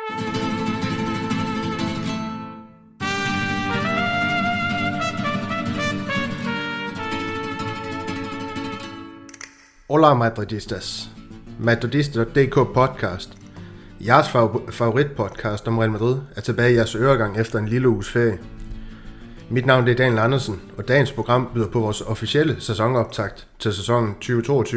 Hola Madridistas. Madridista.dk podcast. Jeres favoritpodcast om Real Madrid er tilbage i jeres øregang efter en lille uges ferie. Mit navn er Daniel Andersen, og dagens program byder på vores officielle sæsonoptakt til sæsonen 2022-2023,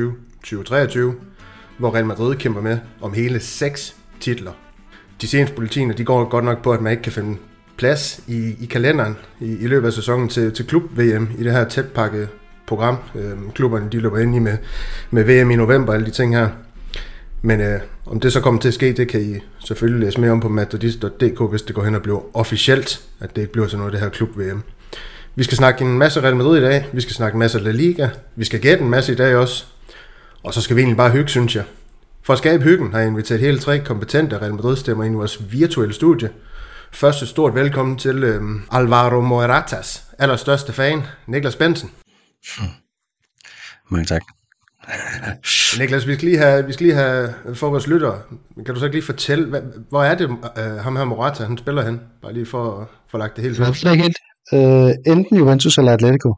hvor Real Madrid kæmper med om hele 6 titler. De seneste bulletiner de går godt nok på, at man ikke kan finde plads i kalenderen i løbet af sæsonen til klub-VM i det her tætpakkede program. Klubberne de løber ind i med VM i november og alle de ting her. Men om det så kommer til at ske, det kan I selvfølgelig læse mere om på madridista.dk, hvis det går hen og bliver officielt, at det ikke bliver sådan noget det her klub-VM. Vi skal snakke en masse Real Madrid i dag, vi skal snakke en masse La Liga, vi skal gætte en masse i dag også, og så skal vi egentlig bare hygge, synes jeg. For at skabe hyggen har jeg inviteret hele 3 kompetente Real Madrid-stemmer ind i vores virtuelle studie. Først et stort velkommen til Alvaro Moratas allerstørste fan, Niklas Bensen. Mange tak. Niklas, vi skal lige have for vores lyttere. Kan du så ikke lige fortælle, hvor er det ham her Morata, han spiller hen? Bare lige for at få lagt det helt fast. Det er helt. Enten Juventus eller Atletico.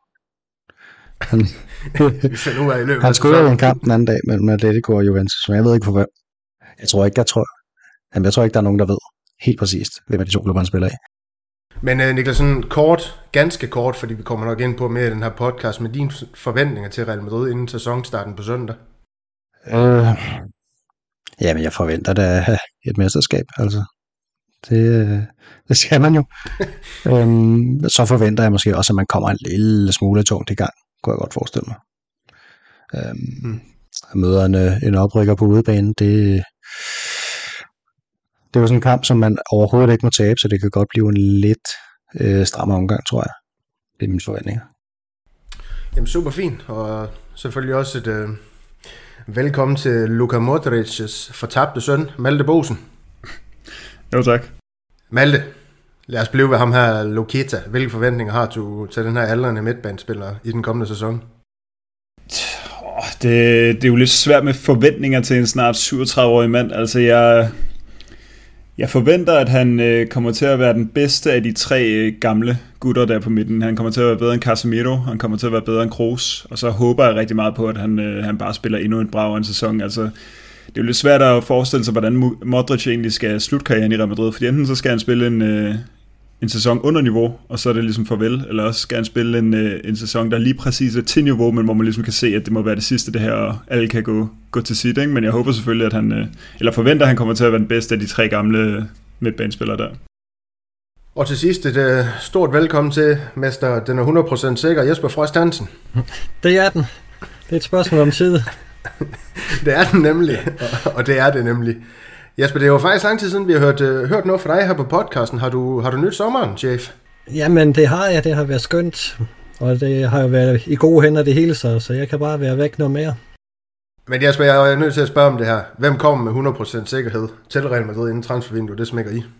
Han skulle jo en kamp den anden dag mellem Atletico og Juventus, men jeg ved ikke for hvem. Jeg tror ikke, der er nogen, der ved helt præcist, hvem af de 2 klubber han spiller i. Men Niklas, sådan ganske kort, fordi vi kommer nok ind på mere i den her podcast, med dine forventninger til Real Madrid inden sæsonstarten på søndag? Jamen, jeg forventer da et mesterskab, altså. Det skal man jo. Så forventer jeg måske også, at man kommer en lille smule tungt i gang, kunne jeg godt forestille mig. Møder en oprykker på udebane, det er jo sådan en kamp, som man overhovedet ikke må tabe, så det kan godt blive en lidt strammere omgang, tror jeg. Det er mine forventninger. Jamen super fint, og selvfølgelig også et velkommen til Luka Modric's fortabte søn, Malte Bosen. Jo tak. Malte, lad os blive ved ham her Loketa. Hvilke forventninger har du til den her aldrende midtbanespiller i den kommende sæson? Det er jo lidt svært med forventninger til en snart 37-årig mand. Altså jeg forventer, at han kommer til at være den bedste af de 3 gamle gutter der på midten. Han kommer til at være bedre end Casemiro, han kommer til at være bedre end Kroos, og så håber jeg rigtig meget på, at han bare spiller endnu en brav en sæson. Altså, det er jo lidt svært at forestille sig, hvordan Modric egentlig skal slutte karrieren i Real Madrid, fordi enten så skal han spille en sæson under niveau, og så er det ligesom farvel, eller også skal han spille en sæson, der lige præcis er til niveau, men hvor man ligesom kan se, at det må være det sidste det her, og alle kan gå til sit, ikke? Men jeg håber selvfølgelig, at forventer, at han kommer til at være den bedste af de 3 gamle midtbanespillere der. Og til sidst et stort velkommen til mester, den er 100% sikker, Jesper Frost Hansen. Det er den. Det er et spørgsmål om tid. Det er den nemlig, og det er det nemlig. Jesper, det er jo faktisk lang tid siden, vi har hørt noget fra dig her på podcasten. Har du nyt sommeren, chef? Jamen, det har jeg. Det har været skønt. Og det har jo været i gode hænder det hele, så jeg kan bare være væk noget mere. Men Jesper, jeg er nødt til at spørge om det her. Hvem kommer med 100% sikkerhed til Real Madrid inden transfervinduet? Det smækker I.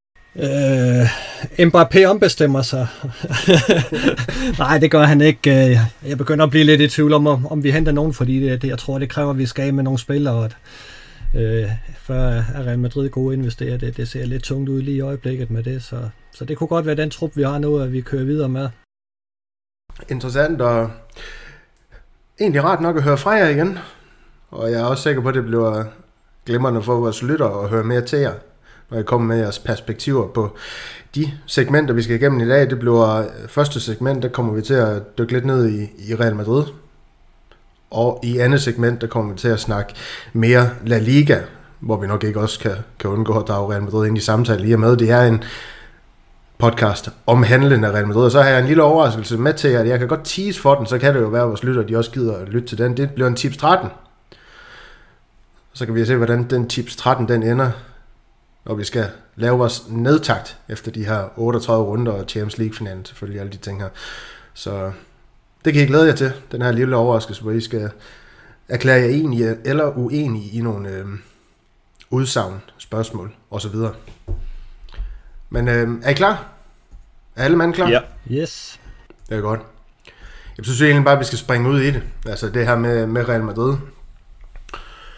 Mbappé ombestemmer sig. Nej, det gør han ikke. Jeg begynder at blive lidt i tvivl om vi henter nogen, fordi jeg tror, det kræver, at vi skal af med nogle spillere, før er Real Madrid gode investere. Det ser lidt tungt ud lige i øjeblikket med det, så det kunne godt være den trup, vi har nu, at vi kører videre med. Interessant, og egentlig rart nok at høre fra jer igen, og jeg er også sikker på, at det bliver glimrende for vores lyttere at høre mere til jer, når jeg kommer med jeres perspektiver på de segmenter, vi skal igennem i dag. Det bliver første segment, der kommer vi til at dykke lidt ned i Real Madrid. Og i andet segment, der kommer vi til at snakke mere La Liga, hvor vi nok ikke også kan undgå at drage Real Madrid ind i samtale i og med. Det er en podcast om handlen af Real Madrid, og så har jeg en lille overraskelse med til jer. Jeg kan godt tease for den, så kan det jo være, at vores lytter de også gider at lytte til den. Det bliver en tips 13. Så kan vi se, hvordan den tips 13 den ender, når vi skal lave vores nedtakt efter de her 38 runder og Champions League-finalen, selvfølgelig alle de ting her. Så det kan I glæde jer til, den her lille overraskelse, hvor I skal erklære jer enige eller uenige i nogle udsagn, spørgsmål osv. Men er I klar? Er alle mand klar? Ja. Yes. Det er godt. Jeg synes egentlig bare, at vi skal springe ud i det. Altså det her med Real Madrid.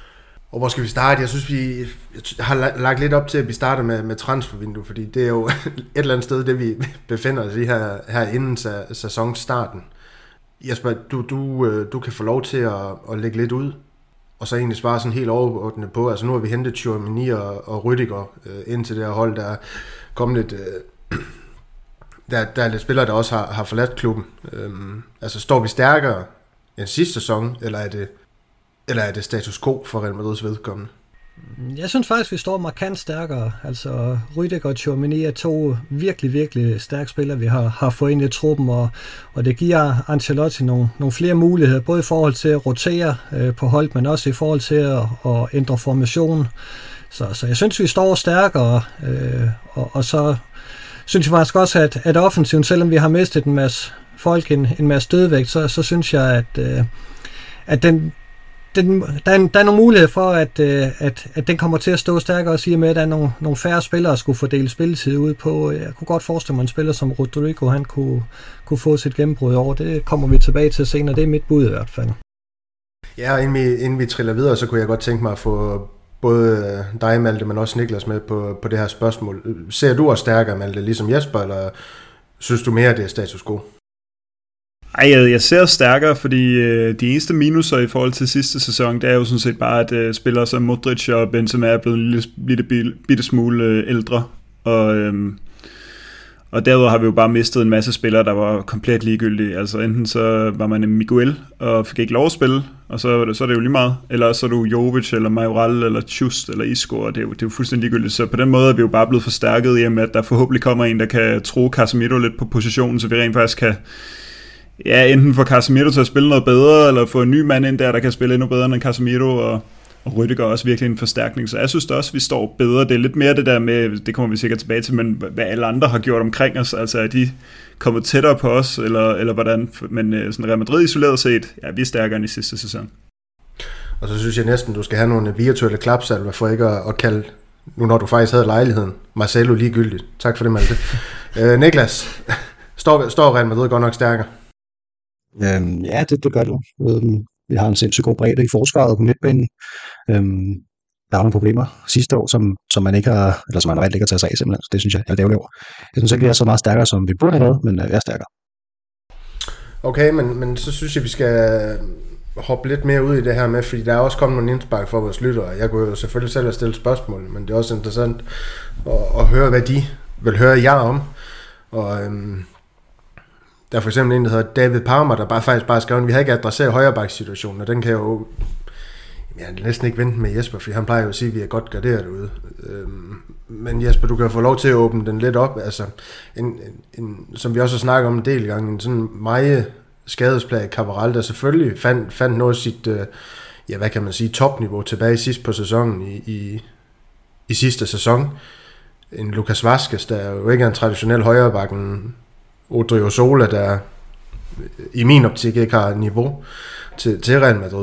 Og hvor skal vi starte? Jeg synes, vi har lagt lidt op til, at vi starter med transfervindue, fordi det er jo et eller andet sted, det vi befinder os i her inden sæsonstarten. Jesper, du kan få lov til at lægge lidt ud, og så egentlig svare sådan helt overordnet på. Altså nu har vi hentet Tchouaméni og Rüdiger ind til det her hold, der er kommet lidt... Der er lidt spillere, der også har forladt klubben. Altså står vi stærkere end sidste sæson, eller er det status quo for Real Madrids vedkommende? Jeg synes faktisk, vi står markant stærkere. Altså Rüdiger og Tchouaméni er to virkelig, virkelig stærke spillere, vi har fået ind i truppen, og det giver Ancelotti nogle flere muligheder, både i forhold til at rotere på hold, men også i forhold til at ændre formation. Så jeg synes, vi står stærkere, og så synes jeg faktisk også, at offensiven, selvom vi har mistet en masse folk, en masse dødvægt, så synes jeg, at der er nogle muligheder for, at den kommer til at stå stærkere, og sige med, at der er nogle færre spillere, der skulle fordele spilletid ud på. Jeg kunne godt forestille mig, en spiller som Rodrigo, han kunne få sit gennembrud over. Det kommer vi tilbage til senere. Det er mit bud i hvert fald. Ja, inden vi triller videre, så kunne jeg godt tænke mig at få både dig, Malte, men også Niklas med på det her spørgsmål. Ser du også stærkere, Malte, ligesom Jesper, eller synes du mere, det er status quo? Ej, jeg ser stærkere, fordi de eneste minuser i forhold til sidste sæson, det er jo sådan set bare, at spillere som Modric og Benzema er blevet en bitte smule ældre, og derudover har vi jo bare mistet en masse spillere, der var komplet ligegyldige. Altså enten så var man en Miguel og fik ikke lov at spille, og så er det jo lige meget, eller så er du Jovic eller Majoral eller Just eller Isco, og det er jo fuldstændig ligegyldigt. Så på den måde er vi jo bare blevet forstærket i, at der forhåbentlig kommer en, der kan tro Casemiro lidt på positionen, så vi rent faktisk kan enten få Casemiro til at spille noget bedre, eller få en ny mand ind der kan spille endnu bedre end Casemiro, og Rüdiger er også virkelig en forstærkning. Så jeg synes også, vi står bedre. Det er lidt mere det der med, det kommer vi sikkert tilbage til, men hvad alle andre har gjort omkring os, altså er de kommet tættere på os, eller hvordan. Men sådan Real Madrid isoleret set, ja, vi er stærkere end i sidste sæson. Og så synes jeg næsten, du skal have nogle virtuelle klapsalver for ikke at kalde, nu når du faktisk havde lejligheden, Marcelo ligegyldigt. Tak for det, Malte. Niklas, står Real Madrid godt nok stærkere? Ja, det gør det. Vi har en sindssygt god bredde i forsvaret på midtbanen. Der er nogle problemer sidste år, som man ikke har, eller som man reelt ikke har taget sig af simpelthen. Det synes jeg er ærgerligt over. Jeg synes ikke, vi er så meget stærkere, som vi burde have været, men vi er stærkere. Okay, men så synes jeg, vi skal hoppe lidt mere ud i det her med, fordi der er også kommet nogle indspark for vores lyttere. Jeg kunne jo selvfølgelig selv have stillet spørgsmål, men det er også interessant at høre, hvad de vil høre jer om. Og der er for eksempel en, der hedder David Palmer, der faktisk bare skrev, at vi har ikke adresseret højreback-situationen, og den kan jo næsten ikke vente med Jesper, fordi han plejer jo at sige, at vi er godt garderet derude. Men Jesper, du kan få lov til at åbne den lidt op. Altså, som vi også har snakket om en del gange, en sådan meget skadesplaget Cabral, der selvfølgelig fandt noget af sit, hvad kan man sige, topniveau tilbage sidst på sæsonen i sidste sæson. En Lucas Vazquez, der jo ikke er en traditionel højreback, en Odriozola, der i min optik ikke har niveau til Real Madrid.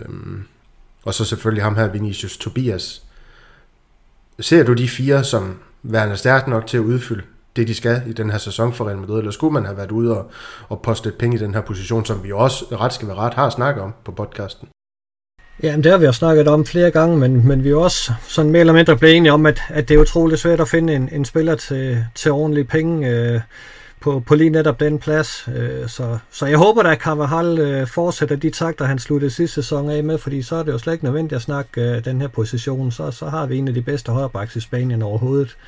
Og så selvfølgelig ham her, Vinicius Tobias. Ser du de fire som værende stærkt nok til at udfylde det, de skal i den her sæson for Real Madrid, eller skulle man have været ude og poste lidt penge i den her position, som vi også ret skal være ret har snakket om på podcasten? Jamen, det har vi jo snakket om flere gange, men vi er også sådan mere eller mindre blevet enige om, at det er utroligt svært at finde en spiller til ordentlige penge på lige netop den plads. Så jeg håber, at Carvajal fortsætter de takter, han sluttede sidste sæson af med, fordi så er det jo slet ikke nødvendigt at snakke den her position. Så har vi en af de bedste højrebacks i Spanien overhovedet.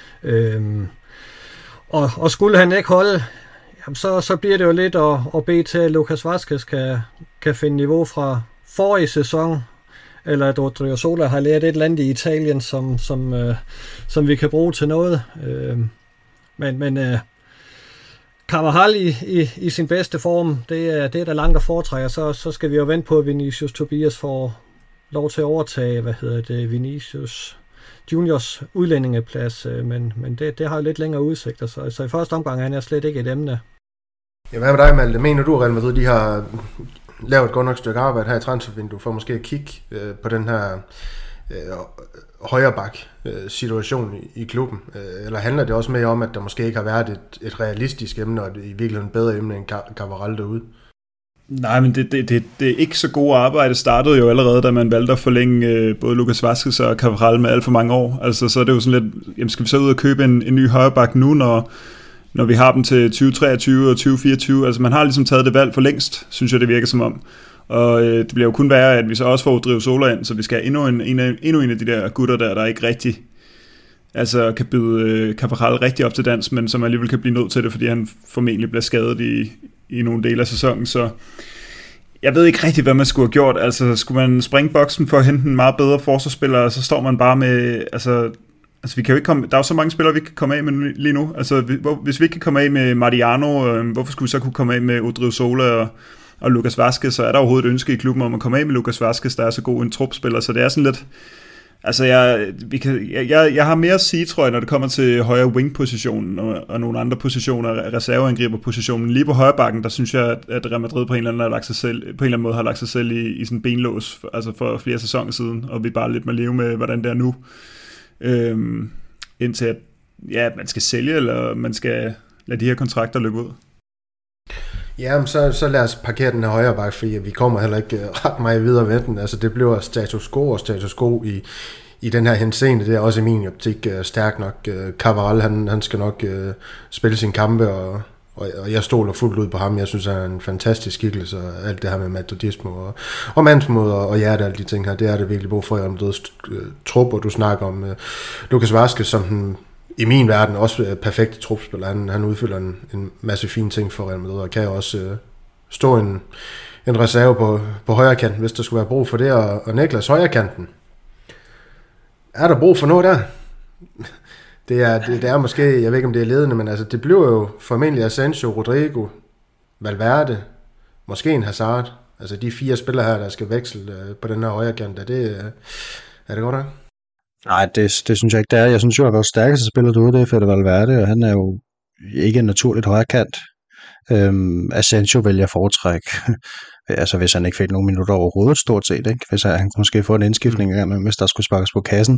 Og skulle han ikke holde, jamen så bliver det jo lidt at bede til, at Lucas Vazquez kan finde niveau fra forrige sæson, eller at Odriozola har lært et eller andet i Italien, som vi kan bruge til noget. Men Carvajal i sin bedste form, det er der langt at foretrække, så skal vi jo vente på, at Vinicius Tobias får lov til at overtage, Vinicius Juniors udlændingeplads, men det har jo lidt længere udsigter, så i første omgang er han slet ikke et emne. Ja, hvad med dig, Malte? Mener du, at Real Madrid, de har lavet et godt nok stykke arbejde her i transfervinduet for måske at kigge på den her højreback-situation i klubben? Eller handler det også mere om, at der måske ikke har været et realistisk emne, og i virkeligheden bedre emne end Cabral derude? Nej, men det ikke så gode arbejde startede jo allerede, da man valgte at forlænge både Lucas Vázquez og Cabral med alt for mange år. Altså, så er det jo sådan lidt, jamen skal vi så ud og købe en ny højreback nu, når vi har dem til 2023 og 2024? Altså, man har ligesom taget det valg for længst, synes jeg, det virker som om. Og det bliver jo kun værre, at vi så også får Odriozola ind, så vi skal have endnu en af de der gutter der ikke rigtig altså kan byde Cabral rigtig op til dans, men som alligevel kan blive nødt til det, fordi han formentlig bliver skadet i nogle dele af sæsonen, så jeg ved ikke rigtig, hvad man skulle have gjort. Altså, skulle man springe boksen for at hente en meget bedre forsvarsspiller, så står man bare med, altså vi kan jo ikke komme, der er jo så mange spillere, vi kan komme af med lige nu. Altså, hvis vi ikke kan komme af med Mariano, hvorfor skulle vi så kunne komme af med Odriozola og Lucas Vázquez, så er der overhovedet et ønske i klubben om at komme af med Lucas Vázquez, der er så god en trupspiller, så det er sådan lidt, altså jeg har mere at sige, tror jeg, når det kommer til højre wing-positionen og nogle andre positioner, reserveangriberpositionen. Lige på højrebakken, der synes jeg, at Real Madrid på en eller anden måde har lagt sig selv i sådan en benlås, altså for flere sæsoner siden, og vi bare lidt må leve med, hvordan det er nu. Indtil at man skal sælge, eller man skal lade de her kontrakter løbe ud. Ja, så lad os parkere den her højre bak, fordi vi kommer heller ikke ret meget videre ved den. Altså, det bliver status quo i den her henseende. Det er også i min optik stærk nok. Cabral, han skal nok spille sine kampe, og jeg stoler fuldt ud på ham. Jeg synes, han er en fantastisk skikkelse, og alt det her med metodisme og mandsmod og hjerte, alle de ting her, det er det virkelig brug for i Real Madrids trup, og du snakker om Lucas Vázquez, som den i min verden også perfekt trupspiller. Han udfylder en masse fine ting for Real Madrid, og kan også stå en reserve på højre kant, hvis der skulle være brug for det. Og Niklas, højre kanten. Er der brug for noget der? Det er måske, jeg ved ikke om det er ledende, men altså det bliver jo formentlig Asensio, Rodrigo, Valverde, måske en Hazard. Altså de 4 spillere her, der skal veksle på den her højre kant. Er det godt nok? Nej, det synes jeg ikke, det er. Jeg synes jo, at vores stærkeste spiller derude, det er Fede Valverde, og han er jo ikke en naturligt højre kant. Asensio vælger foretræk, altså hvis han ikke fik nogen minutter overhovedet stort set, ikke? Hvis han kunne måske få en indskiftning, hvis der skulle sparkes på kassen.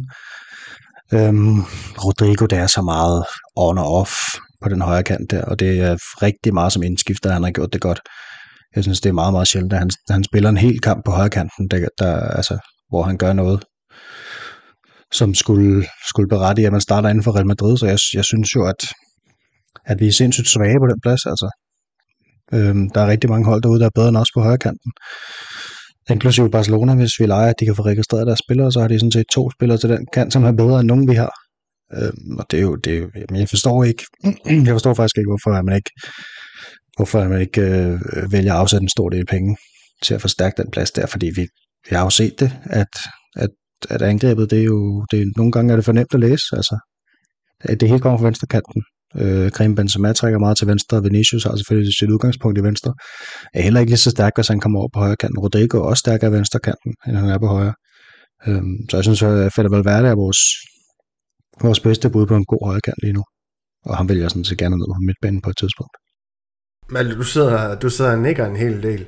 Rodrigo, det er så meget on og off på den højre kant der, og det er rigtig meget som indskifter, han har gjort det godt. Jeg synes, det er meget, meget sjældent, at han spiller en hel kamp på højre kanten, altså, hvor han gør noget, som skulle berette i, at man starter inden for Real Madrid, så jeg synes jo, at vi er sindssygt svage på den plads, altså. Der er rigtig mange hold derude, der er bedre end os på højre kanten. Inklusive Barcelona, hvis vi leger, at de kan få registreret deres spillere, så har de sådan set 2 spillere til den kant, som er bedre end nogen, vi har. Og det er jo men jeg forstår faktisk ikke, hvorfor man ikke vælger at afsætte en stor del penge til at forstærke den plads der, fordi vi har jo set det, at angrebet, det er nogle gange er det for nemt at læse, altså. Det hele kommer fra venstre kanten. Karim Benzema trækker meget til venstre, Vinicius har selvfølgelig sit udgangspunkt i venstre. Er heller ikke lige så stærk, hvis han kommer over på højre kanten. Rodrigo er også stærkere i venstre kanten, end han er på højre. Så jeg synes, at Fede Valverde er vores bedste bud på en god højre kant lige nu. Og han vil jeg sådan set gerne ned på midtbanen på et tidspunkt. Malte, du sidder og nikker en hel del.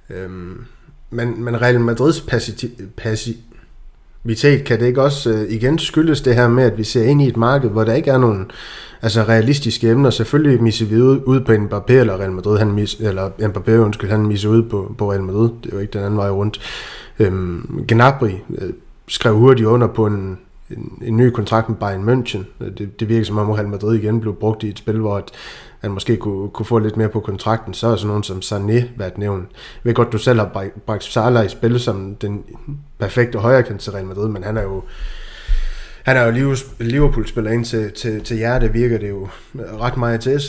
Men Real Madrids passivitet, kan det ikke også igen skyldes det her med, at vi ser ind i et marked, hvor der ikke er nogen realistiske emner. Selvfølgelig misser vi ud på Mbappé eller Real Madrid, han misser ud på Real Madrid. Det er jo ikke den anden vej rundt. Gnabry skrev hurtigt under på en ny kontrakt med Bayern München. Det virker som om Real Madrid igen blev brugt i et spil, hvor han måske kunne få lidt mere på kontrakten. Så er sådan nogen som Sané været nævnt. Jeg ved godt, du selv har bragt Salah i spil som den perfekte højrekant til Real Madrid, men han er jo Liverpool-spiller ind til hjerte, virker det jo ret meget til.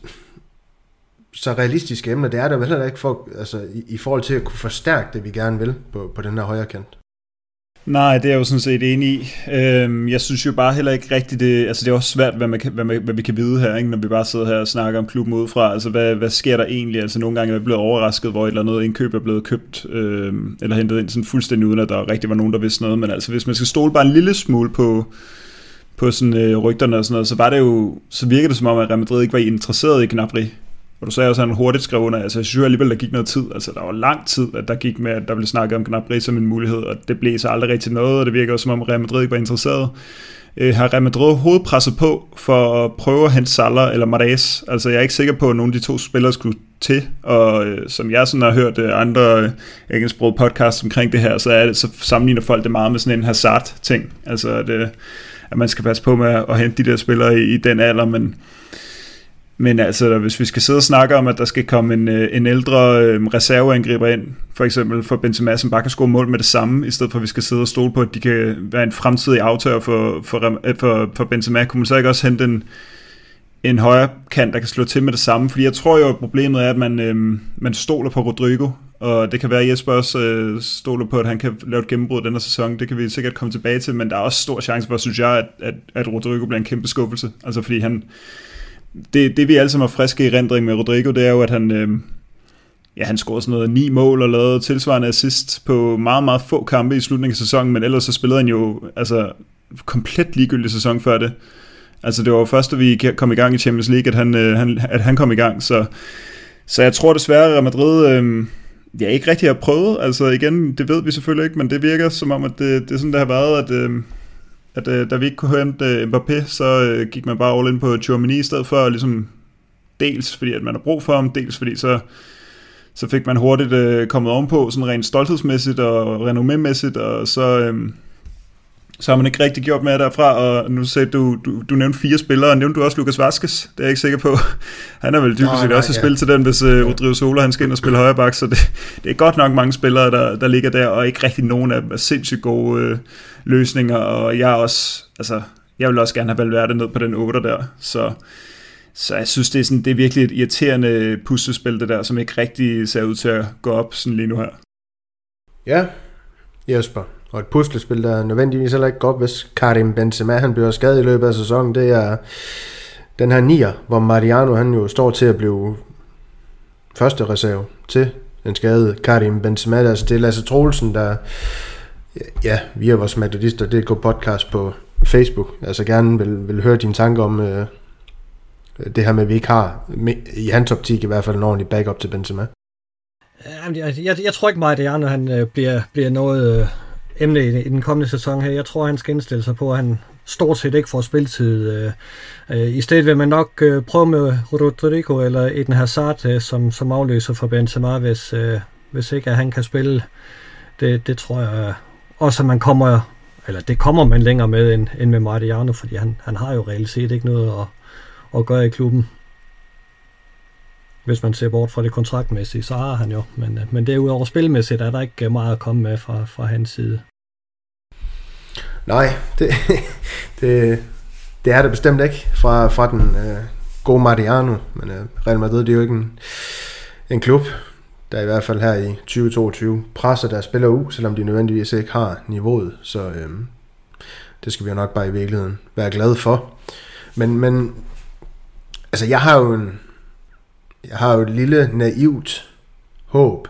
Så realistiske emner, det er der vel heller ikke for, altså, i forhold til at kunne forstærke det, vi gerne vil på den her højre kant. Nej, det er jeg jo sådan set enig i. Jeg synes jo bare heller ikke rigtigt det, altså det er også svært, hvad vi kan vide her, ikke? Når vi bare sidder her og snakker om klubben udefra. Altså hvad sker der egentlig? Altså nogle gange er vi blevet overrasket, hvor et eller andet indkøb er blevet købt eller hentet ind sådan fuldstændig uden, at der rigtig var nogen, der vidste noget. Men altså hvis man skal stole bare en lille smule på sådan rygterne og sådan noget, så var det jo, så virker det som om, at Real Madrid ikke var interesseret i Gnabry. Og du sagde også, at han hurtigt skrev under. Altså, jeg synes alligevel, der gik noget tid. Altså, der var lang tid, at der gik med, at der blev snakket om Gnabry som en mulighed, og det blev så aldrig rigtig noget, og det virker også, som om Real Madrid ikke var interesseret. Har Real Madrid hovedpresset på for at prøve at hente Salah eller Mahrez? Altså, jeg er ikke sikker på, at nogen af de 2 spillere skulle til, og som jeg sådan har hørt andre engelsksprogede podcasts omkring det her, så sammenligner folk det meget med sådan en Hazard-ting, altså at man skal passe på med at hente de der spillere i den alder, men altså, hvis vi skal sidde og snakke om, at der skal komme en ældre reserveangriber ind, for eksempel for Benzema, som bare kan score mål med det samme, i stedet for at vi skal sidde og stole på, at de kan være en fremtidig aftager for Benzema, kunne man så ikke også hente en højre kant, der kan slå til med det samme? Fordi jeg tror jo, at problemet er, at man stoler på Rodrigo, og det kan være, at Jesper også stoler på, at han kan lave et gennembrud den her sæson. Det kan vi sikkert komme tilbage til, men der er også stor chance for, synes jeg, at Rodrigo bliver en kæmpe skuffelse. Altså fordi det vi alle sammen har friske i rendring med Rodrigo, det er jo, at han scorede sådan noget 9 mål og lavede tilsvarende assist på meget, meget få kampe i slutningen af sæsonen, men ellers så spillede han jo altså komplet ligegyldig sæson før det. Altså det var først, da vi kom i gang i Champions League, at han kom i gang, så jeg tror desværre, at Real Madrid ikke rigtig har prøvet. Altså igen, det ved vi selvfølgelig ikke, men det virker som om, at det er sådan, det har været, at da vi ikke kunne hente Mbappé, så gik man bare all in på Tchouaméni i stedet for, ligesom dels fordi, at man har brug for ham, dels fordi så fik man hurtigt kommet ovenpå, sådan rent stolthedsmæssigt og renommémæssigt, og så har man ikke rigtig gjort mere derfra, og nu sagde du nævnte 4 spillere, og nævnte du også Lucas Vázquez, det er jeg ikke sikker på. Han er vel dybest set også spillet til den, hvis Rodrigo Sola han skal ind og spille højre bak, så det er godt nok mange spillere, der ligger der, og ikke rigtig nogen af dem er sindssygt gode løsninger, og jeg vil også gerne have Valverde ned på den 8 der, så jeg synes, det er virkelig et irriterende puslespil, det der, som ikke rigtig ser ud til at gå op sådan lige nu her. Ja, Jesper. Og et puslespil, der nødvendigvis heller ikke går op, hvis Karim Benzema han bliver skadet i løbet af sæsonen, det er den her 9'er, hvor Mariano han jo står til at blive første reserve til den skadede Karim Benzema. Altså det er Lasse Troelsen, der via vores Madridister, det går podcast på Facebook, altså gerne vil høre dine tanker om det her med, at vi ikke har i hans optik i hvert fald en ordentlig backup til Benzema. Jeg tror ikke, Mariano han bliver noget emne i den kommende sæson her. Jeg tror, han skal indstille sig på, at han stort set ikke får spilletid. I stedet vil man nok prøve med Rodrigo eller Eden Hazard som afløser for Benzema, hvis ikke at han kan spille. Det tror jeg også, at man kommer man længere med end med Mariano, fordi han har jo reelt set ikke noget at gøre i klubben. Hvis man ser bort fra det kontraktmæssige, så har han jo. Men derudover spilmæssigt er der ikke meget at komme med fra hans side. Nej, det er det bestemt ikke fra den gode Mariano. Men Real Madrid, det er jo ikke en klub, der i hvert fald her i 2022 presser deres spillere ud, selvom de nødvendigvis ikke har niveauet. Så det skal vi jo nok bare i virkeligheden være glade for. Men altså jeg har jo et lille naivt håb,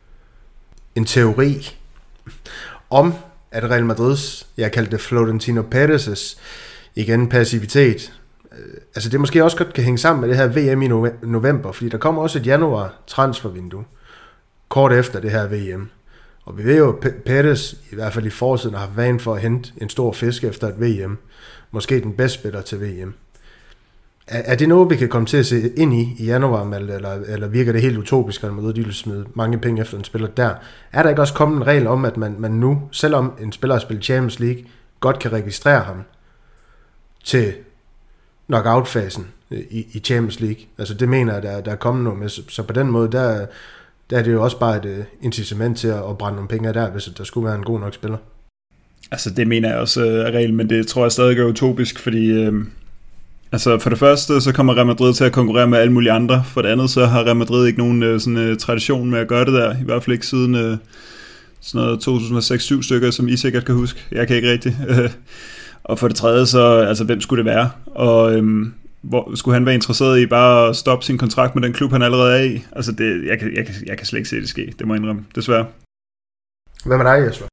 en teori om, at Real Madrids, jeg kaldte det Florentino Perez's, igen passivitet, altså det måske også godt kan hænge sammen med det her VM i november, fordi der kommer også et januar transfervindue, kort efter det her VM. Og vi ved jo, at Perez, i hvert fald i forsiden, har vanen for at hente en stor fisk efter et VM. Måske den bedste spiller til VM. Er det noget, vi kan komme til at se ind i januar, eller virker det helt utopisk, at de vil smide mange penge efter en spiller der? Er der ikke også kommet en regel om, at man nu, selvom en spiller har spillet Champions League, godt kan registrere ham til knockout-fasen i Champions League? Altså det mener jeg, der er kommet noget med. Så på den måde, der er det jo også bare et incitament til at brænde nogle penge af der, hvis der skulle være en god nok spiller. Altså det mener jeg også er regel, men det tror jeg stadig er utopisk, fordi altså for det første, så kommer Real Madrid til at konkurrere med alle mulige andre. For det andet, så har Real Madrid ikke nogen sådan tradition med at gøre det der. I hvert fald ikke siden sådan noget 2006-7 stykker, som I sikkert kan huske. Jeg kan ikke rigtig. Og for det tredje, så altså hvem skulle det være? Og hvor skulle han være interesseret i bare at stoppe sin kontrakt med den klub, han allerede er i? Altså jeg kan slet ikke se det ske. Det må jeg indrømme, desværre. Hvad med dig, Jesper?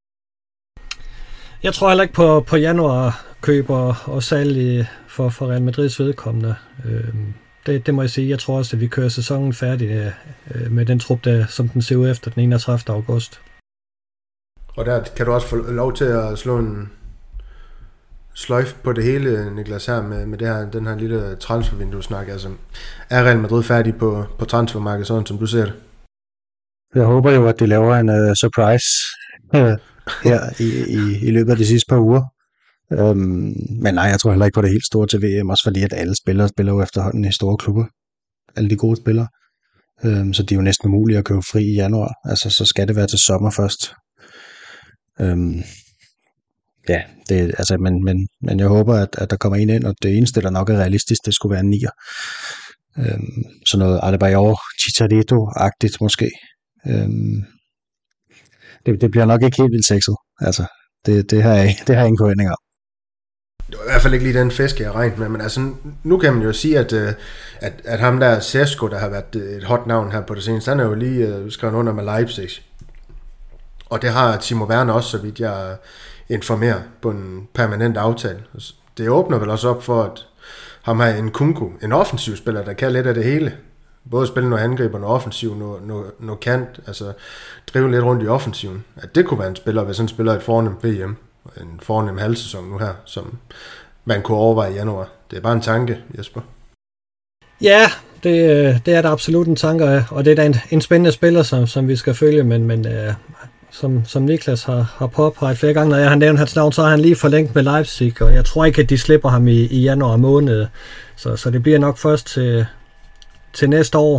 Jeg tror heller ikke på januar køber og salg for Real Madrids vedkommende. Det må jeg sige. Jeg tror også, at vi kører sæsonen færdig med den trup, der, som den ser ud efter den 31. august. Og der kan du også få lov til at slå sløjf på det hele, Niklas, her med det her, den her lille transfervindue-snak. Altså, er Real Madrid færdig på transfermarkedet, sådan som du ser det? Jeg håber jo, at de laver en surprise her i løbet af de sidste par uger. Men nej, jeg tror heller ikke på det helt store til VM, også fordi at alle spillere spiller jo efterhånden i store klubber. Alle de gode spillere. Så det er jo næsten umuligt at købe fri i januar. Altså, så skal det være til sommer først. Ja, det, altså, men jeg håber, at der kommer en ind, og det eneste, der nok er realistisk, det skulle være en 9'er. Sådan noget Adebayor, Chicharito-agtigt måske. Det bliver nok ikke helt vildt sexet. Altså, det har jeg ingen forventning om. Det var i hvert fald ikke lige den fisk, jeg regnede med, men altså, nu kan man jo sige, at ham der Sesko, der har været et hot navn her på det seneste, han er jo lige skrevet under med Leipzig. Og det har Timo Werner også, så vidt jeg informerer, på en permanent aftale. Det åbner vel også op for, at ham her en Kunku, en offensiv spiller, der kan lidt af det hele. Både spille noget angriber, noget offensiv, noget kant, altså drive lidt rundt i offensiven. At det kunne være en spiller, hvis han spiller et fornemt VM, en fornem halvsæson nu her, som man kunne overveje i januar. Det er bare en tanke, Jesper. Ja, det er der absolut en tanke af, og det er da en spændende spiller, som vi skal følge, men som Niklas har påpeget flere gange, når jeg har nævnt hans navn, så har han lige forlængt med Leipzig, og jeg tror ikke, at de slipper ham i januar måned, så det bliver nok først til næste år,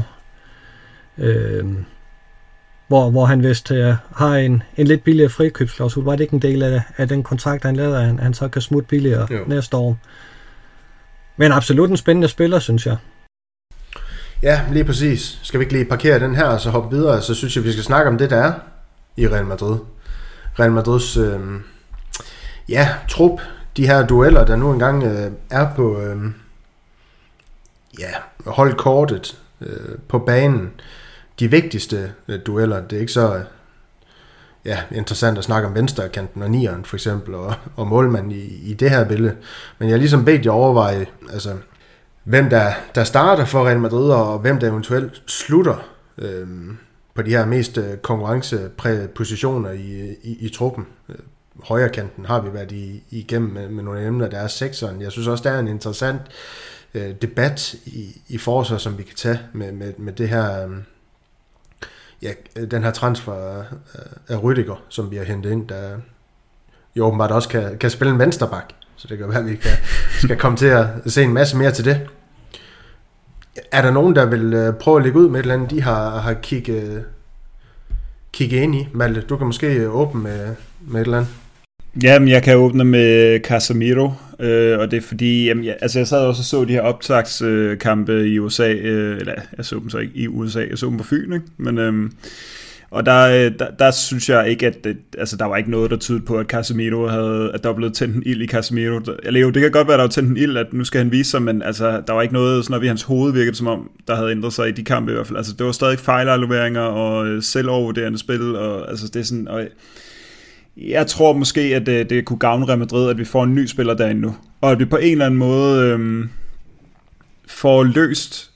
hvor han vist har en lidt billigere frikøbsklausul. Var det ikke en del af den kontrakt, han lavede, at han så kan smutte billigere næste år? Men absolut en spændende spiller, synes jeg. Ja, lige præcis. Skal vi ikke lige parkere den her, og så hoppe videre, så synes jeg, vi skal snakke om det, der er i Real Madrid. Real Madrids trup, de her dueller, der nu engang er på holdkortet på banen. De vigtigste dueller, det er ikke så interessant at snakke om venstrekanten og nieren for eksempel, og målmanden i det her billede. Men jeg har ligesom bedt jer overveje, altså, hvem der starter for Real Madrid, og hvem der eventuelt slutter på de her mest konkurrenceprægede positioner i truppen. Højrekanten har vi været igennem med nogle emner, der er sekseren. Jeg synes også, der er en interessant debat i forsvar, som vi kan tage med det her, den her transfer af Rüdiger, som vi har hentet ind, der jo åbenbart også kan spille en vensterbak. Så det kan være, at vi skal komme til at se en masse mere til det. Er der nogen, der vil prøve at lægge ud med et eller andet, de har kigget ind i? Malte, du kan måske åbne med et eller andet. Jamen, jeg kan åbne med Casemiro, og det er fordi, jeg sad også og så de her optagskampe i USA, eller jeg så dem så ikke i USA, jeg så dem på Fyn, ikke? Men, og der synes jeg ikke, at der var ikke noget, der tydede på, at Casemiro at der var blevet tændt en ild i Casemiro. Eller jo, det kan godt være, at der var tændt en ild, at nu skal han vise sig, men altså, der var ikke noget, sådan, i hans hoved virkede som om, der havde ændret sig i de kampe i hvert fald. Altså, det var stadig fejlafleveringer og selvovervurderende spil, og altså, det er sådan, og jeg tror måske, at det kunne gavne Real Madrid, at vi får en ny spiller derinde nu, og at vi på en eller anden måde får løst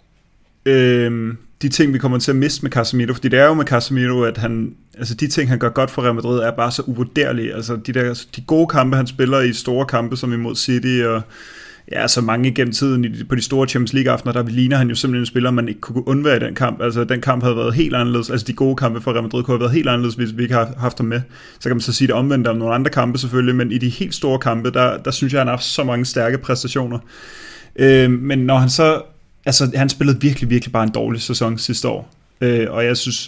de ting, vi kommer til at miste med Casemiro, fordi det er jo med Casemiro, at de ting, han gør godt for Real Madrid, er bare så uvurderlige. Altså de gode kampe, han spiller i store kampe, som imod City, og så mange igennem tiden på de store Champions League-aftener, der ligner han jo simpelthen en spiller, man ikke kunne undvære i den kamp. Altså den kamp havde været helt anderledes, altså de gode kampe for Real Madrid kunne have været helt anderledes, hvis vi ikke har haft ham med. Så kan man så sige det omvendt om nogle andre kampe selvfølgelig, men i de helt store kampe, der synes jeg, han har haft så mange stærke præstationer. Men når han så, altså han spillede virkelig, virkelig bare en dårlig sæson sidste år, og jeg synes,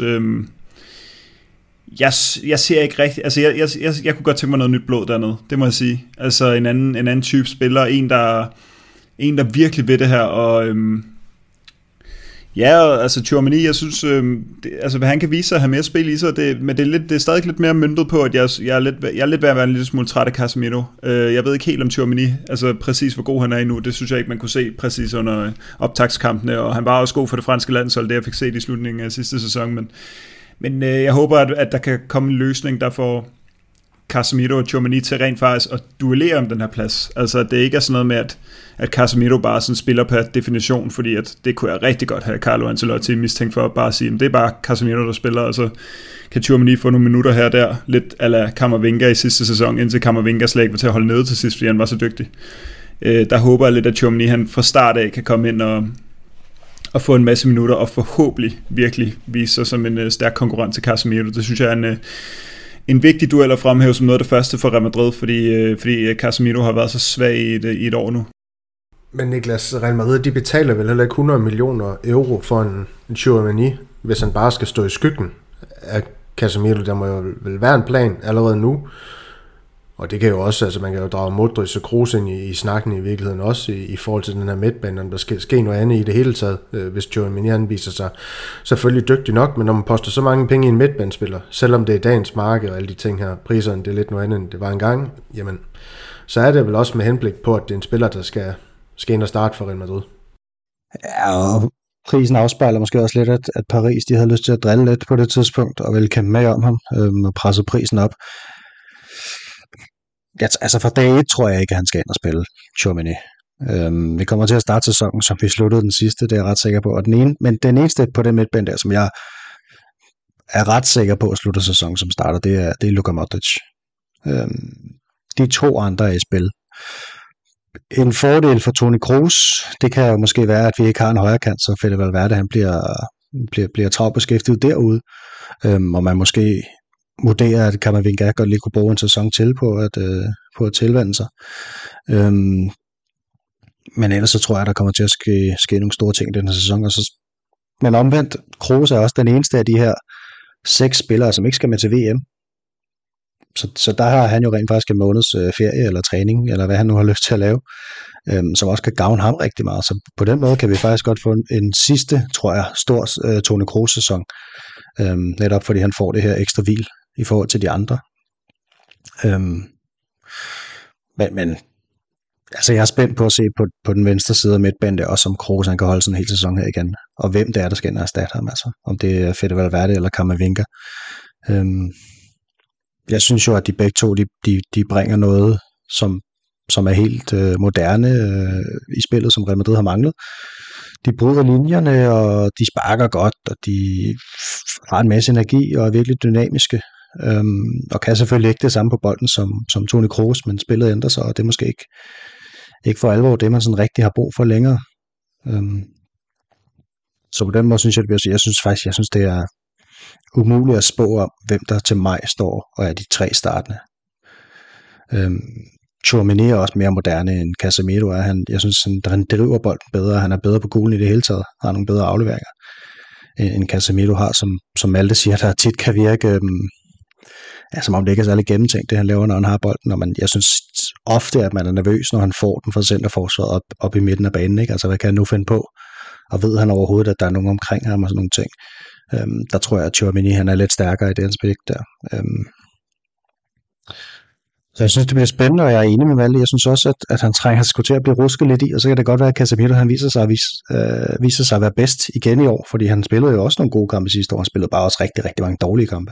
jeg ser ikke rigtigt, altså jeg kunne godt tænke mig noget nyt blod dernede, det må jeg sige. Altså en anden type spiller, en der virkelig ved det her, og altså Tchouaméni, jeg synes, hvad han kan vise sig at have mere spil i sig, men det er stadig lidt mere møntet på, at jeg er lidt ved at være en lille smule træt af Casemiro. Jeg ved ikke helt om Tchouaméni, altså præcis hvor god han er endnu, det synes jeg ikke, man kunne se præcis under optaktskampene, og han var også god for det franske landshold, det jeg fik set i slutningen af sidste sæson, men jeg håber, at der kan komme en løsning, der får Casemiro og Tchouaméni til rent faktisk at duellere om den her plads. Altså, det ikke er sådan noget med, at Casemiro bare sådan spiller per definition, fordi at det kunne jeg rigtig godt have Carlo Ancelotti mistænkt for at bare sige, at det er bare Casemiro, der spiller, og så kan Tchouaméni få nogle minutter her og der, lidt a la Camavinga i sidste sæson, indtil Camavinga slet ikke var til at holde nede til sidst, fordi han var så dygtig. Der håber jeg lidt, at Tchouaméni han fra start af kan komme ind og få en masse minutter, og forhåbentlig virkelig vise sig som en stærk konkurrent til Casemiro. Det synes jeg er en vigtig duel at fremhæve som noget af det første for Real Madrid, fordi Casemiro har været så svag i et år nu. Men Niklas, Real Madrid, de betaler vel heller ikke 100 millioner euro for en Tchouaméni, hvis han bare skal stå i skyggen af Casemiro. Der må jo vel være en plan allerede nu. Og det kan jo også, altså man kan jo drage Modric og Kroos ind i snakken i virkeligheden også, i forhold til den her midtbane, om der skal ske noget andet i det hele taget, hvis Tchouaméni han viser sig selvfølgelig dygtig nok, men når man poster så mange penge i en midtbanespiller, selvom det er dagens marked og alle de ting her, priserne det er lidt noget andet, end det var engang, jamen, så er det vel også med henblik på, at det er en spiller, der skal ind og starte for Real Madrid. Ja, og prisen afspejler måske også lidt, at Paris, de havde lyst til at drille lidt på det tidspunkt, og ville kæmpe med om ham, og presse prisen op. Ja, altså fra dag 1 tror jeg ikke, at han skal ind og spille Tchouaméni. Vi kommer til at starte sæsonen, som vi sluttede den sidste, det er jeg ret sikker på. Men den eneste på den midtbane der, som jeg er ret sikker på at slutte sæsonen, som starter, det er Luka Modric. De 2 andre er i spil. En fordel for Toni Kroos, det kan jo måske være, at vi ikke har en højre kant, så Fede Valverde, han bliver travlt beskæftiget derude, og man måske vurderer, at Camavinga godt lige kunne bruge en sæson til på at tilvande sig. Men ellers så tror jeg, der kommer til at ske nogle store ting i den her sæson. Men omvendt, Kroos er også den eneste af de her 6 spillere, som ikke skal med til VM. Så der har han jo rent faktisk en måneds ferie eller træning, eller hvad han nu har lyst til at lave, som også kan gavne ham rigtig meget. Så på den måde kan vi faktisk godt få en sidste, tror jeg, stor Toni Kroos-sæson. Netop fordi han får det her ekstra hvil i forhold til de andre. Men altså jeg er spændt på at se på den venstre side af midtbanen, der også om Kroos han kan holde sådan en hel sæson her igen. Og hvem det er, der skal ind og erstatte ham, altså. Om det er Fede Valverde eller Camavinga. Jeg synes jo, at de begge to, de bringer noget, som er helt moderne i spillet, som Real Madrid har manglet. De bryder linjerne, og de sparker godt, og de har en masse energi og er virkelig dynamiske. Og kan selvfølgelig ikke det samme på bolden som Toni Kroos, men spillet ændrer sig, og det er måske ikke for alvor det, man sådan rigtig har brug for længere. Så på den måde synes jeg synes det er umuligt at spå om, hvem der til maj står og er de 3 startende. Tchouaméni er også mere moderne end Casemiro er. Jeg synes, han driver bolden bedre, han er bedre på gulen i det hele taget, har nogle bedre afleveringer, end Casemiro har, som Malte siger, der tit kan virke, som om det ikke er særlig gennemtænkt, det han laver, når han har bolden, og jeg synes ofte, at man er nervøs, når han får den fra centerforsvaret op i midten af banen, ikke? Altså, hvad kan han nu finde på? Og ved han overhovedet, at der er nogen omkring ham og sådan nogle ting. Der tror jeg, at Tchouaméni, han er lidt stærkere i det aspekt der. Så jeg synes, det bliver spændende, og jeg er enig med Malte. Jeg synes også, at han trænger sig til at blive rusket lidt i, og så kan det godt være, at Casemiro han viser sig at være bedst igen i år, fordi han spillede jo også nogle gode kampe sidste år. Han spillede bare også rigtig, rigtig mange dårlige kampe.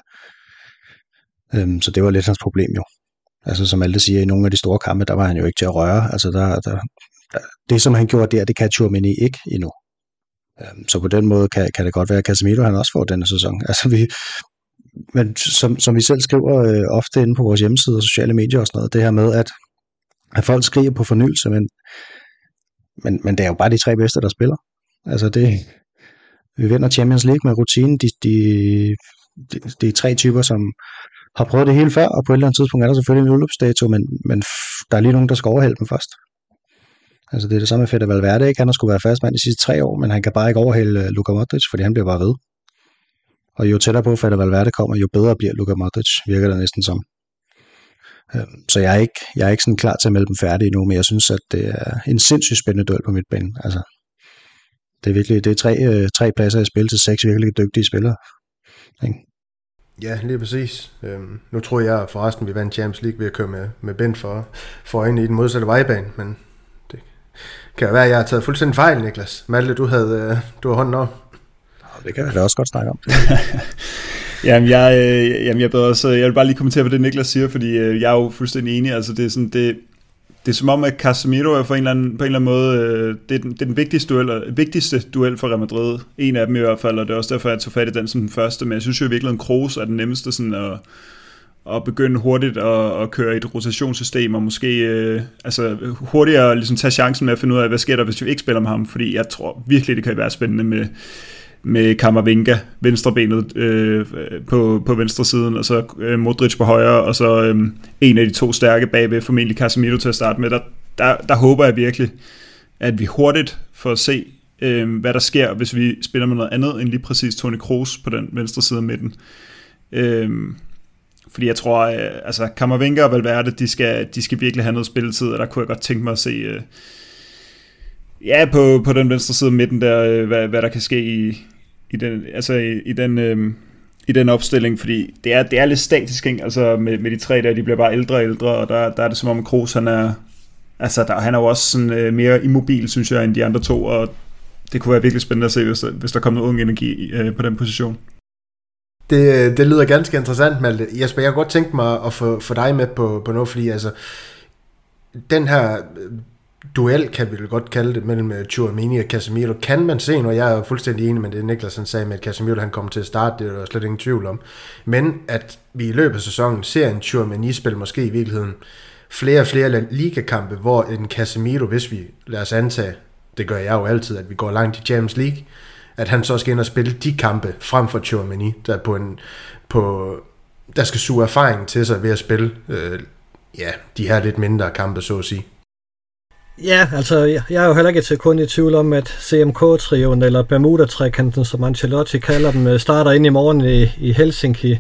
Så det var lidt hans problem jo. Altså som Malte siger, i nogle af de store kampe, der var han jo ikke til at røre. Altså det, som han gjorde der, det kan Tchouaméni ikke endnu. Så på den måde kan det godt være, at Casemiro han også får denne sæson. Altså men som vi selv skriver ofte inde på vores hjemmeside og sociale medier og sådan noget, det her med, at folk skriger på fornyelse, men det er jo bare de 3 bedste, der spiller. Altså vi vinder Champions League med rutinen, de er 3 typer, som har prøvet det hele før, og på et eller andet tidspunkt er der selvfølgelig en udløbsdato, men der er lige nogen, der skal overhælde dem først. Altså det er det samme med Fede Valverde, ikke? Han har skulle være fastmand de sidste 3 år, men han kan bare ikke overhælde Luka Modric, fordi han bliver bare ved. Og jo tættere på Fede Valverde kommer, jo bedre bliver Luka Modric, virker det næsten som. Så jeg er ikke sådan klar til at melde dem færdige endnu, men jeg synes, at det er en sindssygt spændende duel på midtbanen. Altså, det er virkelig, det er 3 pladser i spil til 6 virkelig dygtige spillere. Ikke? Ja, lige præcis. Nu tror jeg forresten, vi vandt Champions League ved at køre med Bent for ind i den modsatte vejbane, men det kan jo være, at jeg har taget fuldstændig fejl, Niklas. Malte, du har hånden op. Det kan jeg da også godt snakke om. Jamen, jeg vil bare lige kommentere på det, Niklas siger, fordi jeg er jo fuldstændig enig. Altså, det er sådan, det er som om, at Casemiro er på en eller anden måde, det er den vigtigste duel for Real Madrid. En af dem i hvert fald, og det er også derfor, jeg tog fat i den som den første. Men jeg synes jo virkelig, at Kroos er den nemmeste sådan at begynde hurtigt at køre i et rotationssystem, og måske hurtigere ligesom tage chancen med at finde ud af, hvad sker der, hvis vi ikke spiller med ham. Fordi jeg tror virkelig, det kan være spændende med Camavinga, venstrebenet på venstre siden, og så Modric på højre, og så en af de to stærke bagved, formentlig Casemiro til at starte med. Der håber jeg virkelig, at vi hurtigt får at se, hvad der sker, hvis vi spiller med noget andet end lige præcis Toni Kroos på den venstre side af midten. Fordi jeg tror, Camavinga og Valverde, de skal virkelig have noget spilletid, og der kunne jeg godt tænke mig at se på den venstre side af midten der, hvad der kan ske i den opstilling, fordi det er lidt statisk, ikke? Altså med de tre der, de bliver bare ældre og ældre, og der er det som om Kroos, han er jo også sådan, mere immobil, synes jeg, end de andre to, og det kunne være virkelig spændende at se, hvis der kommer noget ung energi på den position. Det lyder ganske interessant, Malte. Jesper, jeg kunne godt tænke mig at få dig med på noget, fordi altså, den her duel, kan vi vel godt kalde det, mellem Tchouaméni og Casemiro, kan man se, og jeg er fuldstændig enig med det, Niklas sagde med, at Casemiro han kommer til at starte, det er der slet ingen tvivl om, men at vi i løbet af sæsonen ser en Tchouaméni spil måske i virkeligheden flere ligakampe, hvor en Casemiro, hvis vi, lad os antage, det gør jeg jo altid, at vi går langt i Champions League, at han så skal ind og spille de kampe frem for Tchouaméni, der skal suge erfaring til sig ved at spille de her lidt mindre kampe, så at sige. Ja, altså jeg er jo heller ikke til kun i tvivl om, at CMK-trioen eller Bermuda-trekanten, som Ancelotti kalder dem, starter ind i morgen i Helsinki.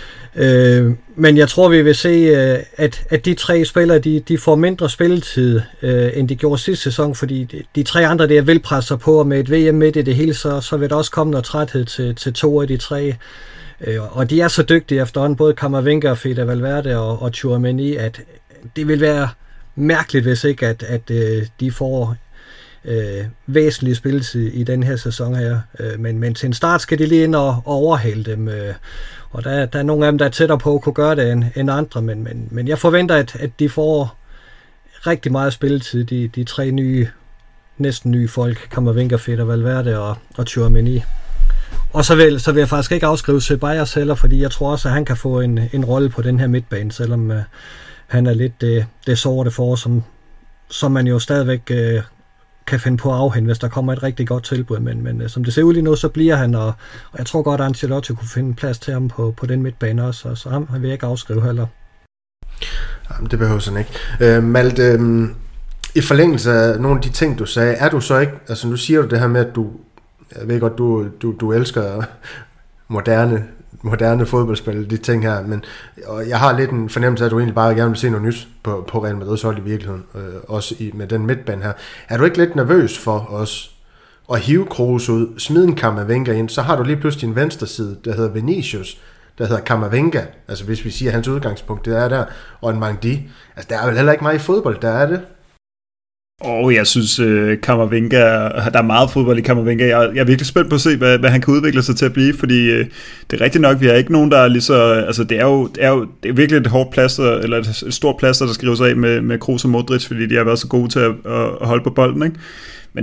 Men jeg tror, vi vil se, at de tre spillere, de får mindre spilletid, end de gjorde sidste sæson, fordi de tre andre der vil presse sig på, og med et VM midt i det hele, så vil der også komme noget træthed til to af de tre. Og de er så dygtige efterhånden, både Camavinga, Fede Valverde og Tchouaméni, at det vil være mærkeligt, hvis ikke, at de får væsentlig spilletid i den her sæson her. Men til en start skal de lige ind og overhale dem. Og der er nogle af dem, der er tættere på at kunne gøre det end andre. Men jeg forventer, at de får rigtig meget spilletid, de tre næsten nye folk, Camavinga, Fede Valverde og Tchouaméni. Og så vil jeg faktisk ikke afskrive Ceballos heller, fordi jeg tror også, at han kan få en rolle på den her midtbane, selvom han er lidt det sorte for, som man jo stadigvæk kan finde på at afhente, hvis der kommer et rigtig godt tilbud. Men som det ser ud lige nu, så bliver han, og jeg tror godt, at Ancelotti kunne finde plads til ham på den midtbane også, så ham vil jeg ikke afskrive heller. Jamen, det behøver sådan ikke. Malte, i forlængelse af nogle af de ting, du sagde, er du så ikke, altså nu siger du det her med, at jeg ved godt, du elsker moderne fodboldspil, de ting her, men og jeg har lidt en fornemmelse af, at du egentlig bare gerne vil se noget nyt på Real Madrid's hold i virkeligheden, også med den midtbane her. Er du ikke lidt nervøs for os at hive Kroos ud, smide en Camavinga ind, så har du lige pludselig en venstre side, der hedder Vinicius, der hedder Camavinga, altså hvis vi siger, hans udgangspunkt, det er der, og en Mangdi. Altså der er vel heller ikke meget i fodbold, der er det. Jeg synes, Camavinga, der er meget fodbold i Camavinga. Jeg er virkelig spændt på at se, hvad han kan udvikle sig til at blive, fordi det er rigtigt nok, vi har ikke nogen, der er lige så... Altså, det er virkelig et hårdt plaster, eller et stort plaster, der skrives af med Kroos og Modric, fordi de har været så gode til at holde på bolden, ikke? Men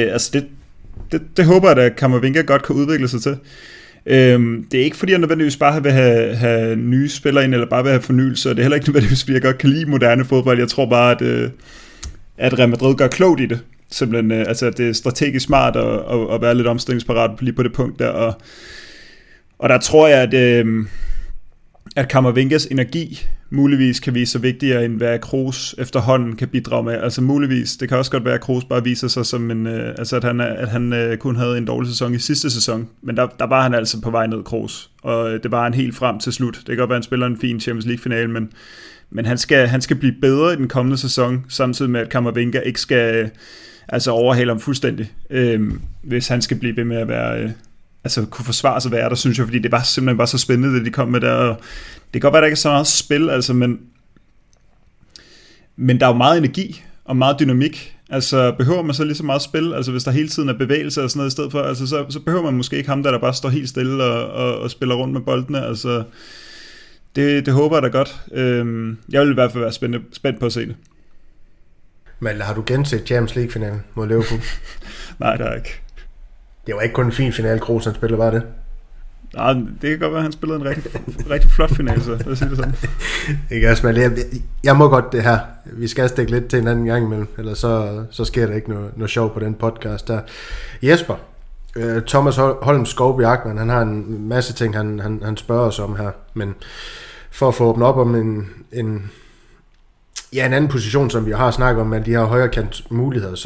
det håber jeg, at Camavinga godt kan udvikle sig til. Det er ikke fordi, jeg nødvendigvis bare vil have nye spillere ind, eller bare vil have fornyelse, og det er heller ikke nødvendigvis, fordi jeg godt kan lide moderne fodbold. Jeg tror bare, at Real Madrid gør klogt i det. Simpelthen, altså det er strategisk smart at være lidt omstillingsparat lige på det punkt der. Og der tror jeg, at Camavingas energi muligvis kan vise sig vigtigere, end hvad Kroos efterhånden kan bidrage med. Altså muligvis, det kan også godt være, at Kroos bare viser sig som at han kun havde en dårlig sæson i sidste sæson. Men der var han altså på vej ned, Kroos. Og det var han helt frem til slut. Det kan godt være, at han spiller en fin Champions League-finale, men han skal blive bedre i den kommende sæson, samtidig med, at Camavinga ikke skal overhale ham fuldstændig, hvis han skal blive ved med at være, kunne forsvare sig være der, synes jeg, fordi det var simpelthen bare så spændende, det de kom med der, og det kan godt være, der ikke er så meget spil, men der er jo meget energi, og meget dynamik. Altså behøver man så lige så meget spil, altså hvis der hele tiden er bevægelse og sådan noget i stedet for, altså så behøver man måske ikke ham, der bare står helt stille og spiller rundt med boldene, altså det håber jeg da godt. Jeg vil i hvert fald være spændt på at se det. Men har du genset Champions League-finalen mod Liverpool? Nej, det er ikke. Det var ikke kun en fin finale, Kroos han spillede, var det? Nej, det kan godt være, at han spillede en rigtig flot finale, så lad os sige det sådan. Ikke også, jeg må godt det her. Vi skal stikke lidt til en anden gang imellem, eller så sker der ikke noget sjov på den podcast der. Jesper, Thomas Holm Skovby Ackmann, han har en masse ting, han spørger os om her, men for at få åbnet op om en anden position, som vi har snakket om, med de her højrekant muligheder,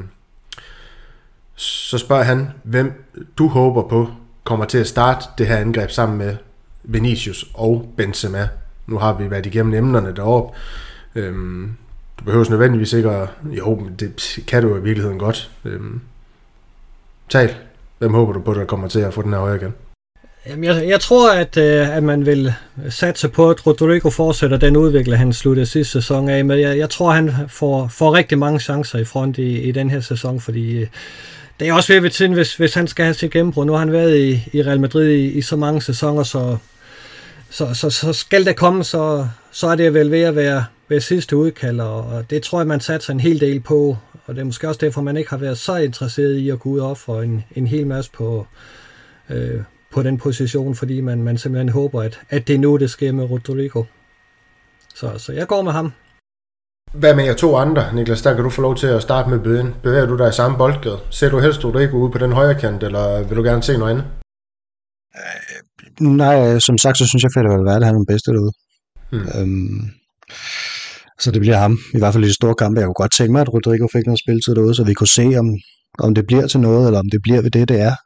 så spørger han, hvem du håber på kommer til at starte det her angreb sammen med Vinicius og Benzema. Nu har vi været igennem emnerne deroppe. Du behøver nødvendigvis ikke at... Jo, det kan du i virkeligheden godt. Tal. Hvem håber du på, der kommer til at få den her højre igen? Jamen, jeg tror, at man vil satse på, at Rodrigo fortsætter den udvikling, han sluttede sidste sæson af. Men jeg tror, han får rigtig mange chancer i front i den her sæson, fordi det er også ved tiden, hvis han skal have sit gennembrud. Nu har han været i Real Madrid i så mange sæsoner, så skal det komme, så er det vel ved at være sidste udkald, og det tror jeg, man satser en hel del på, og det er måske også derfor, man ikke har været så interesseret i at gå ud og ofre en hel masse på den position, fordi man simpelthen håber, at det er nu, det sker med Rodrigo. Så jeg går med ham. Hvad med jer to andre, Niklas? Der kan du få lov til at starte med bøden. Bevæger du dig i samme boldgade? Ser du helst Rodrigo ude på den højre kant, eller vil du gerne se noget andet? Nej, som sagt, så synes jeg, at Valverde er den bedste derude. Så det bliver ham. I hvert fald i de store kampe. Jeg kunne godt tænke mig, at Rodrigo fik noget spilletid derude, så vi kunne se, om det bliver til noget, eller om det bliver ved det er.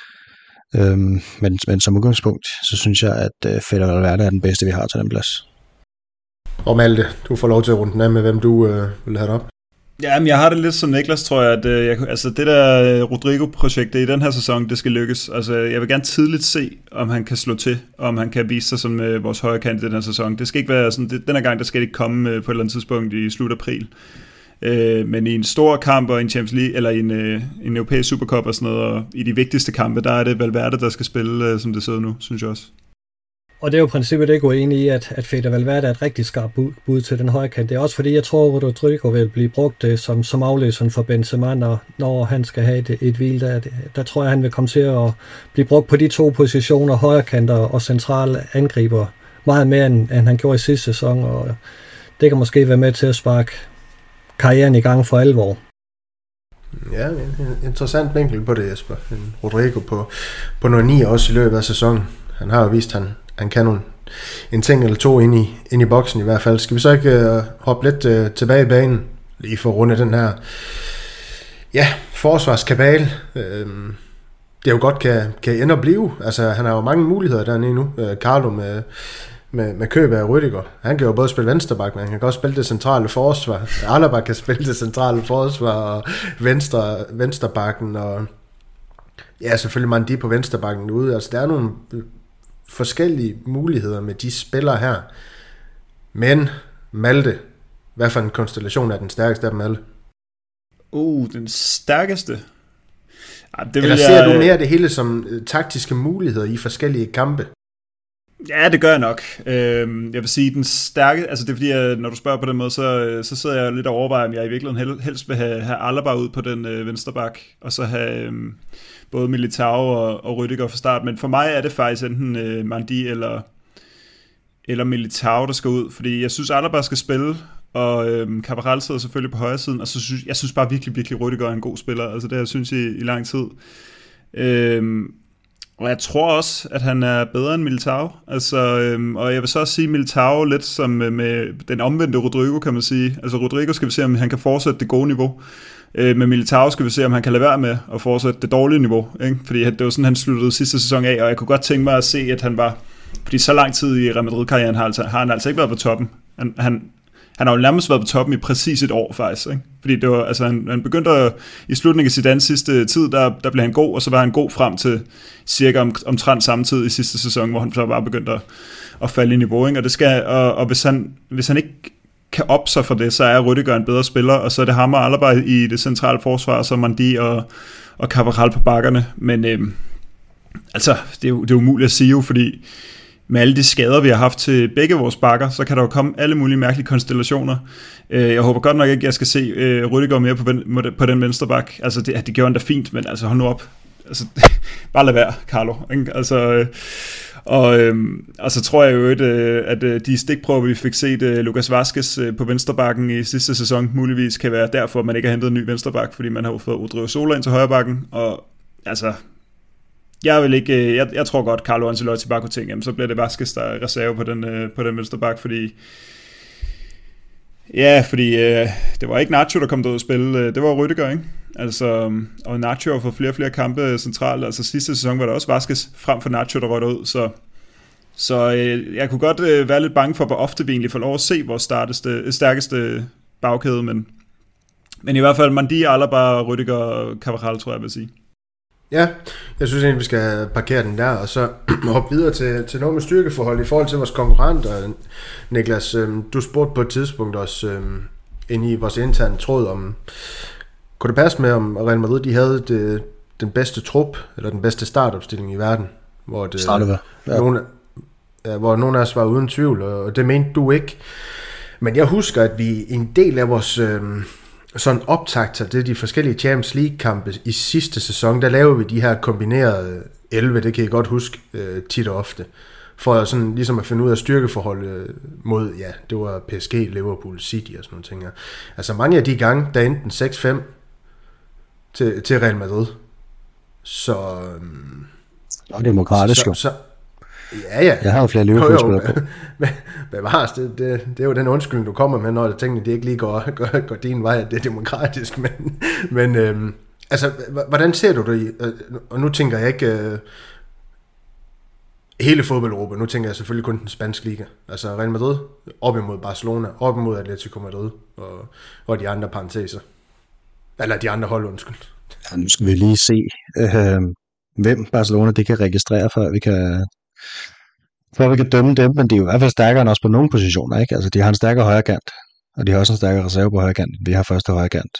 Men som udgangspunkt, så synes jeg, at Fede Valverde er den bedste, vi har til den plads. Og Malte, du får lov til at runde den af med, hvem du vil have det op. Ja, men jeg har det lidt som Niklas, tror jeg, at det der Rodrigo-projekt i den her sæson, det skal lykkes. Altså, jeg vil gerne tidligt se, om han kan slå til, om han kan vise sig som vores højre kant i den her sæson. Det skal ikke være sådan, den her gang, der skal det ikke komme på et eller andet tidspunkt i slut april. Men i en stor kamp og en Champions League, eller i en europæisk Supercup og sådan noget, og i de vigtigste kampe, der er det Valverde, der skal spille, som det sidder nu, synes jeg også. Og det er jo princippet, det går ind i, at Fede Valverde er et rigtig skarpt bud til den højre kant. Det er også fordi, jeg tror, at Rodrigo vil blive brugt som afløseren for Benzema, når han skal have et hvil. Der tror jeg, han vil komme til at blive brugt på de to positioner, højre kanter og centrale angriber, meget mere end han gjorde i sidste sæson. Og det kan måske være med til at sparke karrieren i gang for alvor. Ja, en interessant vinkel på det, Jesper. Rodrigo på noget 9 også i løbet af sæsonen. Han har jo vist, han kan en ting eller to ind i boksen i hvert fald. Skal vi så ikke hoppe lidt tilbage i banen, lige for at runde den her forsvarskabale. Det jo godt kan ende at blive. Altså, han har jo mange muligheder dernede nu. Carlo med køb af Rüdiger. Han kan jo både spille venstreback, men han kan også spille det centrale forsvar. Alaba kan spille det centrale forsvar, og venstrebacken, og ja, selvfølgelig Mandi på venstrebacken ude. Altså, der er nogle forskellige muligheder med de spillere her. Men Malte, hvad for en konstellation er den stærkeste af dem alle? Den stærkeste? Eller ser du mere det hele som taktiske muligheder i forskellige kampe? Ja, det gør jeg nok. Jeg vil sige, den stærke, altså det er fordi, at når du spørger på den måde, så sidder jeg lidt og overvejer, om jeg i virkeligheden helst vil have Alaba ud på den venstreback, og så have både Militao og Rüdiger fra start. Men for mig er det faktisk enten Mandi eller Militao, der skal ud, fordi jeg synes, Alaba skal spille, og Cabral sidder selvfølgelig på højre siden, og så synes bare virkelig, Rüdiger er en god spiller. Altså det har jeg synes i lang tid. Og jeg tror også, at han er bedre end Militao. Altså, og jeg vil så også sige Militao lidt som med den omvendte Rodrigo, kan man sige. Altså Rodrigo skal vi se, om han kan fortsætte det gode niveau. Med Militao skal vi se, om han kan lade være med at fortsætte det dårlige niveau. Ikke? Fordi det var sådan, han sluttede sidste sæson af, og jeg kunne godt tænke mig at se, at han var... Fordi så lang tid i Real Madrid-karrieren har han altså ikke været på toppen. Han har jo nærmest været på toppen i præcis et år, faktisk. Ikke? Fordi det var, altså, han begyndte i slutningen af Zidanes sidste tid, der blev han god, og så var han god frem til cirka omtrent samme tid i sidste sæson, hvor han så bare begyndte at falde i niveau. Ikke? Og, det skal, og hvis han ikke kan op sig for det, så er Rüdiger en bedre spiller, og så er det ham og Alaba i det centrale forsvar, så Mandi og Carvajal på bakkerne. Men altså, det er umuligt at sige jo, fordi med alle de skader, vi har haft til begge vores bakker, så kan der jo komme alle mulige mærkelige konstellationer. Jeg håber godt nok ikke, at jeg skal se Rüdiger mere på den venstre bak. Altså, det gjorde han da fint, men altså, hold nu op. Altså, bare lad være, Carlo. Ikke? Altså, og så tror jeg jo, at de stikprøver, vi fik set Lucas Vazquez på venstrebakken i sidste sæson, muligvis kan være derfor, at man ikke har hentet en ny venstrebak, fordi man har fået Odriozola ind til højrebakken, og altså, jeg tror godt, Carlo Ancelotti bare kunne tænke, jamen, så bliver det Vazquez, der er reserve på den venstrebak, fordi det var ikke Nacho, der kom ud og spille, det var Rüdiger, ikke? Altså, og Nacho har fået flere og flere kampe centralt, altså sidste sæson var der også Vazquez frem for Nacho, der røg ud, så jeg kunne godt være lidt bange for, hvor ofte vi egentlig får lov at se vores stærkeste bagkæde, men i hvert fald Mandi, Alaba, Rüdiger og Carvajal, tror jeg vil sige. Ja, jeg synes egentlig, vi skal parkere den der, og så hoppe videre til noget med styrkeforhold i forhold til vores konkurrenter. Niklas, du spurgte på et tidspunkt også inde i vores interne tråd om, kunne det passe med, om Real Madrid de havde den bedste trup, eller den bedste startopstilling i verden, hvor hvor nogen af os var uden tvivl, og det mente du ikke. Men jeg husker, at vi i en del af vores sådan optagter til de forskellige Champions League-kampe i sidste sæson, der lavede vi de her kombinerede 11, det kan I godt huske tit og ofte, for sådan ligesom at finde ud af styrkeforholdet mod, ja, det var PSG, Liverpool, City og sådan nogle ting her. Altså mange af de gange, der enten 6-5 til Real Madrid. Så og demokratisk jo. Ja. Jeg har jo flere Liverpool-spillere på. Bevares, det er jo den undskyldning, du kommer med, når tingene de ikke lige går din vej, at det er demokratisk. Men altså, hvordan ser du det? Og nu tænker jeg ikke hele fodbold-Europa, nu tænker jeg selvfølgelig kun den spanske liga. Altså Real Madrid op imod Barcelona, op imod Atletico Madrid og de andre parenteser. Eller de andre hold, undskyld. Ja, nu skal vi lige se, hvem Barcelona det kan registrere, før vi kan dømme dem, men de er jo i hvert fald stærkere end os på nogle positioner, ikke? Altså, de har en stærkere højrekant, og de har også en stærkere reserve på højrekant. Vi har første højrekant.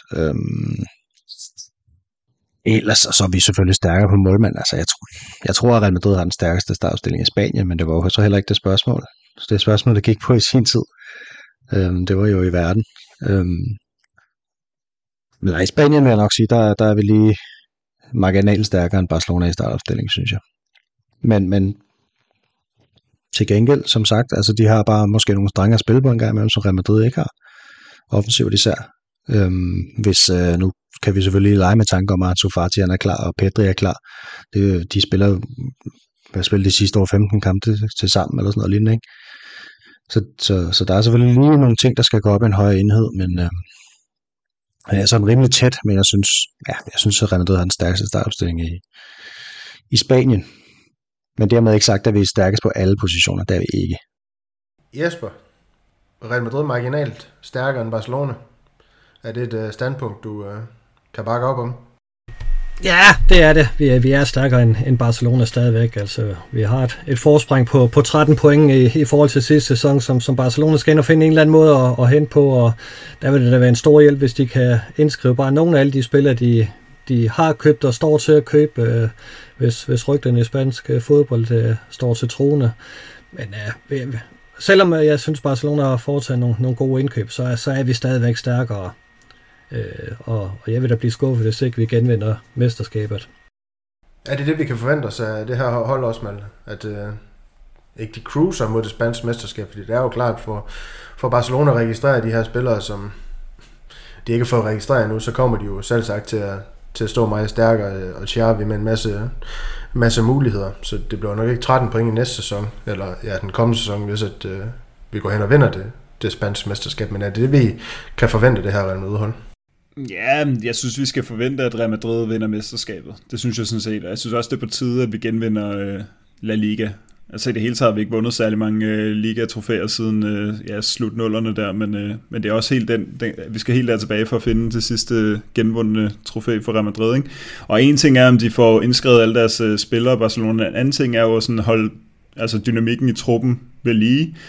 Ellers så er vi selvfølgelig stærkere på målmand. Altså, jeg tror, at Real Madrid har den stærkeste startopstilling i Spanien, men det var jo så heller ikke det spørgsmål. Så det spørgsmål, der gik på i sin tid, det var jo i verden. Men i Spanien vil jeg nok sige, der er vi lige marginalt stærkere end Barcelona i startopstillingen, synes jeg. Men til gengæld, som sagt, altså de har bare måske nogle strenge at spille på en gang imellem, som Real Madrid ikke har. Offensivt især. Nu kan vi selvfølgelig lege med tanker om, at Ansu Fati er klar, og Pedri er klar. De spiller de sidste år 15 kampe til sammen, eller sådan noget lignende, ikke? Så der er selvfølgelig lige nogle ting, der skal gå op i en højere enhed, men jeg er sådan rimelig tæt, men jeg synes at Real Madrid har den stærkeste startopstilling i Spanien. Men dermed ikke sagt, at vi er stærkest på alle positioner, der er vi ikke. Jesper, Real Madrid marginalt stærkere end Barcelona. Er det et standpunkt, du kan bakke op om? Ja, det er det. Vi er stærkere end Barcelona stadigvæk. Altså, vi har et forspring på 13 point i forhold til sidste sæson, som Barcelona skal ind og finde en eller anden måde at hente på, og der vil det da være en stor hjælp, hvis de kan indskrive bare nogle af alle de spillere, de har købt og står til at købe, hvis rygterne i spansk fodbold står til troende. Men selvom jeg synes, Barcelona har foretaget nogle gode indkøb, så er vi stadigvæk stærkere. Og jeg vil da blive skuffet, hvis ikke vi genvinder mesterskabet. Er det vi kan forvente os af det her hold også, Malte? At ikke de cruiser mod det spanske mesterskab, fordi det er jo klart for Barcelona at registrere de her spillere, som de ikke får registreret nu, så kommer de jo selv sagt til at stå meget stærkere, og Xavi med en masse muligheder. Så det bliver nok ikke 13 point i næste sæson, eller den kommende sæson, hvis at vi går hen og vinder det spanske mesterskab. Men er det vi kan forvente det her Real Madrid-hold? Ja, jeg synes, vi skal forvente, at Real Madrid vinder mesterskabet. Det synes jeg sådan set. Og jeg synes også, det er på tide, at vi genvinder La Liga. Altså i det hele taget har vi ikke vundet særlig mange liga-trofæer siden slut nullerne der, men det er også helt vi skal helt der tilbage for at finde det sidste genvundne trofæ for Real Madrid, ikke? Og en ting er, om de får indskrevet alle deres spillere i Barcelona. En anden ting er jo sådan holde dynamikken i truppen ved lige.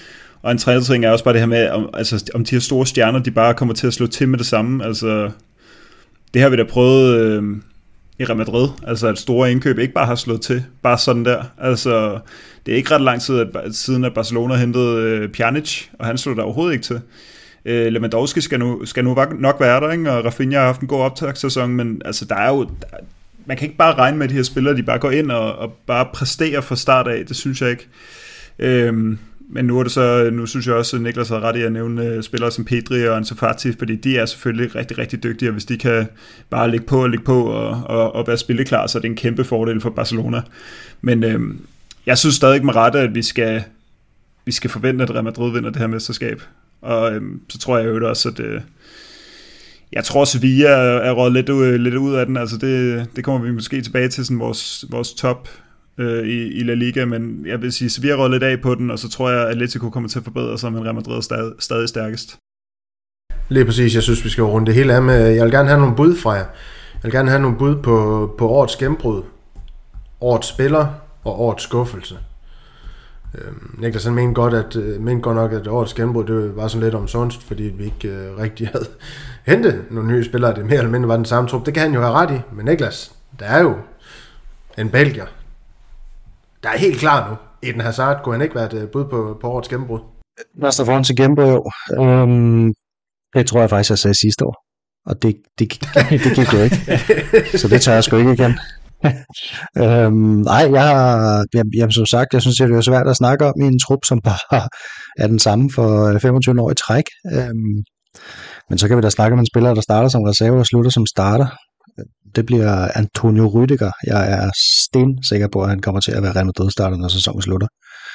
Og en tredje ting er også bare det her med, om de her store stjerner, de bare kommer til at slå til med det samme. Altså, det har vi da prøvet i Real Madrid, altså at store indkøb ikke bare har slået til, bare sådan der. Altså, det er ikke ret lang tid siden, at Barcelona hentede Pjanic, og han slog der overhovedet ikke til. Lewandowski skal nu nok være der, ikke? Og Rafinha har haft en god optagssæson, men altså, der er jo... Man kan ikke bare regne med, at de her spillere, de bare går ind og bare præsterer fra start af, det synes jeg ikke. Men nu synes jeg også, at Niklas har ret i at nævne spillere som Pedri og Ansu Fati, fordi de er selvfølgelig rigtig, rigtig dygtige, og hvis de kan bare ligge på og være spilleklar, så er det en kæmpe fordel for Barcelona. Men jeg synes stadig med rette, at vi skal forvente, at Real Madrid vinder det her mesterskab. Og så tror jeg jo også, at jeg tror, Sevilla er røget lidt ud af den. Altså det kommer vi måske tilbage til, sådan vores top i La Liga, men jeg vil sige, Sevilla er røget lidt af på den, og så tror jeg, at Atletico kommer til at forbedre sig, men Real Madrid er stadig stærkest. Lige præcis, jeg synes, vi skal runde det hele af med, jeg vil gerne have nogle bud fra jer. Jeg vil gerne have nogle bud på årets gennembrud, årets spiller og årets skuffelse. Niklas han mente godt nok, at årets gennembrud det var sådan lidt omsonst, fordi vi ikke rigtig havde hentet nogle nye spillere. Det mere eller mindre var den samme trup. Det kan han jo have ret i, men Niklas, der er jo en belgier, der er helt klar nu. Eden Hazard, kunne han ikke være et bud på årets gennembrud? Først og fremmest til gennembrud, jo. Det tror jeg faktisk, jeg sagde sidste år. Og det gik jo ikke. Så det tager jeg sgu ikke igen. Nej, jeg som sagt, jeg synes, det er svært at snakke om i en trup, som bare er den samme for 25 år i træk. Men så kan vi da snakke om en spiller, der starter som reserve og slutter som starter. Det bliver Antonio Rüdiger. Jeg er stensikker på, at han kommer til at være Real Madrid-starter, når sæsonen slutter.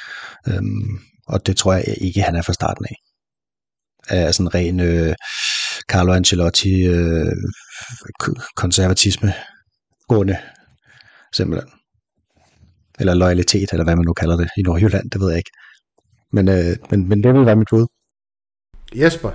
Og det tror jeg ikke, han er fra starten af. Af sådan ren Carlo Ancelotti konservatisme gående, simpelthen. Eller loyalitet, eller hvad man nu kalder det i Nordjylland, det ved jeg ikke. Men det vil være mit bud. Jesper,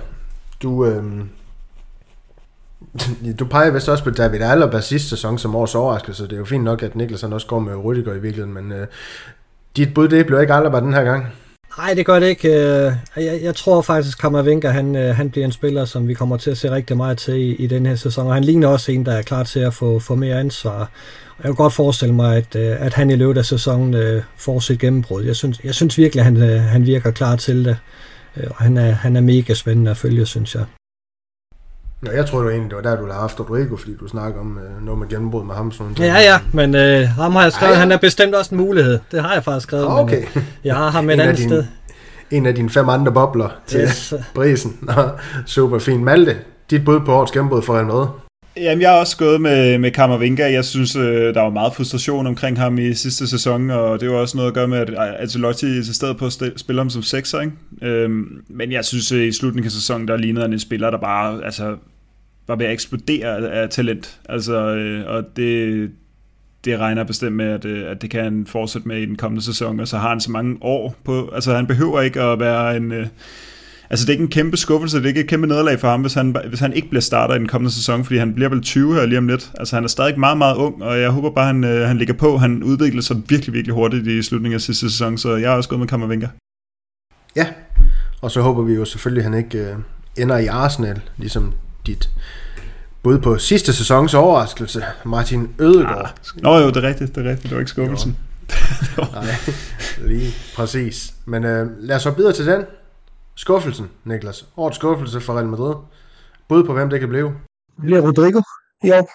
du peger vist også på David Alaba sidste sæson som års overraskelse. Det er jo fint nok, at Niklas også går med Rüdiger i virkeligheden, men dit bud, det blev ikke Alaba den her gang. Nej, det gør det ikke. Jeg tror faktisk, Camavinga, han bliver en spiller, som vi kommer til at se rigtig meget til i den her sæson, og han ligner også en, der er klar til at få mere ansvar. Og jeg kan godt forestille mig, at han i løbet af sæsonen får sit gennembrud. Jeg synes virkelig, at han virker klar til det, og han er mega spændende at følge, synes jeg. Nå, jeg tror jo egentlig, det var der, du har haft Rodrigo, fordi du snakker om noget med gennembrud med ham. Sådan ja, men ham har jeg skrevet, han er bestemt også en mulighed. Det har jeg faktisk skrevet, okay. Men jeg har ham et andet sted. En af dine 5 andre bobler til prisen. Nå, super fint. Malte, dit bud på årets gennembrud for Real Madrid? Jamen, jeg har også gået med Camavinga. Jeg synes, der var meget frustration omkring ham i sidste sæson, og det var også noget at gøre med, at Ancelotti i stedet på spiller ham som 6'er, ikke? Men jeg synes, i slutningen af sæsonen, der lignede han en spiller, der bare var ved at eksplodere af talent. Og det regner bestemt med, at det kan han fortsætte med i den kommende sæson, og så har han så mange år på. Altså, han behøver ikke at være en... det er ikke en kæmpe skuffelse, det er ikke et kæmpe nederlag for ham, hvis han ikke bliver starter i den kommende sæson, fordi han bliver vel 20 her lige om lidt. Altså, han er stadig meget, meget ung, og jeg håber bare, han ligger på. Han udvikler sig virkelig, virkelig hurtigt i slutningen af sidste sæson, så jeg har også gået med Camavinga. Ja, og så håber vi jo selvfølgelig, at han ikke ender i Arsenal, ligesom dit bud på sidste sæsons overraskelse, Martin Ødegaard. Nå jo, det er rigtigt, det var ikke skuffelsen. Nej, lige præcis. Men lad os så videre til den. Skuffelsen, Niklas. Årets skuffelse for Real Madrid. Bud på, hvem det kan blive. Det bliver Rodrigo. Jo.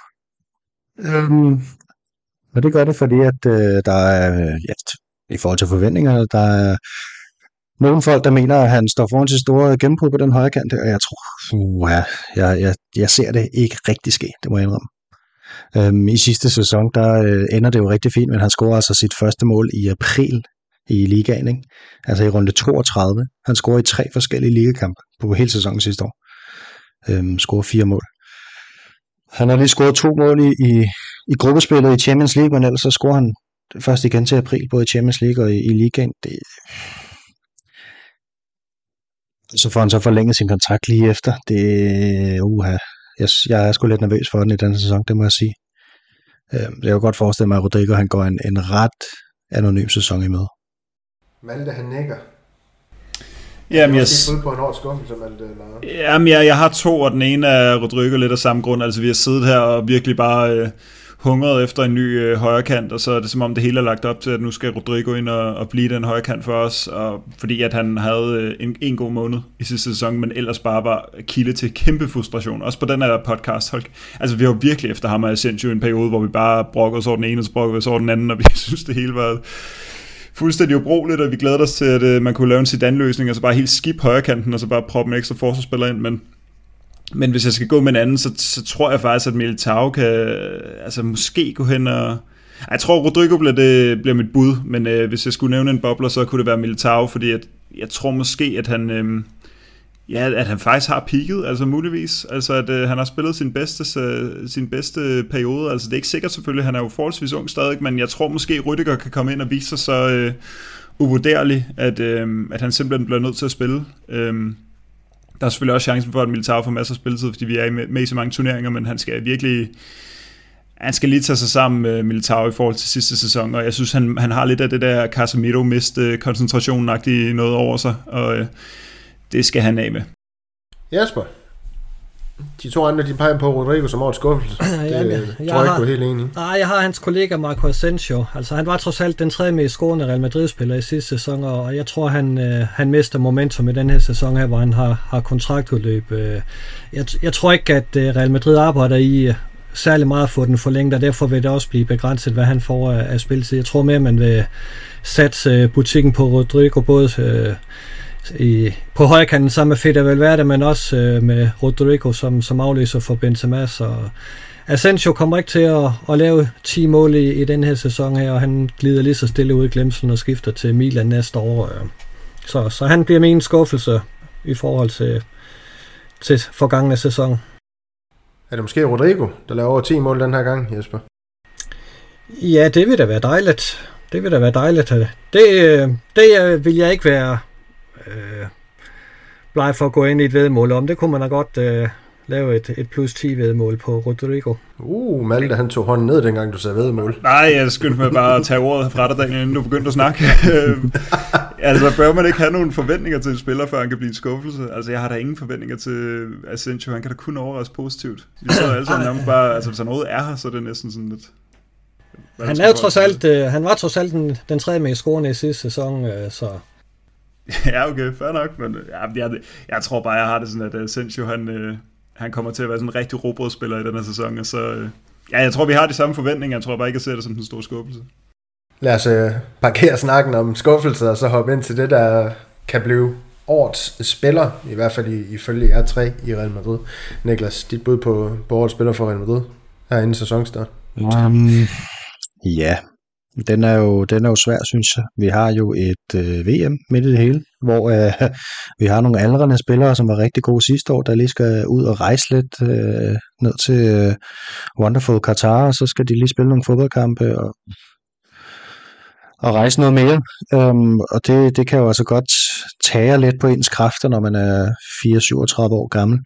Og det gør det, fordi at der er, i forhold til forventningerne, der er nogle folk, der mener, at han står foran til store gennembrud på den højre kant, og jeg tror, jeg ser det ikke rigtig ske, det må jeg indrømme. I sidste sæson, der ender det jo rigtig fint, men han scorer altså sit første mål i april i ligaen, ikke? Altså i runde 32. Han scorer i 3 forskellige ligakampe på hele sæsonen sidste år. Scorer 4 mål. Han har lige scoret 2 mål i gruppespillet i Champions League, men ellers så scorer han først igen til april, både i Champions League og i ligaen. Så får han så forlænget sin kontrakt lige efter. Jeg er sgu lidt nervøs for den i denne sæson, det må jeg sige. Jeg kan godt forestille mig, at Rodrigo han går en ret anonym sæson i møde. Malte, han nikker. Jamen, jeg skal på en års skuffelse, eller? Jamen, jeg har 2, og den ene er Rodrigo lidt af samme grund. Altså, vi har siddet her og virkelig bare hungret efter en ny højrekant, og så er det som om det hele er lagt op til, at nu skal Rodrigo ind og blive den højrekant for os, og fordi at han havde en god måned i sidste sæson, men ellers bare var kilde til kæmpe frustration. Også på den her podcast. Altså, vi var virkelig efter ham og Asensio en periode, hvor vi bare brokkede os over den ene, og så brokkede vi os over den anden, og vi synes, det hele var fuldstændig ubrugeligt, og vi glæder os til, at man kunne lave en Zidane-løsning, og så bare helt skip højrekanten, og så bare proppe en ekstra forsvarsspiller ind, men hvis jeg skal gå med en anden, så tror jeg faktisk, at Militao kan måske gå hen og... Jeg tror, Rodrigo bliver mit bud, men hvis jeg skulle nævne en bobler, så kunne det være Militao, fordi jeg tror måske, at han... at han faktisk har peaket, altså muligvis. Altså, at han har spillet sin bedste periode. Altså, det er ikke sikkert selvfølgelig, han er jo forholdsvis ung stadig, men jeg tror måske, Rüdiger kan komme ind og vise sig så uvurderlig, at han simpelthen bliver nødt til at spille. Der er selvfølgelig også chancen for, at Militao får masser af spilletid, fordi vi er med i så mange turneringer, men han skal lige tage sig sammen med Militao i forhold til sidste sæson, og jeg synes, han har lidt af det der Casemiro miste koncentrationen-agtige noget over sig, og det skal han af med. Jasper, de 2 andre, de peger på Rodrigo som årets skuffelse. Det tror jeg ikke, du er helt enig. Nej, jeg har hans kollega Marco Asensio. Altså, han var trods alt den 3. mest scorende Real Madrid-spiller i sidste sæson, og jeg tror, han mister momentum i den her sæson her, hvor han har kontraktudløb. Jeg tror ikke, at Real Madrid arbejder i særlig meget at få den forlænget, og derfor vil det også blive begrænset, hvad han får af spilletid. Jeg tror mere, at man vil satse butikken på Rodrigo, både på højkanten sammen med Fede Valverde, men også med Rodrigo som afløser for Benzema. Så Asensio kommer ikke til at lave 10 mål i den her sæson her, og han glider lige så stille ud i glemselen og skifter til Milan næste år. Så han bliver min skuffelse i forhold til forgangne sæson. Er det måske Rodrigo, der laver over 10 mål den her gang, Jesper? Ja, det vil da være dejligt. Det vil jeg ikke være bleg for at gå ind i et vedmål om. Det kunne man da godt lave et plus 10 vedmål på Rodrigo. Malte, han tog hånden ned, dengang du sagde vedmål. Nej, jeg skyndte mig bare at tage ordet fra dig, Daniel, inden du begyndte at snakke. Altså, bør man ikke have nogle forventninger til en spiller, før han kan blive en skuffelse? Altså, jeg har da ingen forventninger til Asensio. Han kan da kun overraske positivt. Vi så alle sammen nærmest bare, altså hvis der noget er her, så er det næsten sådan lidt... Han var trods alt den 3. mest scorende i sidste sæson, så... Ja, okay, fair nok, men jeg tror bare, jeg har det sådan, at Asensio, han kommer til at være sådan en rigtig robrødspiller i den her sæson, og så... jeg tror, vi har de samme forventninger, jeg tror bare ikke, jeg ser det som en stor skuffelse. Lad os parkere snakken om skuffelser, og så hoppe ind til det, der kan blive årets spiller, i hvert fald ifølge jer 3 i Real Madrid. Niklas, dit bud på årets spiller for Real Madrid her inden sæsonstart? Ja, den er jo svær, synes jeg. Vi har jo et VM midt i det hele, hvor vi har nogle aldrende spillere, som var rigtig gode sidste år, der lige skal ud og rejse lidt ned til Wonderful Qatar, og så skal de lige spille nogle fodboldkampe og rejse noget mere. Og det kan jo altså godt tage lidt på ens kræfter, når man er 34 år gammel.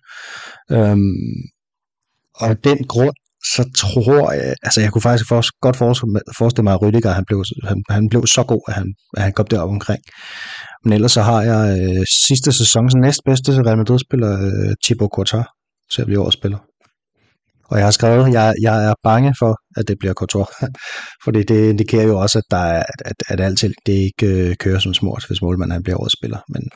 Og af den grund, så tror jeg, altså jeg kunne faktisk godt forestille mig, at Rüdiger, han blev så god, at han kom derop omkring. Men ellers så har jeg sidste sæsons næstbedste Real Madrid-spiller, Thibaut Courtois, til at blive årets spiller. Og jeg har skrevet, jeg er bange for, at det bliver Courtois, fordi det indikerer jo også, at alting det ikke kører som smurt, hvis målmanden han bliver årets spiller.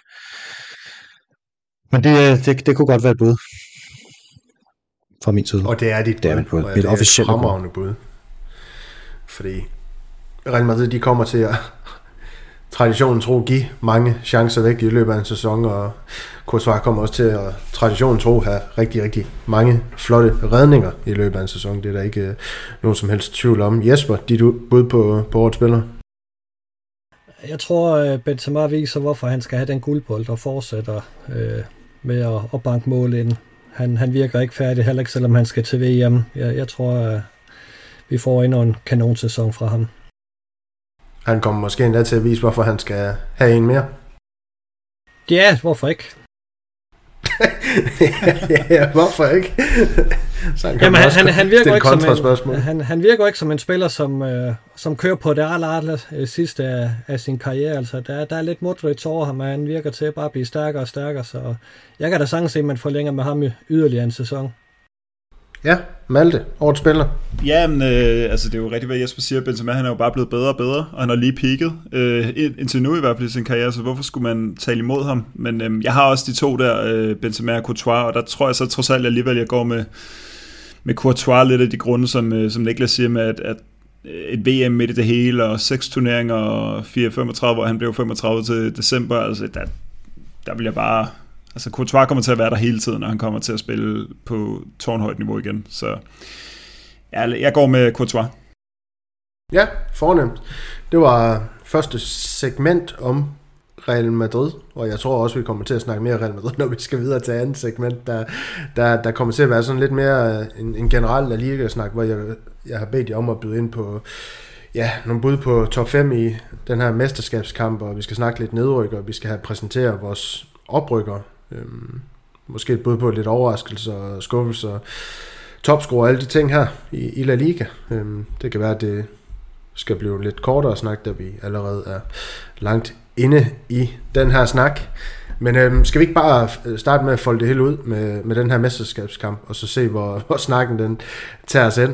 Men det kunne godt være et bud fra min side. Og det er dit bud, og det er et fremragende bud. Fordi Real Madrid, de kommer til at traditionen tro give mange chancer væk i løbet af en sæson, og Courtois kommer også til at traditionen tro have rigtig, rigtig mange flotte redninger i løbet af en sæson. Det er der ikke nogen som helst tvivl om. Jesper, dit bud på årets spiller? Jeg tror, Benzema viser, hvorfor han skal have den guldbold og fortsætter med at banke mål ind. Han virker ikke færdig, heller ikke selvom han skal til VM. Jeg tror, vi får endnu en kanonsæson fra ham. Han kommer måske endda til at vise, hvorfor han skal have en mere. Ja, hvorfor ikke? ja, hvorfor ikke? Jamen, han virker ikke han virker ikke som en spiller, som kører på det aller sidste af sin karriere. Altså, der er lidt Modric over ham, og han virker til at bare blive stærkere og stærkere, så jeg kan da sagtens se, at man forlænger med ham i yderligere en sæson. Ja, Malte, årets spiller. Ja, men altså det er jo rigtigt, hvad Jesper siger. Benzema, han er jo bare blevet bedre og bedre, og han har lige peaked indtil nu i hvert fald i sin karriere, så hvorfor skulle man tale imod ham? Men jeg har også de to der, Benzema og Courtois, og der tror jeg så trods alt alligevel, jeg går med Courtois lidt af de grunde, som Niklas siger med, at et VM midt i det hele, og 6 turneringer, og 4-35, hvor han blev 35 til december, altså der vil jeg bare... Altså Courtois kommer til at være der hele tiden, og han kommer til at spille på tårnhøjt niveau igen. Så jeg går med Courtois. Ja, fornemt. Det var første segment om Real Madrid, og jeg tror også, vi kommer til at snakke mere Real Madrid, når vi skal videre til andet segment. Der kommer til at være sådan lidt mere en generel La Liga-snak, hvor jeg har bedt jer om at byde ind på nogle bud på top 5 i den her mesterskabskamp, og vi skal snakke lidt nedrykker, og vi skal have præsenteret vores oprykker. Måske et bud på lidt overraskelser, skuffelser, topscorer og alle de ting her i La Liga. Det kan være, at det skal blive lidt kortere snak, da vi allerede er langt inde i den her snak. Men skal vi ikke bare starte med at folde det hele ud med den her mesterskabskamp, og så se, hvor snakken den tager os ind.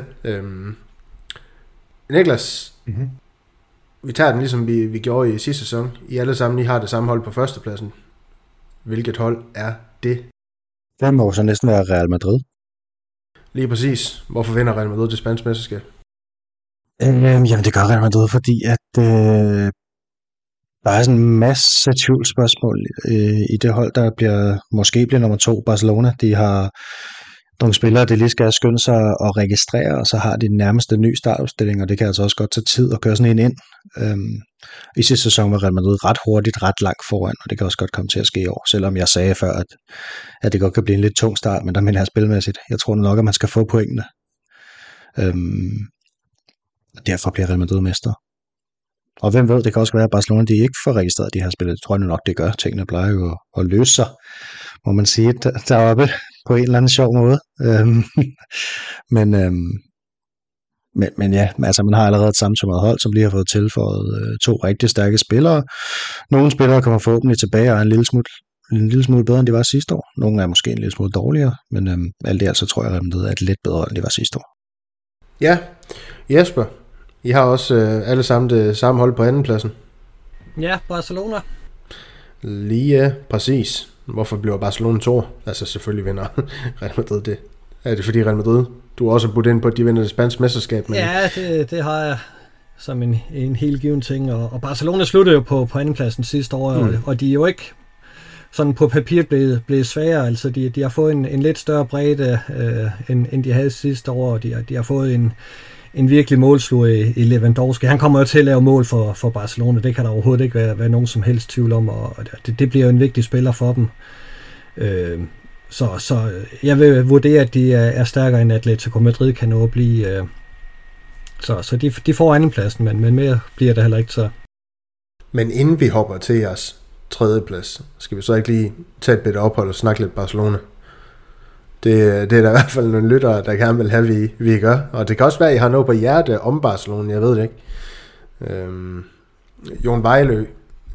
Niklas, vi tager den ligesom vi gjorde i sidste sæson. I alle sammen, I har det samme hold på førstepladsen. Hvilket hold er det? Det må så næsten være Real Madrid. Lige præcis. Hvorfor vinder Real Madrid det spanske mesterskab? Jamen det gør Real Madrid, fordi at der er sådan en masse tvivlsspørgsmål i det hold, der måske bliver nummer 2, Barcelona. De har nogle spillere, der lige skal skynde sig at registrere, og så har de den nærmeste ny startopstilling, og det kan altså også godt tage tid at køre sådan en ind. I sidste sæson var Real Madrid ret hurtigt, ret langt foran, og det kan også godt komme til at ske i år, selvom jeg sagde før, at det godt kan blive en lidt tung start, men der mener jeg spilmæssigt. Jeg tror nok, at man skal få pointene. Derfor bliver Real Madrid mester. Og hvem ved, det kan også være, at Barcelona de ikke får registreret de her spillere. Det tror jeg nok, det gør. Tingene plejer jo at løse sig, må man sige, deroppe på en eller anden sjov måde. Men ja, altså man har allerede et samtømret hold, som lige har fået tilføjet 2 rigtig stærke spillere. Nogle spillere kommer forhåbentlig tilbage og er en lille smule bedre, end de var sidste år. Nogle er måske en lille smule dårligere, men alt det altså tror jeg, at det er et lidt bedre, end de var sidste år. Ja, Jesper, I har også alle sammen det samme hold på andenpladsen. Ja, Barcelona. Lige præcis. Hvorfor bliver Barcelona 2? Altså selvfølgelig vinder Real Madrid det. Er det fordi Real Madrid, du har også budt ind på, at de vinder det spanske mesterskab? Men... Ja, det har jeg som en helt given ting. Og Barcelona sluttede jo på andenpladsen sidste år, og de er jo ikke sådan på papir blevet svagere. Altså de har fået en lidt større bredde, end de havde sidste år, og de har fået en virkelig målsluger i Lewandowski. Han kommer jo til at lave mål for Barcelona. Det kan der overhovedet ikke være nogen som helst tvivl om, og det bliver jo en vigtig spiller for dem. Så jeg vil vurdere, at de er stærkere end Atletico Madrid kan nå at blive. Så de får andenpladsen, men mere bliver det heller ikke så. Men inden vi hopper til jeres tredjeplads, skal vi så ikke lige tage et bedre ophold og snakke lidt Barcelona? Det er der i hvert fald nogle lyttere, der gerne vil have, vi gør. Og det kan også være, at I har noget på hjerte om Barcelona, jeg ved det ikke. Jon Vejlø,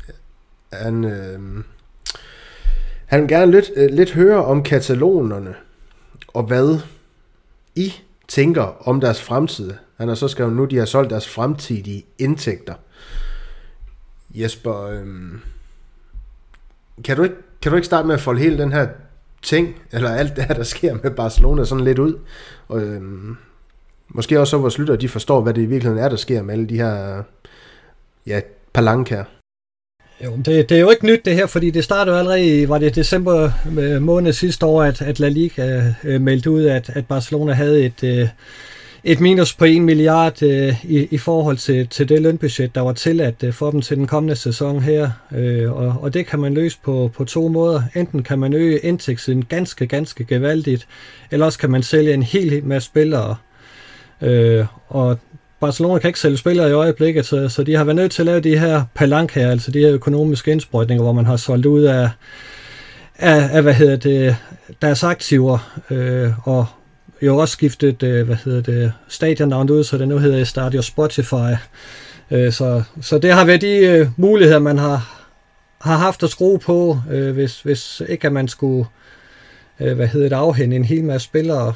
han vil gerne lidt høre om katalonerne, og hvad I tænker om deres fremtid. Han har så skrevet nu, de har solgt deres fremtidige indtægter. Jesper, kan du ikke starte med at folde hele den her ting, eller alt det her, der sker med Barcelona, sådan lidt ud? Og, måske også så vores lyttere, de forstår, hvad det i virkeligheden er, der sker med alle de her palanker. Jo, det er jo ikke nyt det her, fordi det startede jo allerede i, var det december måned sidste år, at La Liga meldte ud, at Barcelona havde et minus på 1 milliard i forhold til det lønbudget, der var tilladt for dem til den kommende sæson her. Og det kan man løse på 2 måder. Enten kan man øge indtægtssiden ganske gevaldigt, eller også kan man sælge en hel masse spillere. Og Barcelona kan ikke sælge spillere i øjeblikket, så de har været nødt til at lave de her palanker, altså de her økonomiske indsprøjtninger, hvor man har solgt ud af deres aktiver, og jo også skiftet, stadionnavnet ud, så det nu hedder Stadio Spotify. Så det har været de muligheder, man har haft at skrue på, hvis ikke at man skulle afhænde en hel masse spillere.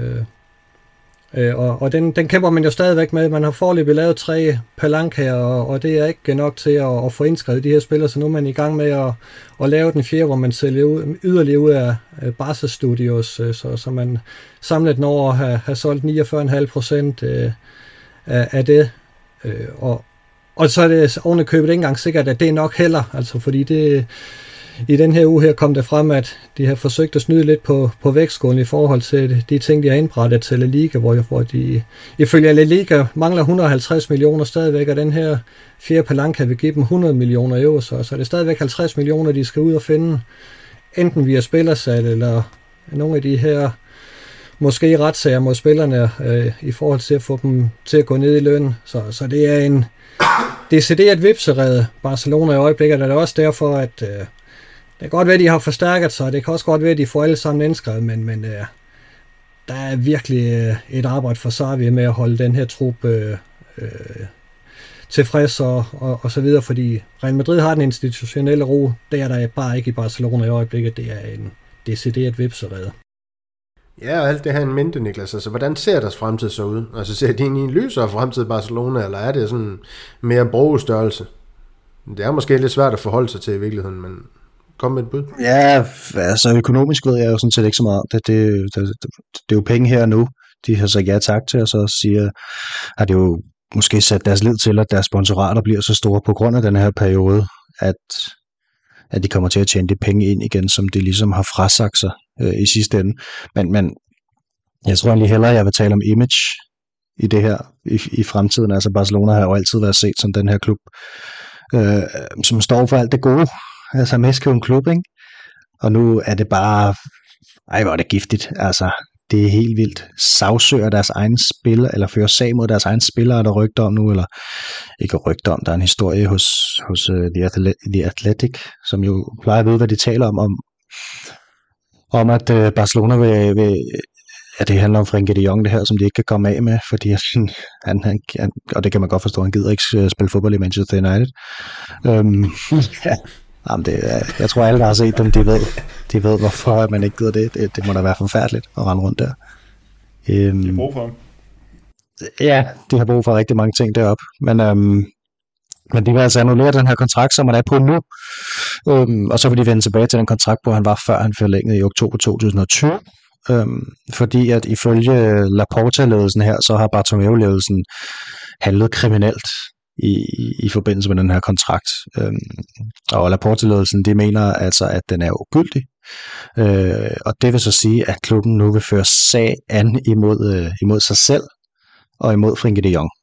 Og den kæmper man jo stadigvæk med. Man har foreløbig lavet 3 palankaer, og det er ikke nok til at få indskrevet de her spillere, så nu er man i gang med at lave den 4., hvor man sælger yderligere ud af Barca Studios, så man samlet når at have solgt 49,5% af det. Og så er det ovenikøbet ikke engang sikkert, at det er nok heller, altså fordi det i den her uge her kom det frem, at de har forsøgt at snyde lidt på vægtskålen i forhold til de ting, de har indrettet til La Liga, hvor de ifølge La Liga mangler 150 millioner stadigvæk, og den her 4. palanka vil give dem 100 millioner euro, så er det stadigvæk 50 millioner, de skal ud og finde, enten via spillersal eller nogle af de her måske retssager mod spillerne i forhold til at få dem til at gå ned i løn. Så det er en decideret vipserede Barcelona i øjeblikket, og det er også derfor, at det kan godt være, at de har forstærket sig, det kan også godt være, at de får alle sammen indskrevet, men der er virkelig et arbejde for Xavi med at holde den her trup tilfreds og så videre, fordi Real Madrid har den institutionelle ro, det er der bare ikke i Barcelona i øjeblikket, det er en decideret vipserede. Ja, og alt det her en mente, Niklas. Altså, hvordan ser deres fremtid så ud? Altså, ser de ind i en lysere fremtid i Barcelona, eller er det sådan mere brugstørrelse? Det er måske lidt svært at forholde sig til i virkeligheden, men kom med et bud. Ja, altså økonomisk ved jeg jo sådan set ikke så meget om det. Det er jo penge her og nu, de har sagt ja tak til, og så har det jo måske sat deres lid til, at deres sponsorater bliver så store på grund af den her periode, at de kommer til at tjene de penge ind igen, som de ligesom har frasagt sig i sidste ende. Men jeg tror egentlig hellere, jeg vil tale om image i det her i fremtiden. Altså Barcelona har jo altid været set som den her klub, som står for alt det gode. Altså Messi en klub, ikke? Og nu er det bare, hvor er det giftigt. Altså, det er helt vildt. Sagsøger deres egen spiller, eller fører sag mod deres egen spillere, der rygter om nu, eller ikke rygter om. Der er en historie hos The Athletic, som jo plejer at vide, hvad de taler om at Barcelona vil at det handler om Frenkie de Jong, det her, som de ikke kan komme af med, fordi han og det kan man godt forstå, han gider ikke spille fodbold i Manchester United. Jamen jeg tror alle, der har set dem, de ved hvorfor man ikke gider det. Det må da være forfærdeligt at rende rundt der. De har brug for ham. Ja, de har brug for rigtig mange ting deroppe. Men de vil altså annullere den her kontrakt, som man er på nu. Og så vil de vende tilbage til den kontrakt, hvor han var, før han forlængede i oktober 2020. Fordi at ifølge Laporta-ledelsen her, så har Bartomeu-ledelsen handlet kriminelt i forbindelse med den her kontrakt. Og Laporta-ledelsen, de mener altså, at den er ugyldig. Og det vil så sige, at klubben nu vil føre sag an imod sig selv og imod Frenkie de Jong.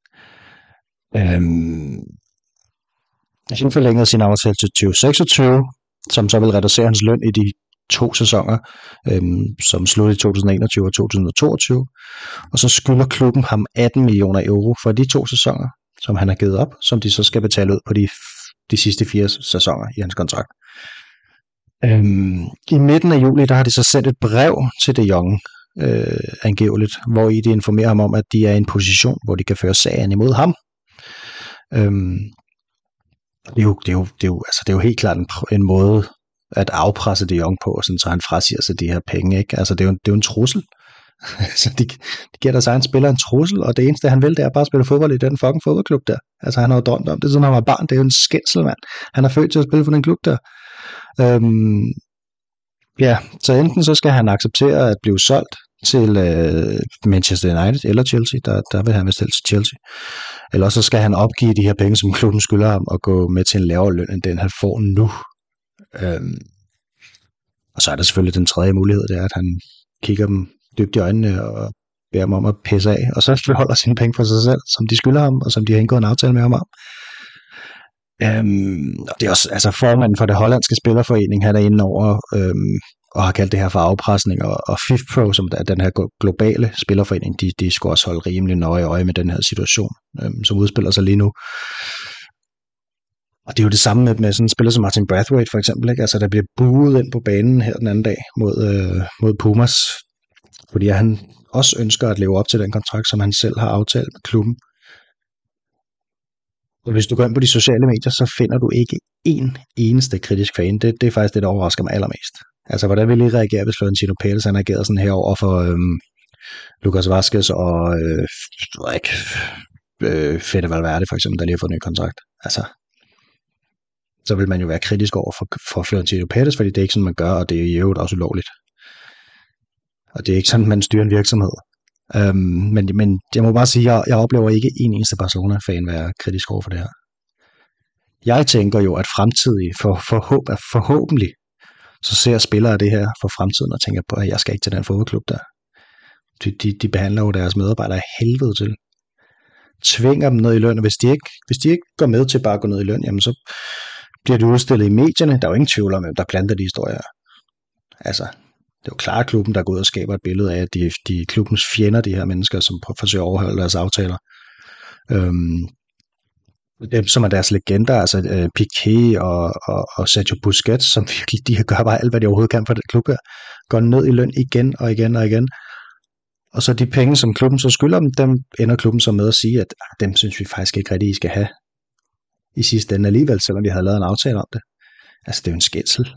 Han forlængede sin aftale til 2026, som så vil reducere hans løn i de 2 sæsoner, som sluttede i 2021 og 2022. Og så skylder klubben ham 18 millioner euro for de 2 sæsoner, som han har givet op, som de så skal betale ud på de sidste 4 sæsoner i hans kontrakt. I midten af juli, der har de så sendt et brev til de Jong, angiveligt, hvor de informerer ham om, at de er i en position, hvor de kan føre sagen imod ham. Det er jo helt klart en måde at afpresse de Jong på, sådan, så han frasiger sig de her penge, ikke? Altså, det er jo en trussel. Så de giver deres egen spiller en trussel, og det eneste, han vil, det er bare at spille fodbold i den fucking fodboldklub der. Altså, han har jo drømt om det, siden han var barn. Det er jo en skændsel, mand. Han er født til at spille for den klub der. Så enten så skal han acceptere at blive solgt til Manchester United eller Chelsea, der vil han bestille til Chelsea. Eller så skal han opgive de her penge, som klubben skylder ham, og gå med til en lavere løn, end den han får nu. Og så er der selvfølgelig den tredje mulighed, det er, at han kigger dem dybt i øjnene og beder dem om at pisse af, og så beholder sine penge for sig selv, som de skylder ham, og som de har indgået en aftale med ham om. Det er også, altså formanden for det hollandske spillerforening, han er inde over og har kaldt det her for afpresning, og FIFPro, som er den her globale spillerforening, de skal også holde rimelig nøje øje med den her situation, som udspiller sig lige nu. Og det er jo det samme med sådan en spiller som Martin Braithwaite for eksempel, ikke? Altså der bliver buet ind på banen her den anden dag mod Pumas, Fordi han også ønsker at leve op til den kontrakt, som han selv har aftalt med klubben. Og hvis du går ind på de sociale medier, så finder du ikke én eneste kritisk fan. Det er faktisk det, der overrasker mig allermest. Altså, hvordan vil I reagere, hvis Florentino Pérez han agerede sådan herover for Lucas Vázquez og Fede Valverde for eksempel, der lige har fået en ny kontrakt? Altså, så vil man jo være kritisk over for Florentino Pérez, fordi det er ikke sådan, man gør, og det er jo også ulovligt. Og det er ikke sådan, man styrer en virksomhed. Men jeg må bare sige, at jeg oplever ikke en eneste Barcelona-fan være kritisk over for det her. Jeg tænker jo, at fremtidige, forhåbentlig, så ser spillere det her for fremtiden og tænker på, at jeg skal ikke til den fodboldklub der. De behandler jo deres medarbejdere helvede til. Tvinger dem ned i løn, og hvis de ikke går med til bare at gå ned i løn, jamen så bliver det udstillet i medierne. Der er jo ingen tvivl om, hvem der planter de historier. Altså, det er jo klart klubben, der går ud og skaber et billede af, at de er klubbens fjender, de her mennesker, som forsøger at overholde deres aftaler. Dem, som er deres legender, altså Piqué og Sergio Busquets, som virkelig, de gør bare alt, hvad de overhovedet kan for den klub her, går ned i løn igen og igen og igen. Og så de penge, som klubben så skylder dem ender klubben så med at sige, at dem synes vi faktisk ikke rigtig, I skal have i sidste ende alligevel, selvom vi havde lavet en aftale om det. Altså, det er jo en skændsel.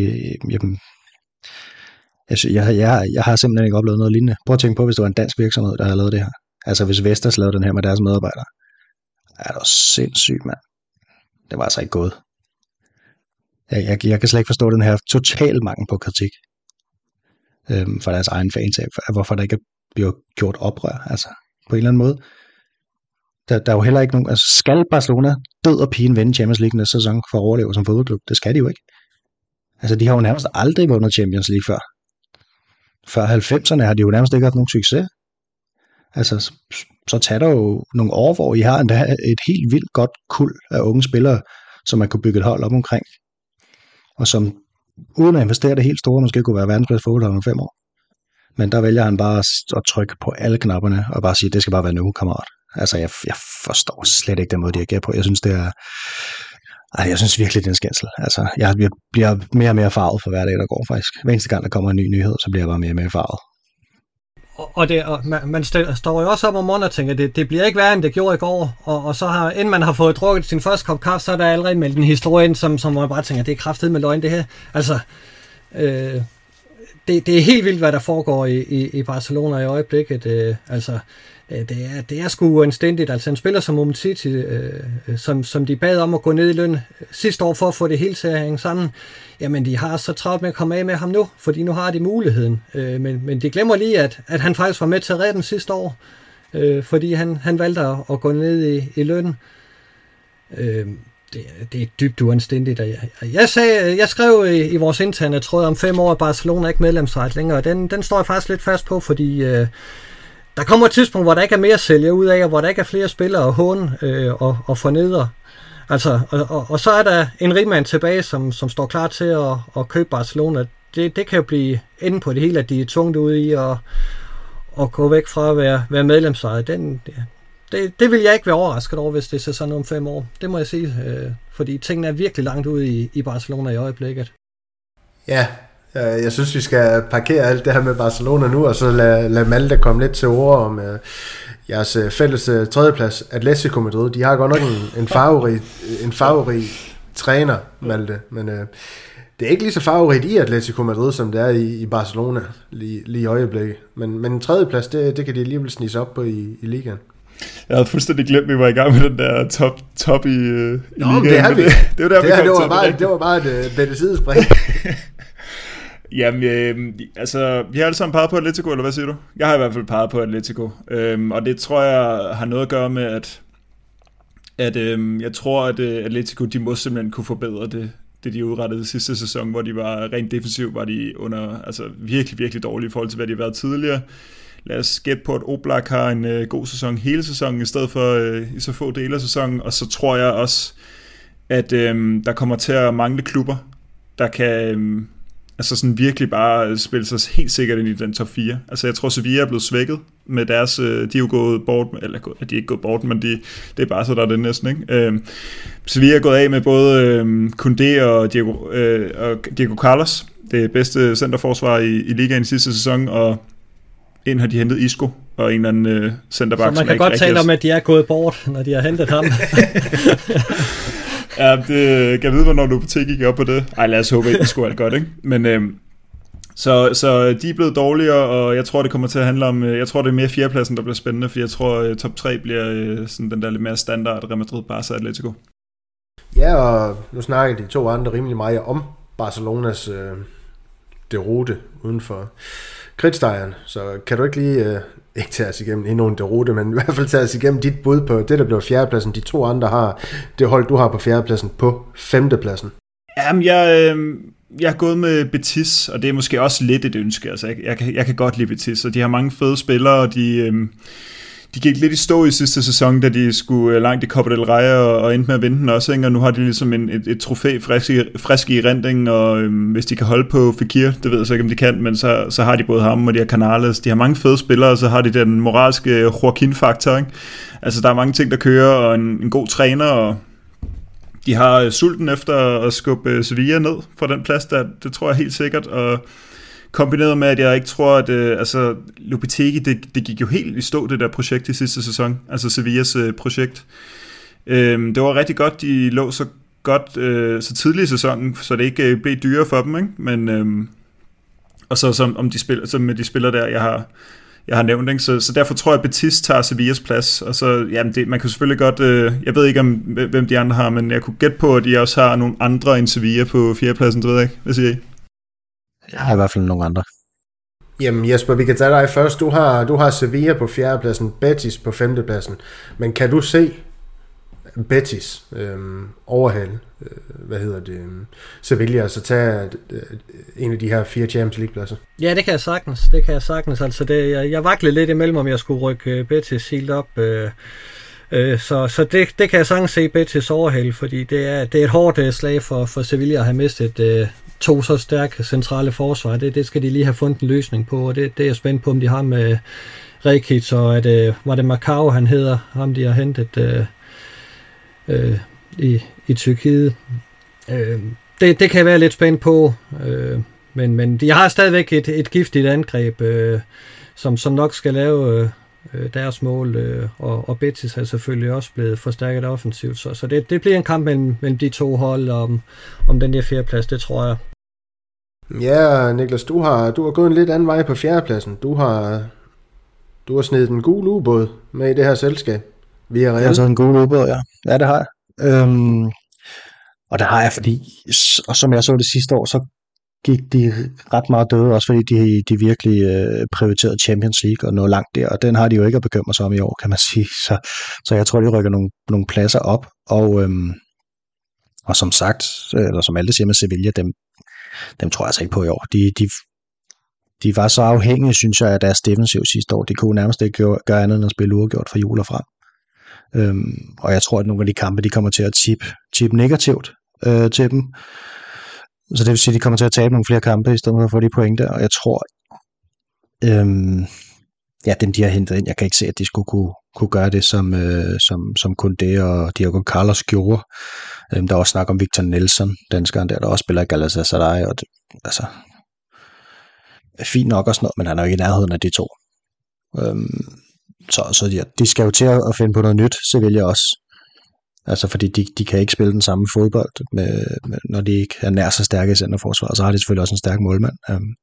Jeg har simpelthen ikke oplevet noget lignende. Prøv at tænke på, hvis det var en dansk virksomhed, der havde lavet det her. Altså, hvis Vestas lavede den her med deres medarbejdere. Det var sindssygt, mand. Det var altså ikke gået. Jeg kan slet ikke forstå den her total mangel på kritik for deres egen fans af, hvorfor der ikke bliver gjort oprør, altså på en eller anden måde. Der er jo heller ikke nogen, altså skal Barcelona død og pigen vinde Champions League næste sæson for at overleve som fodboldklub? Det skal de jo ikke. Altså de har jo nærmest aldrig vundet Champions League før. Før 90'erne har de jo nærmest ikke haft nogen succes. Altså så tager der jo nogle år, hvor I har endda et helt vildt godt kuld af unge spillere, som man kunne bygge et hold op omkring. Og som uden at investere det helt store, måske kunne være verdens bedste fodboldhold om 5 år. Men der vælger han bare at trykke på alle knapperne, og bare sige, det skal bare være nu, kammerat. Altså, jeg forstår slet ikke den måde, de agerer på. Jeg synes, jeg synes virkelig, det er en skændsel. Altså, jeg bliver mere og mere farvet for hver dag, der går faktisk. Hver eneste gang, der kommer en ny nyhed, så bliver jeg bare mere og mere farvet. Og man står jo også op om morgenen og tænker, det bliver ikke værre, end det gjorde i går. Og så inden man har fået drukket sin første kop kaffe, så er der allerede meldt en historie ind, som man bare tænker, det er kraftedeme med løgn, det her. Altså, det er helt vildt, hvad der foregår i Barcelona i øjeblikket. Det er sgu uanstændigt. Altså en spiller som Umtiti, som de bad om at gå ned i løn sidste år for at få det hele til at hænge sammen, jamen de har så travlt med at komme af med ham nu, fordi nu har de muligheden. Men de glemmer lige, at han faktisk var med til at redde den sidste år, fordi han valgte at gå ned i løn. Det er dybt uanstændigt. Jeg skrev i vores interne tråd om 5 år, at Barcelona er ikke medlemsret længere, og den står jeg faktisk lidt fast på, fordi der kommer et tidspunkt, hvor der ikke er mere at sælge ud af, og hvor der ikke er flere spillere at håne og fornedre. Altså, og så er der en rigmand tilbage, som står klar til at købe Barcelona. Det kan jo blive enden på det hele, at de er tvunget ud i at gå væk fra at være medlemsejet. Det vil jeg ikke være overrasket over, hvis det ser sådan om 5 år. Det må jeg sige, fordi tingene er virkelig langt ude i Barcelona i øjeblikket. Ja, jeg synes, vi skal parkere alt det her med Barcelona nu, og så lade Malte komme lidt til ord om jeres fælles tredjeplads, Atletico Madrid. De har godt nok en farverig træner, Malte, men det er ikke lige så farverigt i Atletico Madrid, som det er i Barcelona lige i øjeblikket. Men en tredjeplads, det kan de alligevel snige op på i ligaen. Jeg havde fuldstændig glemt, at vi var i gang med den der top i ligaen. Men det har vi. Det var bare et bedre sidespring. Jamen, altså, vi har alle sammen peget på Atletico, eller hvad siger du? Jeg har i hvert fald peget på Atletico, og det tror jeg har noget at gøre med, at jeg tror, at Atletico, de må simpelthen kunne forbedre det de udrettede sidste sæson, hvor de var rent defensivt, var de under, altså virkelig, virkelig dårlige i forhold til, hvad de har været tidligere. Lad os gætte på, at Oblak har en god sæson hele sæsonen, i stedet for i så få dele af sæsonen, og så tror jeg også, at der kommer til at mangle klubber, der kan altså sådan virkelig bare spille sig helt sikkert ind i den top 4. Altså jeg tror, Sevilla er blevet svækket med deres, de er jo gået bort, eller de er ikke gået bort, men det er bare så der er det næsten, ikke? Sevilla er gået af med både Koundé og Diego Carlos, det bedste centerforsvar i ligaen i sidste sæson, og Ind har de hentet Isco og en eller anden centerback. Så man kan godt tale om, at de er gået bort, når de har hentet ham. Ja, det kan jeg vide, hvornår Lopetegui gik op på det. Ej, lad os håbe, at det skulle alt godt, ikke? Men så de er blevet dårligere, og jeg tror, det kommer til at handle om, jeg tror, det er mere fjerdepladsen, der bliver spændende, for jeg tror, top 3 bliver sådan den der lidt mere standard, Real Madrid, Barca, Atletico. Ja, og nu snakker de to andre rimelig meget om Barcelonas derute uden for kridtstejeren, så kan du ikke lige, ikke tage os igennem endnu en derute, men i hvert fald tage os igennem dit bud på det, der blev fjerdepladsen. De to andre har det hold, du har på fjerdepladsen, på femtepladsen. Jamen, jeg er gået med Betis, og det er måske også lidt et ønske. Altså, jeg kan godt lide Betis, og de har mange fede spillere, og de gik lidt i stå i sidste sæson, da de skulle langt i Copa del Rey og endte med at vinde den også, ikke? Og nu har de ligesom et trofæ frisk i erindring, og hvis de kan holde på Fekir, det ved jeg så ikke, om de kan, men så har de både ham og de her Canales, de har mange fede spillere, og så har de den moralske Joaquin-faktor, ikke? Altså, der er mange ting, der kører, og en god træner, og de har sulten efter at skubbe Sevilla ned fra den plads, der, det tror jeg helt sikkert, og kombineret med, at jeg ikke tror, at Lopetegui, det gik jo helt i stå, det der projekt i sidste sæson, altså Sevillas projekt. Det var rigtig godt, de lå så godt så tidligt i sæsonen, så det ikke blev dyrere for dem, ikke? Men, og så med de spillere der, jeg har nævnt, ikke? Så derfor tror jeg, at Betis tager Sevillas plads, og så, jamen man kan selvfølgelig godt, jeg ved ikke, hvem de andre har, men jeg kunne gætte på, at de også har nogle andre end Sevilla på fjerdepladsen, det ved jeg ikke. Hvad siger I? Jeg har i hvert fald nogle andre. Jamen Jesper, vi kan tage dig først. Du har Sevilla på fjerdepladsen, Betis på femtepladsen. Men kan du se Betis overhale, Sevilla, altså tage en af de her 4 Champions League-pladser? Ja, det kan jeg sagtens. Altså jeg vaklede lidt imellem, om jeg skulle rykke Betis helt op. Så det kan jeg sagtens se Betis overhale, fordi det er et hårdt slag for Sevilla at have mistet 2 så stærke centrale forsvar. Det skal de lige have fundet en løsning på, og det er jeg spændt på, om de har med Rekic, og var det Macau, han hedder, ham de har hentet i Tyrkiet. Det kan jeg være lidt spændt på, men de har stadigvæk et giftigt angreb, som nok skal lave deres mål, og Betis er selvfølgelig også blevet forstærket offensivt, så det bliver en kamp mellem de to hold om den der fjerdeplads, det tror jeg. Ja, Niklas, du har gået en lidt anden vej på fjerdepladsen. Du har snedet en gul ubåd med i det her selskab. Vi er reelt. Altså en gul ubåd, ja. Ja, det har jeg. Og det har jeg, fordi, og som jeg så det sidste år, så gik de ret meget døde, også fordi de virkelig prioriterede Champions League og nåede langt der, og den har de jo ikke at bekymre sig om i år, kan man sige. Så jeg tror, de rykker nogle pladser op, og som sagt, eller som alle siger med Sevilla, dem tror jeg altså ikke på i år. De var så afhængige, synes jeg, af deres defensiv sidste år. De kunne nærmest ikke gøre andet end at spille uafgjort fra jul og frem. Og jeg tror, at nogle af de kampe, de kommer til at chip negativt til dem. Så det vil sige, at de kommer til at tabe nogle flere kampe, i stedet for at få de point der. Og jeg tror, dem de har hentet ind, jeg kan ikke se, at de skulle kunne gøre det, som kun det og Diego Carlos gjorde. Der er også snak om Victor Nelson, danskeren der også spiller i Galatasaray, og det, altså, fint nok og sådan noget, men han er jo ikke i nærheden af de to. Så ja, de skal jo til at finde på noget nyt, Sevilla også. Altså fordi de kan ikke spille den samme fodbold, når de ikke er nær så stærke i centerforsvar, og så har de selvfølgelig også en stærk målmand.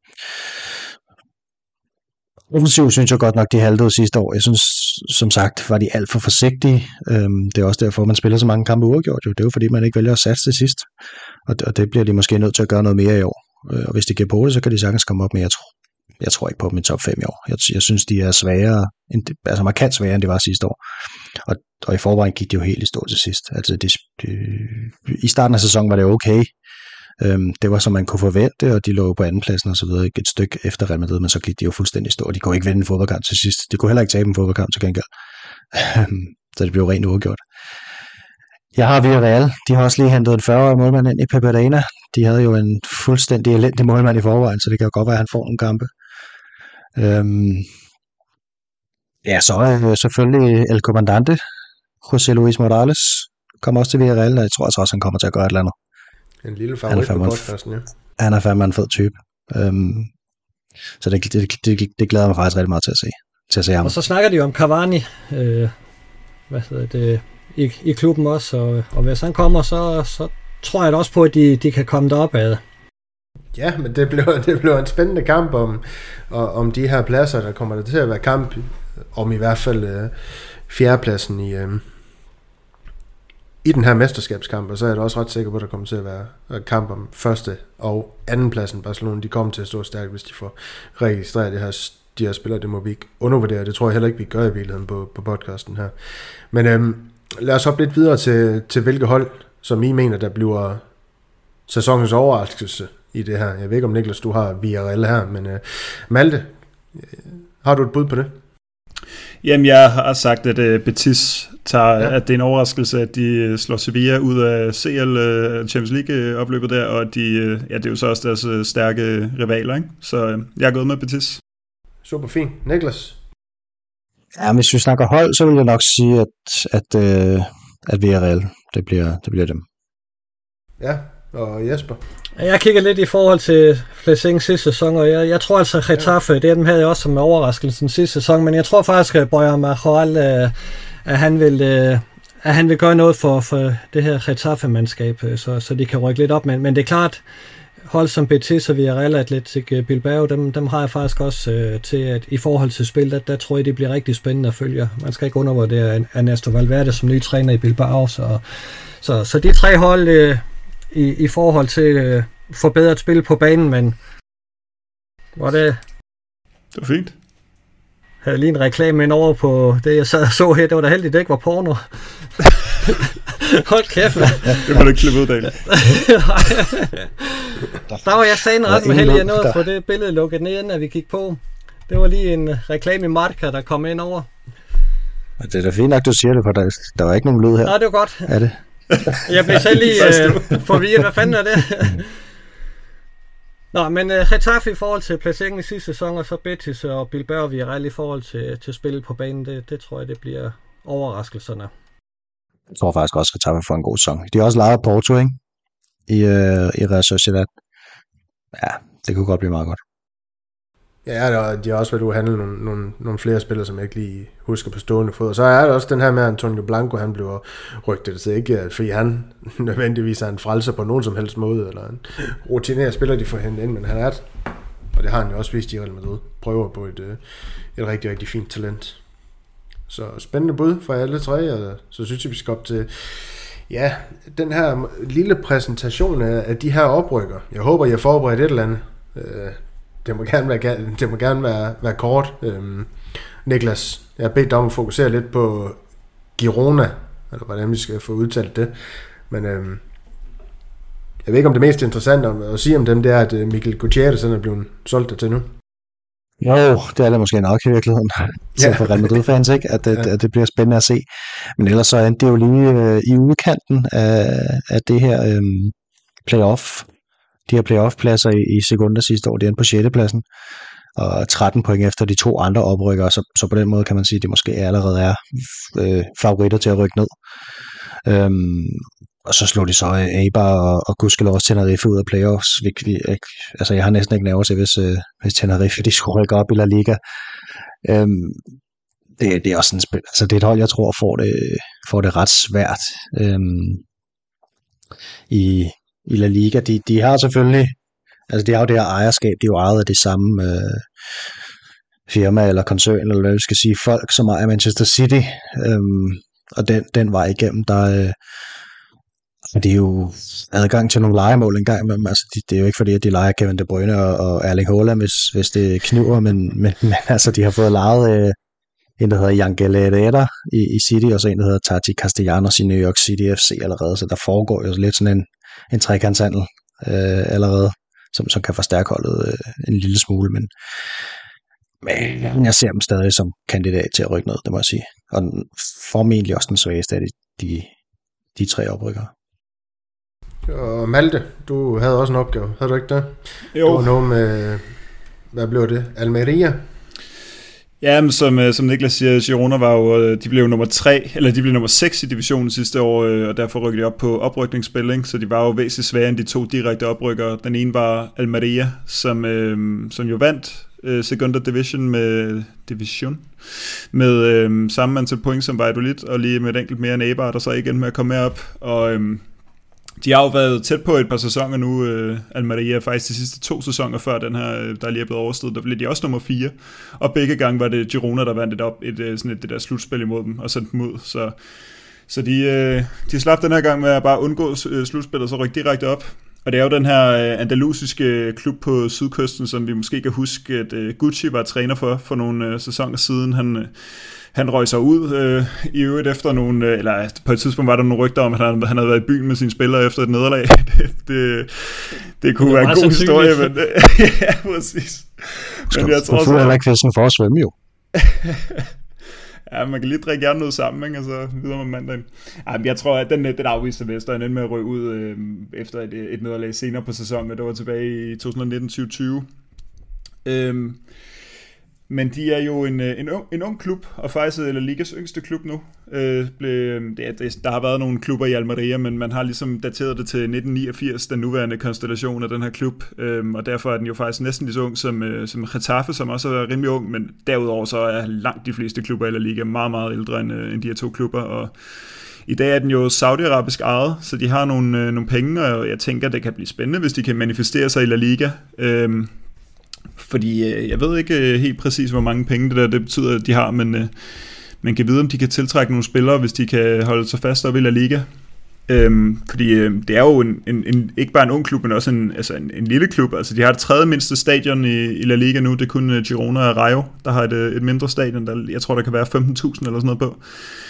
Offensivt synes jeg godt nok, de haltede sidste år. Jeg synes, som sagt, var de alt for forsigtige. Det er også derfor, man spiller så mange kampe uafgjort. Det er jo fordi, man ikke vælger at satse til sidst. Og det bliver de måske nødt til at gøre noget mere i år. Og hvis de kan på det, så kan de sagtens komme op med, jeg tror ikke på dem i top 5 i år. Jeg synes, de er svagere, altså markant svagere, end det var sidste år. Og i forvejen gik de jo helt i stå til sidst. Altså i starten af sæsonen var det okay. Det var som man kunne forvente, og de lå på andenpladsen og så videre et stykke efter Real Madrid, men så gik de jo fuldstændig stå. De kunne ikke vinde en fodboldkamp til sidst. De kunne heller ikke tabe en fodboldkamp til gengæld. Så det blev rent uafgjort. Jeg har Villarreal. De har også lige hentet en 40-årig målmand ind i Pepe Reina. De havde jo en fuldstændig elendig målmand i forvejen, så det kan jo godt være, at han får nogle kampe. Så er selvfølgelig El Comandante, José Luis Morales, kommer også til Villarreal, og jeg tror også, han kommer til at gøre et eller andet. En lille favorit på podcasten, ja. Han er fandme en fed type. Så det glæder mig faktisk rigtig meget til at se ham. Og så snakker de om Cavani, i klubben også, og hvis han kommer, så tror jeg da også på, at de kan komme derop ad. Ja, men det bliver en spændende kamp om de her pladser, der kommer der til at være kamp om i hvert fald fjerdepladsen i den her mesterskabskamp, og så er jeg da også ret sikker på, at der kommer til at være kamp om første og anden pladsen. Barcelona, de kommer til at stå stærkt, hvis de får registreret de her spillere. Det må vi ikke undervurdere. Det tror jeg heller ikke, vi gør i virkeligheden på podcasten her. Men lad os hoppe lidt videre til hvilke hold, som I mener, der bliver sæsonens overraskelse i det her. Jeg ved ikke, om Niklas, du har Villarreal her, men Malte, har du et bud på det? Jamen, jeg har sagt, at Betis at det er en overraskelse, at de slår Sevilla ud af CL Champions League-opløbet der, og det er jo så også deres stærke rivaler, ikke? Så jeg er gået med Betis. Super fint. Niklas? Ja, hvis vi snakker hold, så vil jeg nok sige, at Villarreal, det bliver dem. Ja, og Jesper? Jeg kigger lidt i forhold til placeringen sidste sæson, og jeg tror altså, Getafe, det er dem havde også som overraskelsen sidste sæson, men jeg tror faktisk, at Borja Majoral, at han vil gøre noget for det her Getafe-mandskab, så de kan rykke lidt op, men det er klart, hold som Betis og Villarreal, Athletic Bilbao, dem har jeg faktisk også til, at i forhold til spil, der tror jeg, det bliver rigtig spændende at følge. Man skal ikke undervurdere Ernesto Valverde som ny træner i Bilbao, så de tre hold i forhold til forbedret spil på banen, men var det var fint. Havde lige en reklame ind over på det, jeg sad og så her. Det var da heldigt, det ikke var porno. Hold kæft, man. Det var du ikke klippet ud, Daniel. Der var jeg sagen ret med heldig, at nåede at få det billede lukket ned, inden at vi gik på. Det var lige en reklame i Marca, der kom ind over. Det er da fint nok, du siger det, for der var ikke nogen lyd her. Nej, det var godt. Er det? Jeg blev selv lige forvirret. Hvad fanden er det? Nå, men Getafe i forhold til placeringen i sidste sæson, og så Betis og Bilbao og Villarreal i forhold til spillet på banen, det tror jeg, det bliver overraskelserne. Jeg tror faktisk også, at Getafe får en god sæson. De har også lejet Porto, ikke? I Real Sociedad. Ja, det kunne godt blive meget godt. Ja, de har også været ude at handle nogle flere spillere, som jeg ikke lige husker på stående fod. Og så er der også den her med Antonio Blanco, han bliver rygtet til ikke, fordi han nødvendigvis er en frelser på nogen som helst måde, eller en rutineret spiller, de får hentet ind, men han er det. Og det har han jo også vist i Real Madrid. Prøver på et rigtig, rigtig fint talent. Så spændende bud for alle tre, og så synes jeg, vi skal op til den her lille præsentation af de her oprykker. Jeg håber, jeg forbereder et eller andet. Det må gerne være kort. Niklas, jeg har bedt dig om at fokusere lidt på Girona, eller hvordan vi skal få udtalt det. Men jeg ved ikke, om det mest interessante at sige om dem, det er, at Miguel Gutierrez er blevet solgt der til nu. Jo, det er det måske nok i virkeligheden. Selv for Real Madrid-fans, ikke? At det bliver spændende at se. Men ellers så endte det jo lige i udkanten af det her playoff. De her playoff-pladser i Segunda sidste år, det er på 6. pladsen, og 13 point efter de to andre oprykkere, så på den måde kan man sige, at det måske allerede er favoritter til at rykke ned. Og så slog de så Eibar og gudskelov også Tenerife ud af playoffs. Altså jeg har næsten ikke nerver til, hvis Tenerife de skulle rykke op i La Liga. Det er også en spil. Altså det er et hold, jeg tror får det ret svært i La Liga. De har selvfølgelig, altså de har jo det her ejerskab, de er jo ejet af det samme firma eller koncern, eller hvad vi skal sige, folk som ejer Manchester City, og den vej igennem, der det er jo adgang til nogle lejemål en gang imellem. Altså det er jo ikke fordi, at de lejer Kevin De Bruyne og Erling Haaland, hvis det kniver, men altså de har fået lejet en, der hedder Yangel Herrera i City, og så en, der hedder Tati Castellanos i New York City FC allerede, så der foregår jo lidt sådan en trekantshandel allerede, som kan forstærke holdet en lille smule, men jeg ser dem stadig som kandidat til at rykke ned, det må jeg sige. Og formentlig også den svageste af de tre oprykkere. Og Malte, du havde også en opgave, havde du ikke det? Jo. Det var noget med, hvad blev det? Almeria? Ja, men som Niklas siger, Girona var jo, de blev nummer 6 i divisionen sidste år, og derfor rykkede de op på oprykningsspil, så de var jo væsentligt sværere end de 2 direkte oprykkere. Den ene var Almeria, som jo vandt Segunda Division med samme antal point som Valladolid, og lige med et enkelt mere end Eibar, der så igen med at komme med op, og de har jo været tæt på et par sæsoner nu, Almeria, faktisk de sidste 2 sæsoner før den her, der lige er blevet overstået, der blev de også nummer 4, og begge gange var det Girona, der vandt det der slutspil imod dem, og sendte dem ud, så de slap den her gang med at bare undgå slutspillet, og så rykke direkte op. Og det er jo den her andalusiske klub på sydkysten, som vi måske kan huske, at Gucci var træner for nogle sæsoner siden. Han røg sig ud i øvrigt efter nogle, eller på et tidspunkt var der nogle rygter om, at han havde været i byen med sine spillere efter et nederlag. Det kunne være en god historie, men ja, præcis. Men jeg tror så heller ikke fisken for at svømme jo. Ja, man kan lige drikke gerne noget sammen, ikke? Og så videre med mandagen. Ja, men jeg tror, at den afviste Vester endte med at ryge ud efter et nederlag senere på sæsonen, og det var tilbage i 2019-2020. Men de er jo en ung klub, og faktisk La Ligas yngste klub nu. Der har været nogle klubber i Almeria, men man har ligesom dateret det til 1989, den nuværende konstellation af den her klub, og derfor er den jo faktisk næsten lige så ung som Getafe, som også er rimelig ung, men derudover så er langt de fleste klubber i La Liga meget, meget ældre end de her 2 klubber, og i dag er den jo saudiarabisk ejet, så de har nogle penge, og jeg tænker, det kan blive spændende, hvis de kan manifestere sig i La Liga. Fordi jeg ved ikke helt præcis, hvor mange penge det betyder, at de har, men man kan vide, om de kan tiltrække nogle spillere, hvis de kan holde sig fast op i La Liga. Fordi det er jo ikke bare en ung klub, men også en lille klub. Altså, de har det 3. mindste stadion i La Liga nu. Det er kun Girona og Rayo, der har et mindre stadion. Jeg tror, der kan være 15.000 eller sådan noget på.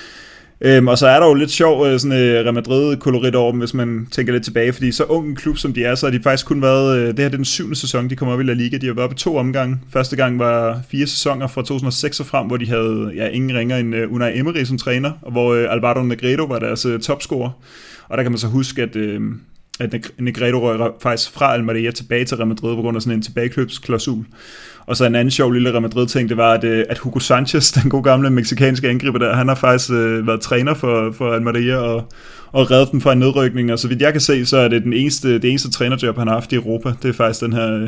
Og så er der jo lidt sjov sådan Real Madrid-kolorit over dem, hvis man tænker lidt tilbage, fordi så ung en klub som de er, så har de faktisk kun været, det her er den 7. sæson, de kommer op i La Liga, de har været op i 2 omgange. Første gang var 4 sæsoner fra 2006 og frem, hvor de havde ingen ringer end Unai Emery som træner, og hvor Alvaro Negredo var deres topscorer. Og der kan man så huske, at Negredo røg faktisk fra Almeria tilbage til Real Madrid på grund af sådan en tilbagekøbsklausul. Og så en anden sjov lille Real Madrid-ting, det var, at Hugo Sanchez, den gode gamle mexikanske angriber der, han har faktisk været træner for Almeria og reddet dem fra en nedrykning. Og så vidt jeg kan se, så er det det eneste trænerjob, han har haft i Europa. Det er faktisk den her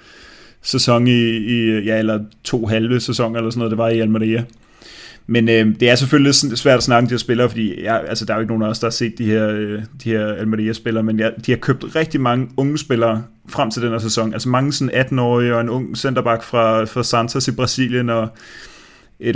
sæson eller 2 halve sæsoner eller sådan noget, det var i Almeria. Men det er selvfølgelig svært at snakke om de her spillere, fordi der er jo ikke nogen af os, der har set de her Almeria-spillere, men de har købt rigtig mange unge spillere frem til den her sæson. Altså mange sådan 18-årige og en ung centerback fra Santos i Brasilien, og en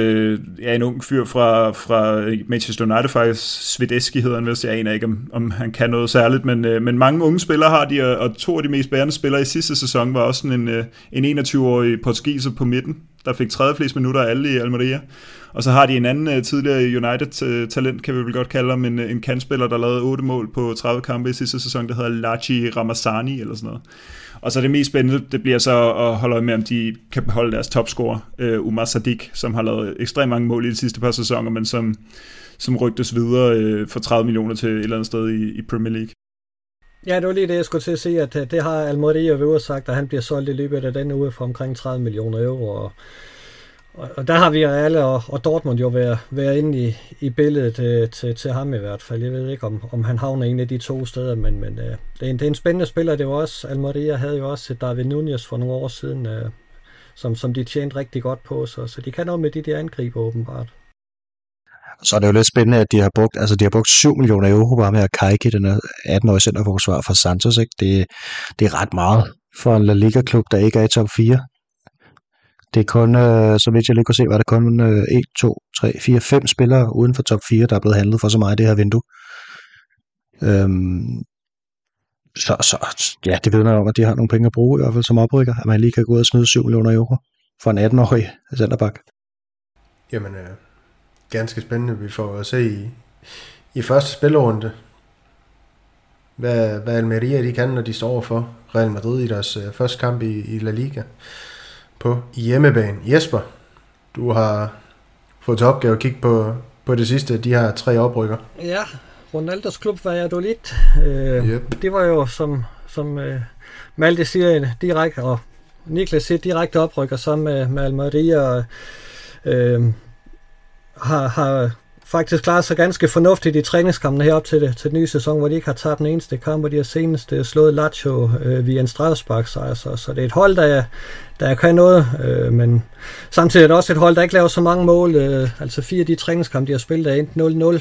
ung fyr fra Manchester United faktisk, Svideski hedder han vist, jeg aner ikke, om han kan noget særligt, men mange unge spillere har de, og 2 af de mest bærende spillere i sidste sæson var også sådan en 21-årig portugiser på midten, der fik 30 flest minutter af alle i Almeria. Og så har de en anden tidligere United-talent, kan vi vel godt kalde ham, en kantspiller, der lavede 8 mål på 30 kampe i sidste sæson, der hedder Lachi Ramazani eller sådan noget. Og så det mest spændende, det bliver så at holde øje med, om de kan beholde deres topscorer, Umar Sadiq, som har lavet ekstremt mange mål i de sidste par sæsoner, men som rygtes videre for 30 millioner til et eller andet sted i Premier League. Ja, det var lige det, jeg skulle til at sige, at det har Almeria ved ude sagt, at han bliver solgt i løbet af denne uge for omkring 30 millioner euro, og der har vi alle og Dortmund jo været inde i billedet til ham i hvert fald. Jeg ved ikke, om han havner en af de 2 steder, men det er en spændende spiller. Det var også, Almeria havde jo også David Núñez for nogle år siden, som de tjente rigtig godt på, så de kan noget med de der angriber åbenbart. Så er det jo lidt spændende, at de har brugt 7 millioner euro bare med at kajke den 18-årige centerforsvar fra Santos, ikke? Det er ret meget for en La Liga-klub, der ikke er i top 4. Det er kun, så vidt jeg lige kunne se, var det kun 1, 2, 3, 4, 5 spillere uden for top 4, der er blevet handlet for så meget i det her vindue. Så ja, det vidner om, at de har nogle penge at bruge, i hvert fald som oprykker, at man lige kan gå ud og smide 7 millioner euro for en 18-årig centerback. Jamen, ganske spændende. Vi får at se i første spillerunde, hvad Almeria de kan, når de står over for Real Madrid i deres første kamp i La Liga på hjemmebane. Jesper, du har fået til opgave at kigge på det sidste, de her 3 oprykker. Ja, Ronaldos klub Valladolid. Yep. Det var jo, som Malte siger, direkte, og Niklas siger direkte oprykker sammen med Almeria, og har faktisk klaret sig ganske fornuftigt i træningskampene herop til den nye sæson, hvor de ikke har tabt den eneste kamp, og de har senest slået Lazio via en strafsparksejr, så det er et hold, der kan noget, men samtidig er det også et hold, der ikke laver så mange mål, altså 4 af de træningskampe, de har spillet, er enten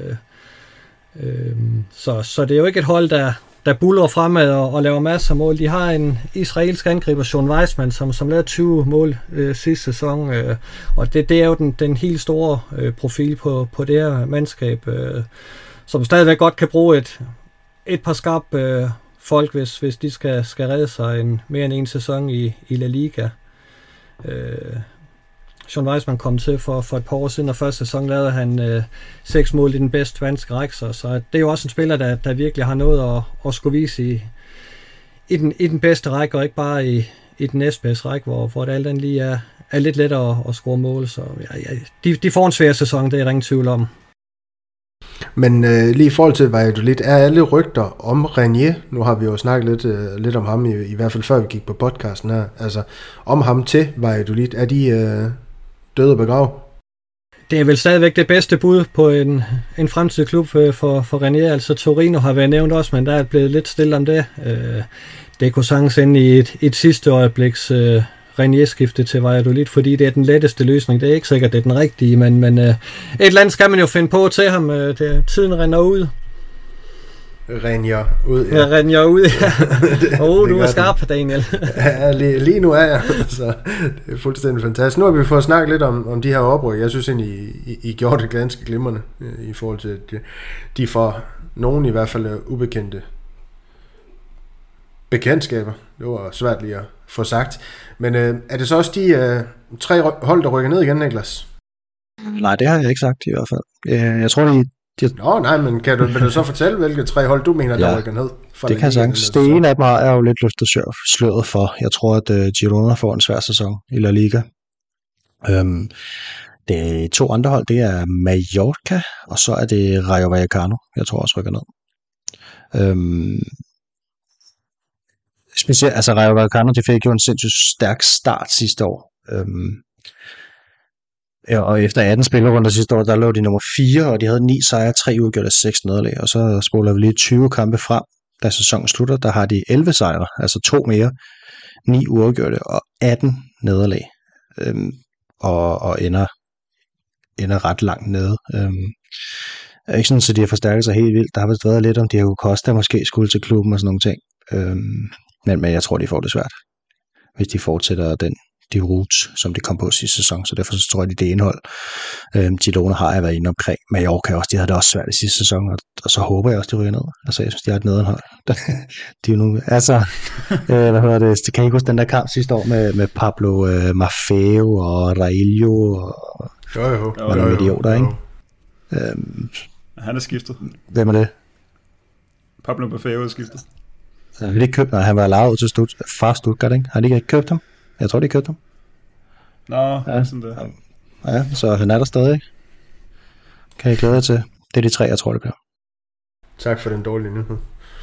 0-0, så det er jo ikke et hold, der buller fremad og laver masser af mål. De har en israelsk angriber, Sean Weissman, som lavede 20 mål sidste sæson, og det er jo den helt store profil på det her mandskab, som stadigvæk godt kan bruge et par skarp folk, hvis de skal redde sig mere end en sæson i La Liga. Sean Weissman kom til for et par år siden, og første sæson lavede han 6 mål i den bedste spanske række, så det er jo også en spiller, der virkelig har noget at skulle vise i den bedste række, og ikke bare i den næstbedste række, hvor det alt andet lige er lidt lettere at score mål, så de får en svær sæson, det er der ingen tvivl om. Men lige i forhold til Valladolid, er alle rygter om Renier, nu har vi jo snakket lidt om ham, i hvert fald før vi gik på podcasten her, altså om ham til Valladolid, er de døde og begravet? Det er vel stadigvæk det bedste bud på en fremtidig klub for Renier, altså Torino har været nævnt også, men der er blevet lidt stille om det. Det kunne sagtens ende i et sidste øjebliks Renier-skifte til Valladolid, fordi det er den letteste løsning. Det er ikke sikkert, det er den rigtige, men et eller andet skal man jo finde på til ham. Tiden renner ud. Renier ud, ja. Ja, Renier ud, ja. Du er skarp, Daniel. Ja, lige nu er jeg. Så det er fuldstændig fantastisk. Nu har vi fået snakket lidt om de her opryk. Jeg synes egentlig, I gjorde det ganske glimrende i forhold til, at de for nogen i hvert fald er ubekendte bekendtskaber. Det var svært lige at få sagt. Men er det så også de 3 hold, der rykker ned igen, Niklas? Nej, det har jeg ikke sagt i hvert fald. Jeg tror, nej, men vil du så fortælle, hvilke 3 hold du mener, der rykker ned? Det kan jeg sagtens. Det ene af dem er jo lidt løftet sløret for. Jeg tror, at Girona får en svær sæson i La Liga. De 2 andre hold, det er Mallorca, og så er det Rayo Vallecano. Jeg tror også rykker ned. Specielt, altså Rayo Vallecano, de fik jo en sindssygt stærk start sidste år. Og efter 18 spillerunder sidste år, der lå de nummer 4, og de havde 9 sejre, 3 udgjort af 6 nederlag. Og så spoler vi lige 20 kampe frem, da sæsonen slutter. Der har de 11 sejre, altså 2 mere, 9 uafgjorte og 18 nederlag. Og ender ret langt nede. Det er ikke sådan, at de har forstærket sig helt vildt. Der har vist været lidt om, de har jo Costa måske skulle til klubben og sådan nogle ting. Men jeg tror, de får det svært, hvis de fortsætter de roots, som de kom på sidste sæson, så derfor så tror jeg, det er indhold. Girona har jeg været inde omkring. Mallorca også, de havde det også svært i sidste sæson, og så håber jeg også, de ryger ned. Altså, jeg synes, de har et nedenhold. De er jo nu, altså, hvad hedder det? Kan I huske den der kamp sidste år med Pablo Maffeo og Raillo og nogle idioter, ikke? Han er skiftet. Hvem er det? Pablo Maffeo er skiftet. Han ville ikke købt, når han var lavet til Stuttgart, ikke? Har de ikke købt ham? Jeg tror, de købte ham. Ja, sådan det. Ja, så han er der stadig, ikke? Kan I glæde jer til? Det er de 3, jeg tror, det bliver. Tak for den dårlige nyhed.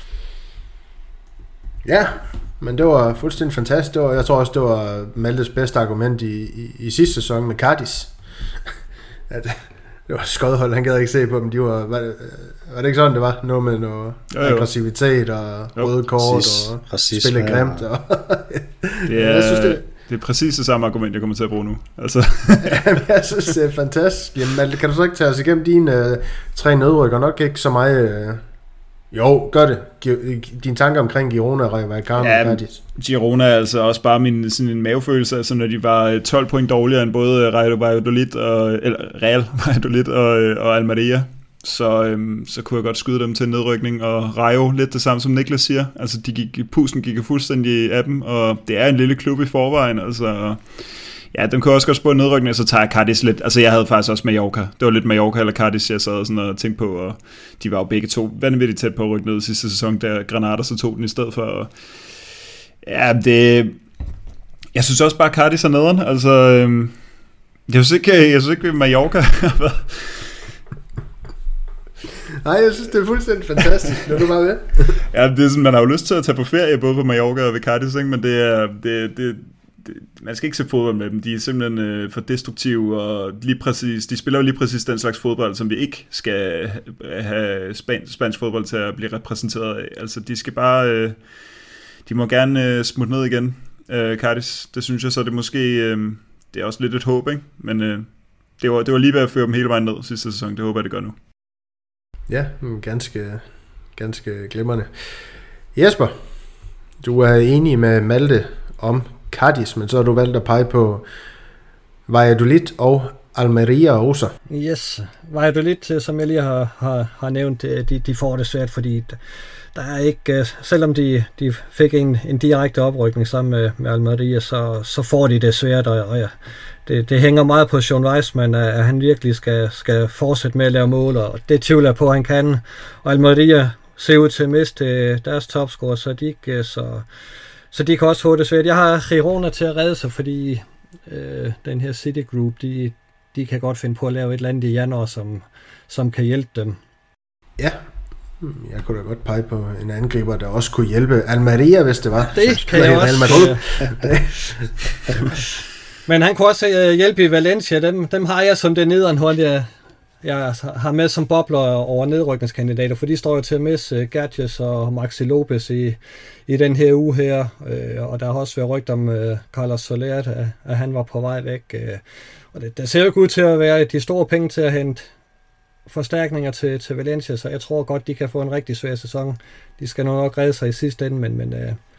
Ja, men det var fuldstændig fantastisk. Jeg tror også, det var Maltes bedste argument i sidste sæson med Cardis. At det var skodhold, han gad ikke se på dem. De var det ikke sådan, det var? Noget med noget aggressivitet og røde kort og spille grimt. Og jeg synes, det er præcis det samme argument, jeg kommer til at bruge nu. Altså. Jeg synes, det er fantastisk. Jamen, kan du så ikke tage os igennem dine 3 nedrykker? Nok ikke så meget. Jo, gør det. Dine tanker omkring Girona og Rayo Vallecano. Ja, Girona er altså også bare sådan en mavefølelse, altså når de var 12 point dårligere end både Real Valladolid og Almeria. Så kunne jeg godt skyde dem til nedrykning, og Rayo lidt det samme som Niklas siger, altså pusten gik fuldstændig af dem, og det er en lille klub i forvejen, altså ja, dem kunne også godt spå nedrykning, så tager Cardis lidt, altså jeg havde faktisk også Mallorca, det var lidt Mallorca eller Cardis, jeg sad sådan og tænkte på, og de var jo begge to vanvittigt tæt på at rykke ned sidste sæson, da Granada så tog den i stedet for, og ja, jeg synes også bare Cardis er nederen, altså jeg synes ikke Mallorca har været. Nej, jeg synes, det er fuldstændig fantastisk, når du var med. Ja, det er sådan, man har jo lyst til at tage på ferie, både på Mallorca og ved Cadiz, ikke? Men man skal ikke se fodbold med dem. De er simpelthen for destruktive, og de spiller jo lige præcis den slags fodbold, som vi ikke skal have spansk fodbold til at blive repræsenteret af. Altså, de skal bare... de må gerne smutte ned igen, Cadiz. Det synes jeg så, det måske... det er også lidt et håb, ikke? Men det var lige ved at føre dem hele vejen ned sidste sæson. Det håber jeg, det gør nu. Ja, ganske glimrende. Jesper, du er enig med Malte om Cadiz, men så har du valgt at pege på Valladolid og Almeria også. Yes, Valladolid, som jeg lige har nævnt, de får det svært, fordi der er ikke, selvom de fik en direkte oprykning sammen med Almeria, så får de det svært, og ja, det hænger meget på Sean Weissman, at han virkelig skal fortsætte med at lave mål, og det tvivler jeg på, at han kan. Og Almeria ser ud til at miste deres topscorer, så de kan også få det svært. Jeg har Girona til at redde sig, fordi den her City Group, de kan godt finde på at lave et eller andet i januar, som kan hjælpe dem. Ja, jeg kunne da godt pege på en angriber, der også kunne hjælpe Almeria, hvis det var. Det kan jeg også. Men han kunne også hjælpe i Valencia. Dem har jeg som det nedenhold, jeg har med som bobler over nedrykningskandidater, for de står jo til at misse Gertjes og Maxi Lopez i den her uge her, og der har også været rygt om Carlos Soler, at han var på vej væk. Og det ser jo ikke ud til at være de store penge til at hente forstærkninger til Valencia, så jeg tror godt, de kan få en rigtig svær sæson. De skal nok redde sig i sidste ende, men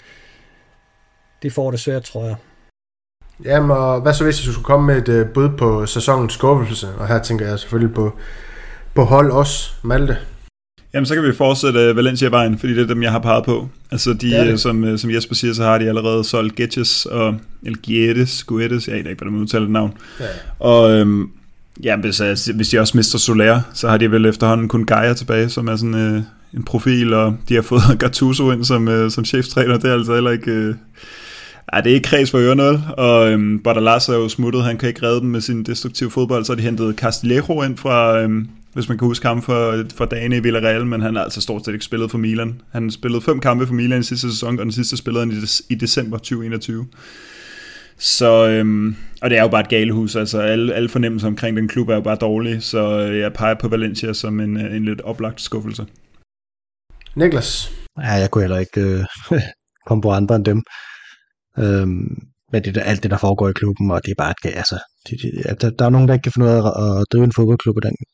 de får det svært, tror jeg. Jamen, og hvad så hvis du skulle komme med et bud på sæsonens skuffelse? Og her tænker jeg selvfølgelig på hold også, Malte. Jamen, så kan vi fortsætte Valencia-vejen, fordi det er dem, jeg har peget på. Altså, som Jesper siger, så har de allerede solgt Getjes og Guedes, jeg ved ikke, hvordan man udtaler det navn. Ja. Og hvis de også mister Soler, så har de vel efterhånden kun Gaia tilbage, som er sådan en profil, og de har fået Gattuso ind som cheftræner. Det er altså heller ikke... det er ikke kreds for øre og Bordalás er jo smuttet, han kan ikke redde dem med sin destruktive fodbold, så har de hentet Castillejo ind fra, hvis man kan huske ham fra dagene i Villarreal, men han har altså stort set ikke spillet for Milan. Han spillede 5 kampe for Milan i sidste sæson, og den sidste spillede han i december 2021. Så, og det er jo bare et galehus, altså alle fornemmelser omkring den klub er jo bare dårlige, så jeg peger på Valencia som en lidt oplagt skuffelse. Niklas? Ja, jeg kunne heller ikke komme på andre end dem. Men det er alt det, der foregår i klubben, og det er bare der er nogen, der ikke kan finde ud af at drive en fodboldklub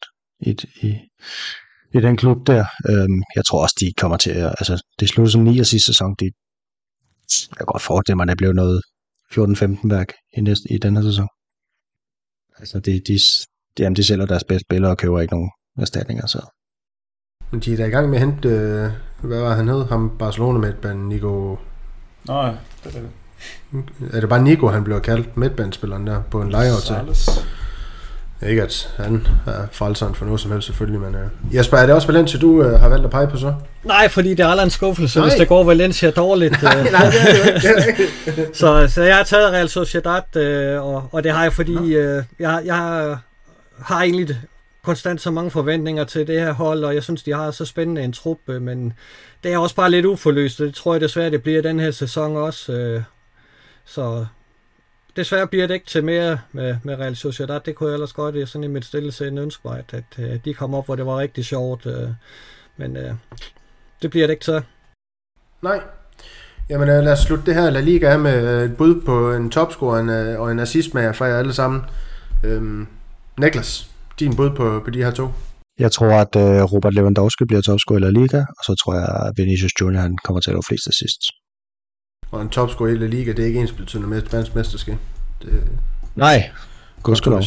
i den klub der. Jeg tror også, de kommer til at, det slutter som 9 sidste sæson, jeg kan godt forestille mig, at det blev noget 14-15 værk i den her sæson. Altså, de sælger deres bedste spillere og køber ikke nogen erstatninger, så. Men de er da i gang med at hente, hvad var han hed? Ham Barcelona midtbanen, Nico... Nej, det er det. Er det bare Nico, han blev kaldt midtbanespilleren der på en lejeaftale? Ikke at han er frelseren for noget som helst selvfølgelig, men Jesper, er det også Valencia, du har valgt at pege på så? Nej, fordi det er aldrig en skuffelse, hvis det går Valencia dårligt. nej, det er det. så jeg har taget Real Sociedad, og det har jeg, fordi jeg har egentlig konstant så mange forventninger til det her hold, og jeg synes, de har så spændende en trup, men det er også bare lidt uforløst, og det tror jeg desværre, det bliver den her sæson også. Så desværre bliver det ikke til mere med Real Sociedad. Det kunne jeg ellers godt sådan i mit stille sind ønske mig, at de kom op, hvor det var rigtig sjovt, men det bliver det ikke til. Nej. Jamen lad os slutte det her La Liga af med et bud på en topscorer og en assistmager fra jer alle sammen. Niklas, din bud på de her to? Jeg tror, at Robert Lewandowski bliver topscorer i La Liga, og så tror jeg, at Vinicius Junior han kommer til at lave flest assists. Og en topscorer i La Liga, det er ikke ensbetydende med et spansk mesterskab. Nej, gudskelov.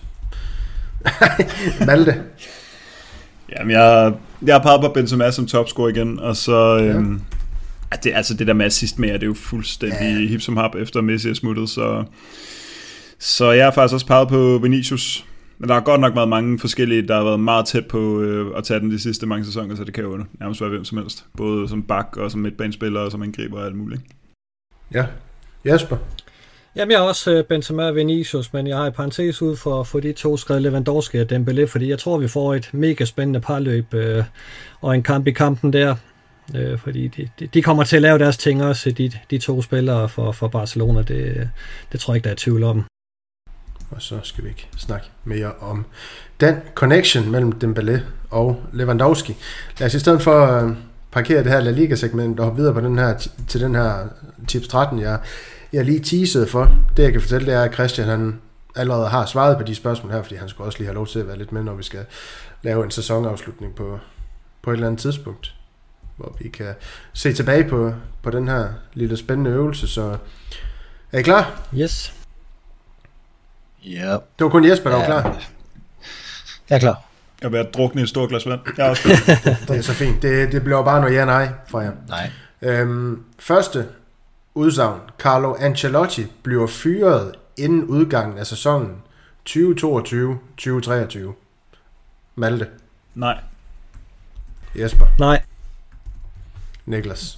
Malte? Jamen, jeg har peget på Benzema som topscorer igen, og så... det der med assist med, det er jo fuldstændig hip som hap efter Messi er smuttet, så jeg har faktisk også peget på Vinicius. Men der har godt nok været mange forskellige, der har været meget tæt på at tage den de sidste mange sæsoner, så det kan jo nærmest være hvem som helst. Både som bak og som midtbanespiller og som angriber og alt muligt. Ja. Jesper? Jamen, jeg har også Benzema og Vinicius, men jeg har i parentes ud for de to skrevet Lewandowski og Dembélé, fordi jeg tror, vi får et mega spændende parløb og en kamp i kampen der. Fordi de kommer til at lave deres ting også, de to spillere for Barcelona. Det tror jeg ikke, der er tvivl om. Og så skal vi ikke snakke mere om den connection mellem Dembélé og Lewandowski. Lad os i stedet for at parkere det her La Liga-segment og hoppe videre på til den her tips 13, jeg lige teasede for. Det jeg kan fortælle, det er, at Christian han allerede har svaret på de spørgsmål her, fordi han skal også lige have lov til at være lidt med, når vi skal lave en sæsonafslutning på et eller andet tidspunkt, hvor vi kan se tilbage på den her lille spændende øvelse. Så er I klar? Yes. Ja. Det var kun Jesper, der var klar. Jeg er klar. Jeg har været druknet i et stort glas vand. Jeg er også Det er så fint. Det bliver bare noget ja-nej fra jer. Nej. Første udsagn. Carlo Ancelotti bliver fyret inden udgangen af sæsonen 2022-2023. Malte. Nej. Jesper. Nej. Niklas.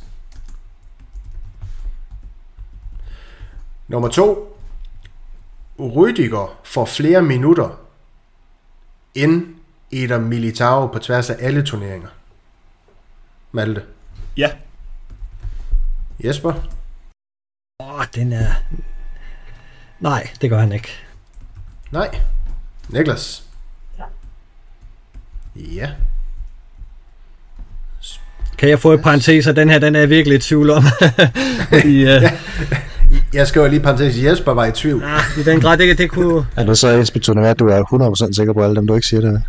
Nummer 2. Rüdiger får flere minutter end Eder Militao på tværs af alle turneringer. Malte. Ja. Jesper. Den er... Nej, det gør han ikke. Nej. Niklas. Ja. Kan jeg få et parentes, og den her, den er jeg virkelig i tvivl om. Fordi, Jeg skriver lige parentes, Jesper var i tvivl. I den grad, det kunne... Er du så ensbetydende med, at du er 100% sikker på alle dem, du ikke siger det?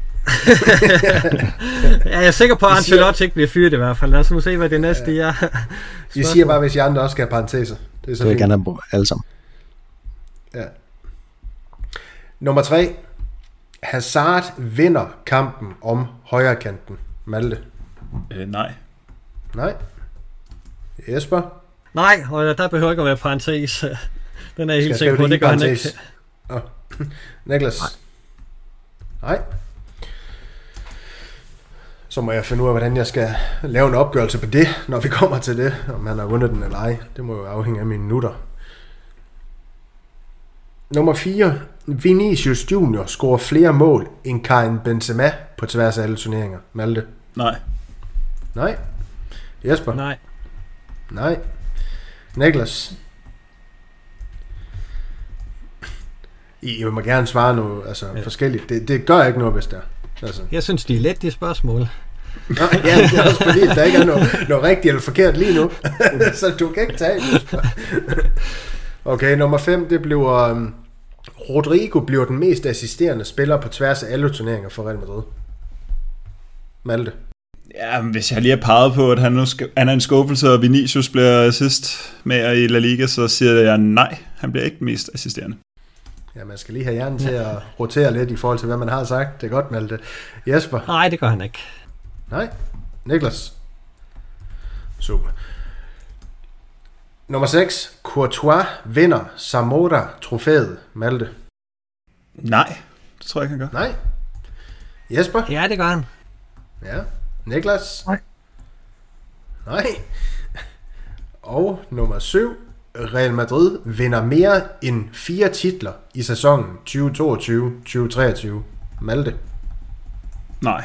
Jeg er sikker på, at Ancelotti ikke bliver fyret i hvert fald. Lad os nu se, hvad det næste er. I siger bare, hvis I andre også skal have parenteser. Det er så Du vil fint. gerne have alle sammen. Ja. Nummer 3. Hazard vinder kampen om højrekanten. Malte. Nej. Nej. Jesper. Nej, og der behøver ikke at være parentes. Den er jeg helt Skal sikker på, det gør han ikke. Niklas. Nej. Så må jeg finde ud af, hvordan jeg skal lave en opgørelse på det, når vi kommer til det, om han har vundet den eller ej. Det må jo afhænge af mine minutter. Nummer 4. Vinicius Junior scorer flere mål end Karim Benzema på tværs af alle turneringer. Malte. Nej. Nej. Jesper. Nej. Nej. Niklas. I må gerne svare noget forskelligt. Det gør ikke noget, hvis der. Altså. Jeg synes, de er let, de spørgsmål. Nå, ja, det er også fordi, der ikke er noget rigtigt eller forkert lige nu. Så du kan ikke tage det. Okay, nummer 5, det bliver... Rodrigo bliver den mest assisterende spiller på tværs af alle turneringer for Real Madrid. Malte. Ja, hvis jeg lige har peget på, at han er en skuffelse, og Vinicius bliver assist med i La Liga, så siger jeg nej, han bliver ikke den mest assisterende. Ja, man skal lige have hjernen til at rotere lidt i forhold til, hvad man har sagt. Det er godt, Malte. Jesper? Nej, det gør han ikke. Nej. Niklas? Super. Nummer 6. Courtois vinder Zamora-trofæet. Malte? Nej, det tror jeg ikke, han gør. Nej. Jesper? Ja, det gør han. Ja. Niklas? Nej. Nej. Og nummer 7. Real Madrid vinder mere end 4 titler i sæsonen 2022-2023. Malte? Nej.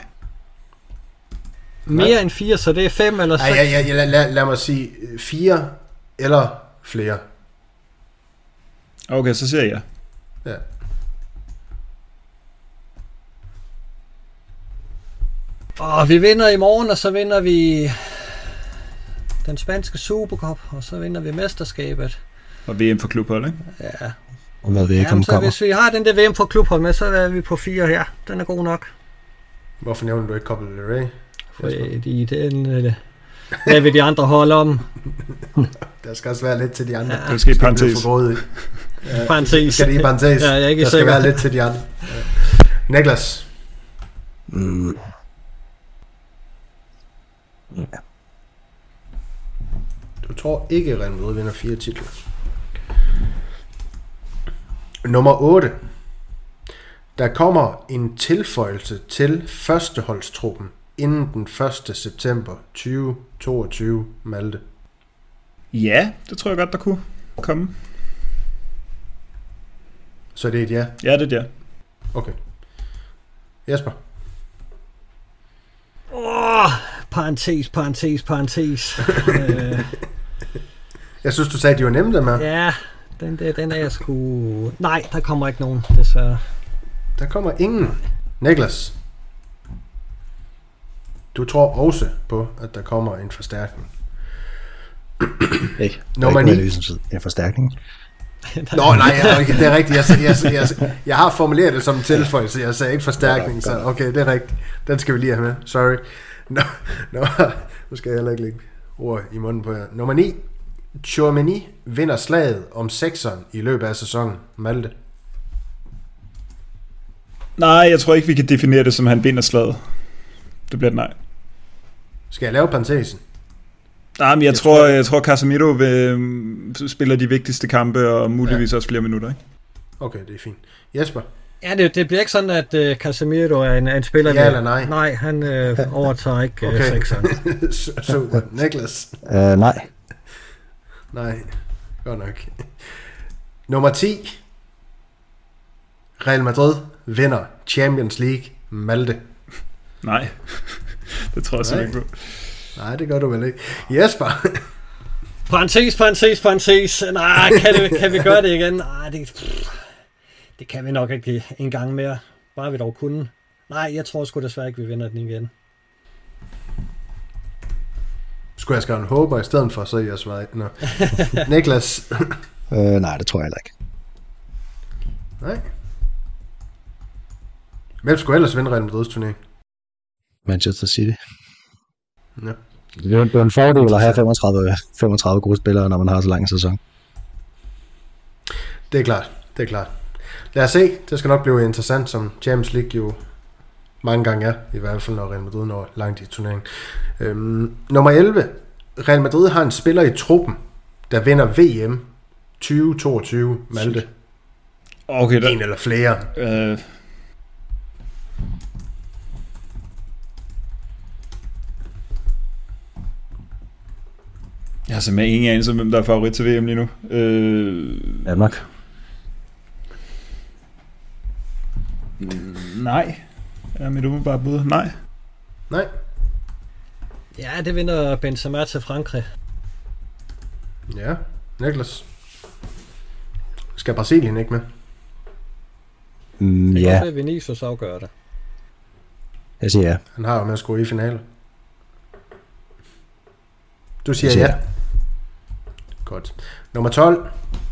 Mere end 4, så det er 5 eller 6? Lad mig sige 4 eller flere. Okay, så siger jeg ja. Ja. Og vi vinder i morgen, og så vinder vi den spanske Supercup, og så vinder vi mesterskabet. Og VM for klubhold, ikke? Ja. Og hvad ved ikke, Så hvis vi har den der VM for klubhold med, så er vi på 4 her. Den er god nok. Hvorfor nævner du ikke Copa del Rey? Fordi den hvad vil de andre holde om? Der skal også være lidt til de andre. Ja. Det skal i parentes. Ja, parentes. skal det i parentes? Ja, jeg er ikke der skal sikker. være lidt til de andre. Ja. Niklas? Ja. Du tror ikke, at Real Madrid vinder 4 titler. Nummer 8. Der kommer en tilføjelse til førsteholdstruppen inden den 1. september 2022, Malte. Ja, det tror jeg godt, der kunne komme. Så det er et ja? Ja, det er det. Okay. Jesper? Parentes. Jeg synes, du sagde, de var nemme, dem her. Ja, den er jeg sgu... Nej, der kommer ikke nogen, desværre. Der kommer ingen. Niklas? Du tror også på, at der kommer en forstærkning. Ikke. Nummer 9. En forstærkning. Nå, nej, okay, det er rigtigt. Jeg har formuleret det som en tilføjelse. Jeg sagde ikke forstærkning, så okay, det er rigtigt. Den skal vi lige have med. Sorry. Nu skal jeg heller ikke lægge ord i munden på jer. Nummer 9. Tchouaméni vinder slaget om 6'eren i løbet af sæsonen. Malte? Nej, jeg tror ikke, vi kan definere det som, han vinder slaget. Det bliver et nej. Skal jeg lave parentesen? Nej, men jeg tror Casemiro spiller de vigtigste kampe, og muligvis også flere minutter, ikke? Okay, det er fint. Jesper? Ja, det bliver ikke sådan, at Casemiro er en spiller... Ja eller nej? Nej, han overtager ikke okay. 6'eren. Super. Niklas? Nej. Nej, godt nok. Nummer 10. Real Madrid vinder Champions League. Malte? Nej, det tror jeg simpelthen ikke på. Nej, det gør du vel ikke. Jesper? Parentes. Nej, kan vi gøre det igen? Nej, det kan vi nok ikke en gang mere. Bare vi dog kunne. Nej, jeg tror sgu desværre ikke, vi vinder den igen. Skulle jeg skrive en håber i stedet for, så jeg svarer ikke. Niklas? Nej, det tror jeg heller ikke. Nej. Hvem skulle ellers vinde Real Madrids turnering? Manchester City. Ja. Det er en fordel at have 35 gode spillere, når man har så lang en sæson. Det er klart. Lad os se. Det skal nok blive interessant, som Champions League jo mange gange er. I hvert fald, når Real Madrid når langt i turneringen. Nummer 11. Real Madrid har en spiller i truppen, der vinder VM 2022. Malte? Okay, en eller flere. Jeg har simpelthen ingen anelse om, hvem der er favorit til VM lige nu. Danmark. Nej. Er mit umiddelbare bud? Nej. Ja, det vinder Benzema til Frankrig. Ja, Niklas. Skal Brasilien ikke med? Ja. Det er Vinicius afgør det. Jeg siger ja. Han har jo med at score i finale. Du siger ja. Godt. Nummer 12.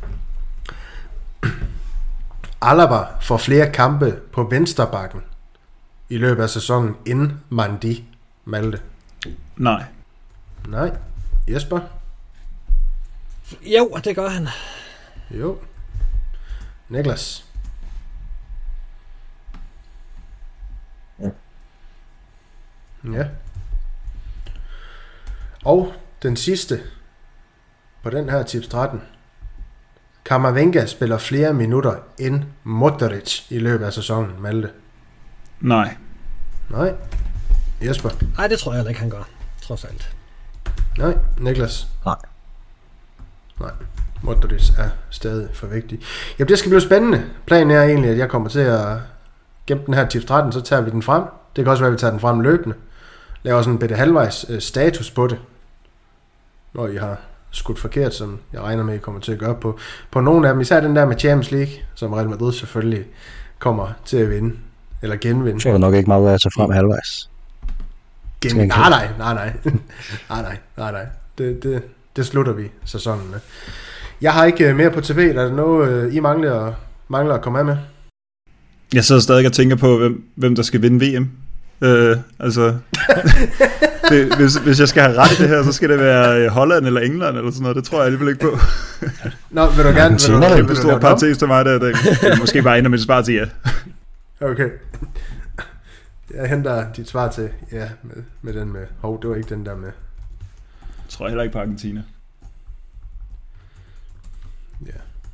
Alaba får flere kampe på venstrebakken i løbet af sæsonen end Mandi. Malte? Nej. Jesper? Jo, det gør han. Jo. Niklas? Ja. Og den sidste på den her tips 13. Camavinga spiller flere minutter end Modric i løbet af sæsonen. Malte? Nej. Jesper? Nej, det tror jeg heller ikke, han gør. Trods alt. Nej. Niklas? Nej. Modric er stadig for vigtig. Jamen, det skal blive spændende. Planen er egentlig, at jeg kommer til at gemme den her tips 13, så tager vi den frem. Det kan også være, at vi tager den frem løbende. Laver sådan en bedre halvvejs status på det. Når I har skudt forkert, som jeg regner med, I kommer til at gøre på nogle af dem. Især den der med Champions League, som Real Madrid selvfølgelig kommer til at vinde. Eller genvinde. Så er der nok ikke meget at tage frem halvvejs. Nej. Det slutter vi sæsonen med. Jeg har ikke mere på TV. Er der noget, I mangler at komme af med? Jeg sidder stadig og tænker på, hvem der skal vinde VM. Hvis jeg skal have ret i det her, så skal det være Holland eller England eller sådan noget. Det tror jeg alligevel ikke på. Nå, vil du gerne... Vil du stor parentes til mig der? Måske bare ender mit svar til ja. Okay. Jeg henter dit svar til ja, med den med... det var ikke den der med... Jeg tror heller ikke på Argentina. Ja.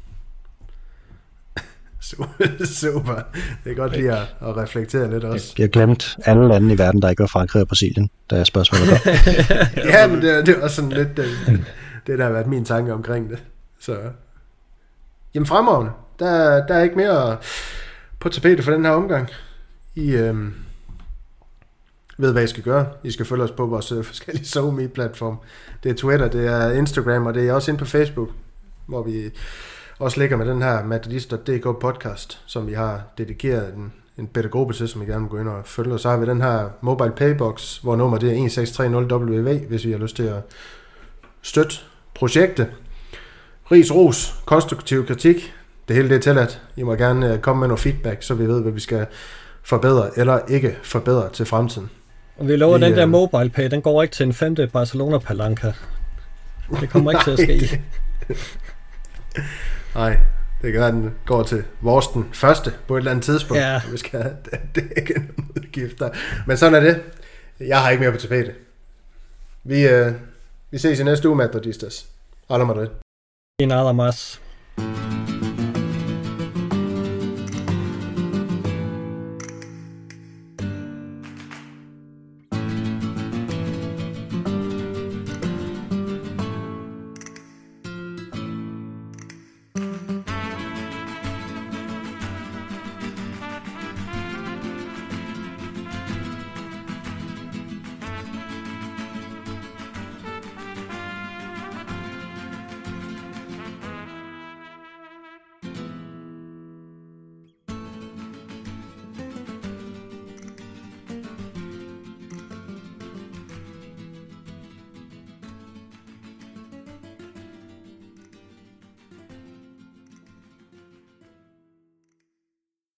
Super. Det er godt lige at reflektere lidt også. Jeg har glemt alle lande i verden, der ikke var Frankrig og Brasilien, da jeg spørgsmålet kom. Ja, men det er også sådan lidt det der har været min tanke omkring det. Så Jamen fremragende. Der er ikke mere på tapetet for den her omgang. I ved, hvad I skal gøre. I skal følge os på vores forskellige SoMe-platform. Det er Twitter, det er Instagram, og det er også inde på Facebook, hvor vi også ligger med den her madridist.dk podcast, som vi har dedikeret en bedre gruppe til, som I gerne vil gå ind og følge. Og så har vi den her mobile paybox, hvor nummer det er 1630WV, hvis vi har lyst til at støtte projektet. Ris, ros, konstruktiv kritik, det hele det er tilladt. I må gerne komme med noget feedback, så vi ved, hvad vi skal forbedre eller ikke forbedre til fremtiden. Og vi lover, den der mobile pay, den går ikke til en 5. Barcelona Palanca. Det kommer ikke til at ske. Nej, det kan være, den går til vores den første på et eller andet tidspunkt. Ja. Vi skal have dække nogle udgifter. Men sådan er det. Jeg har ikke mere på tapetet. Vi ses i næste uge, Madridistas. Hala Madrid. Nada más.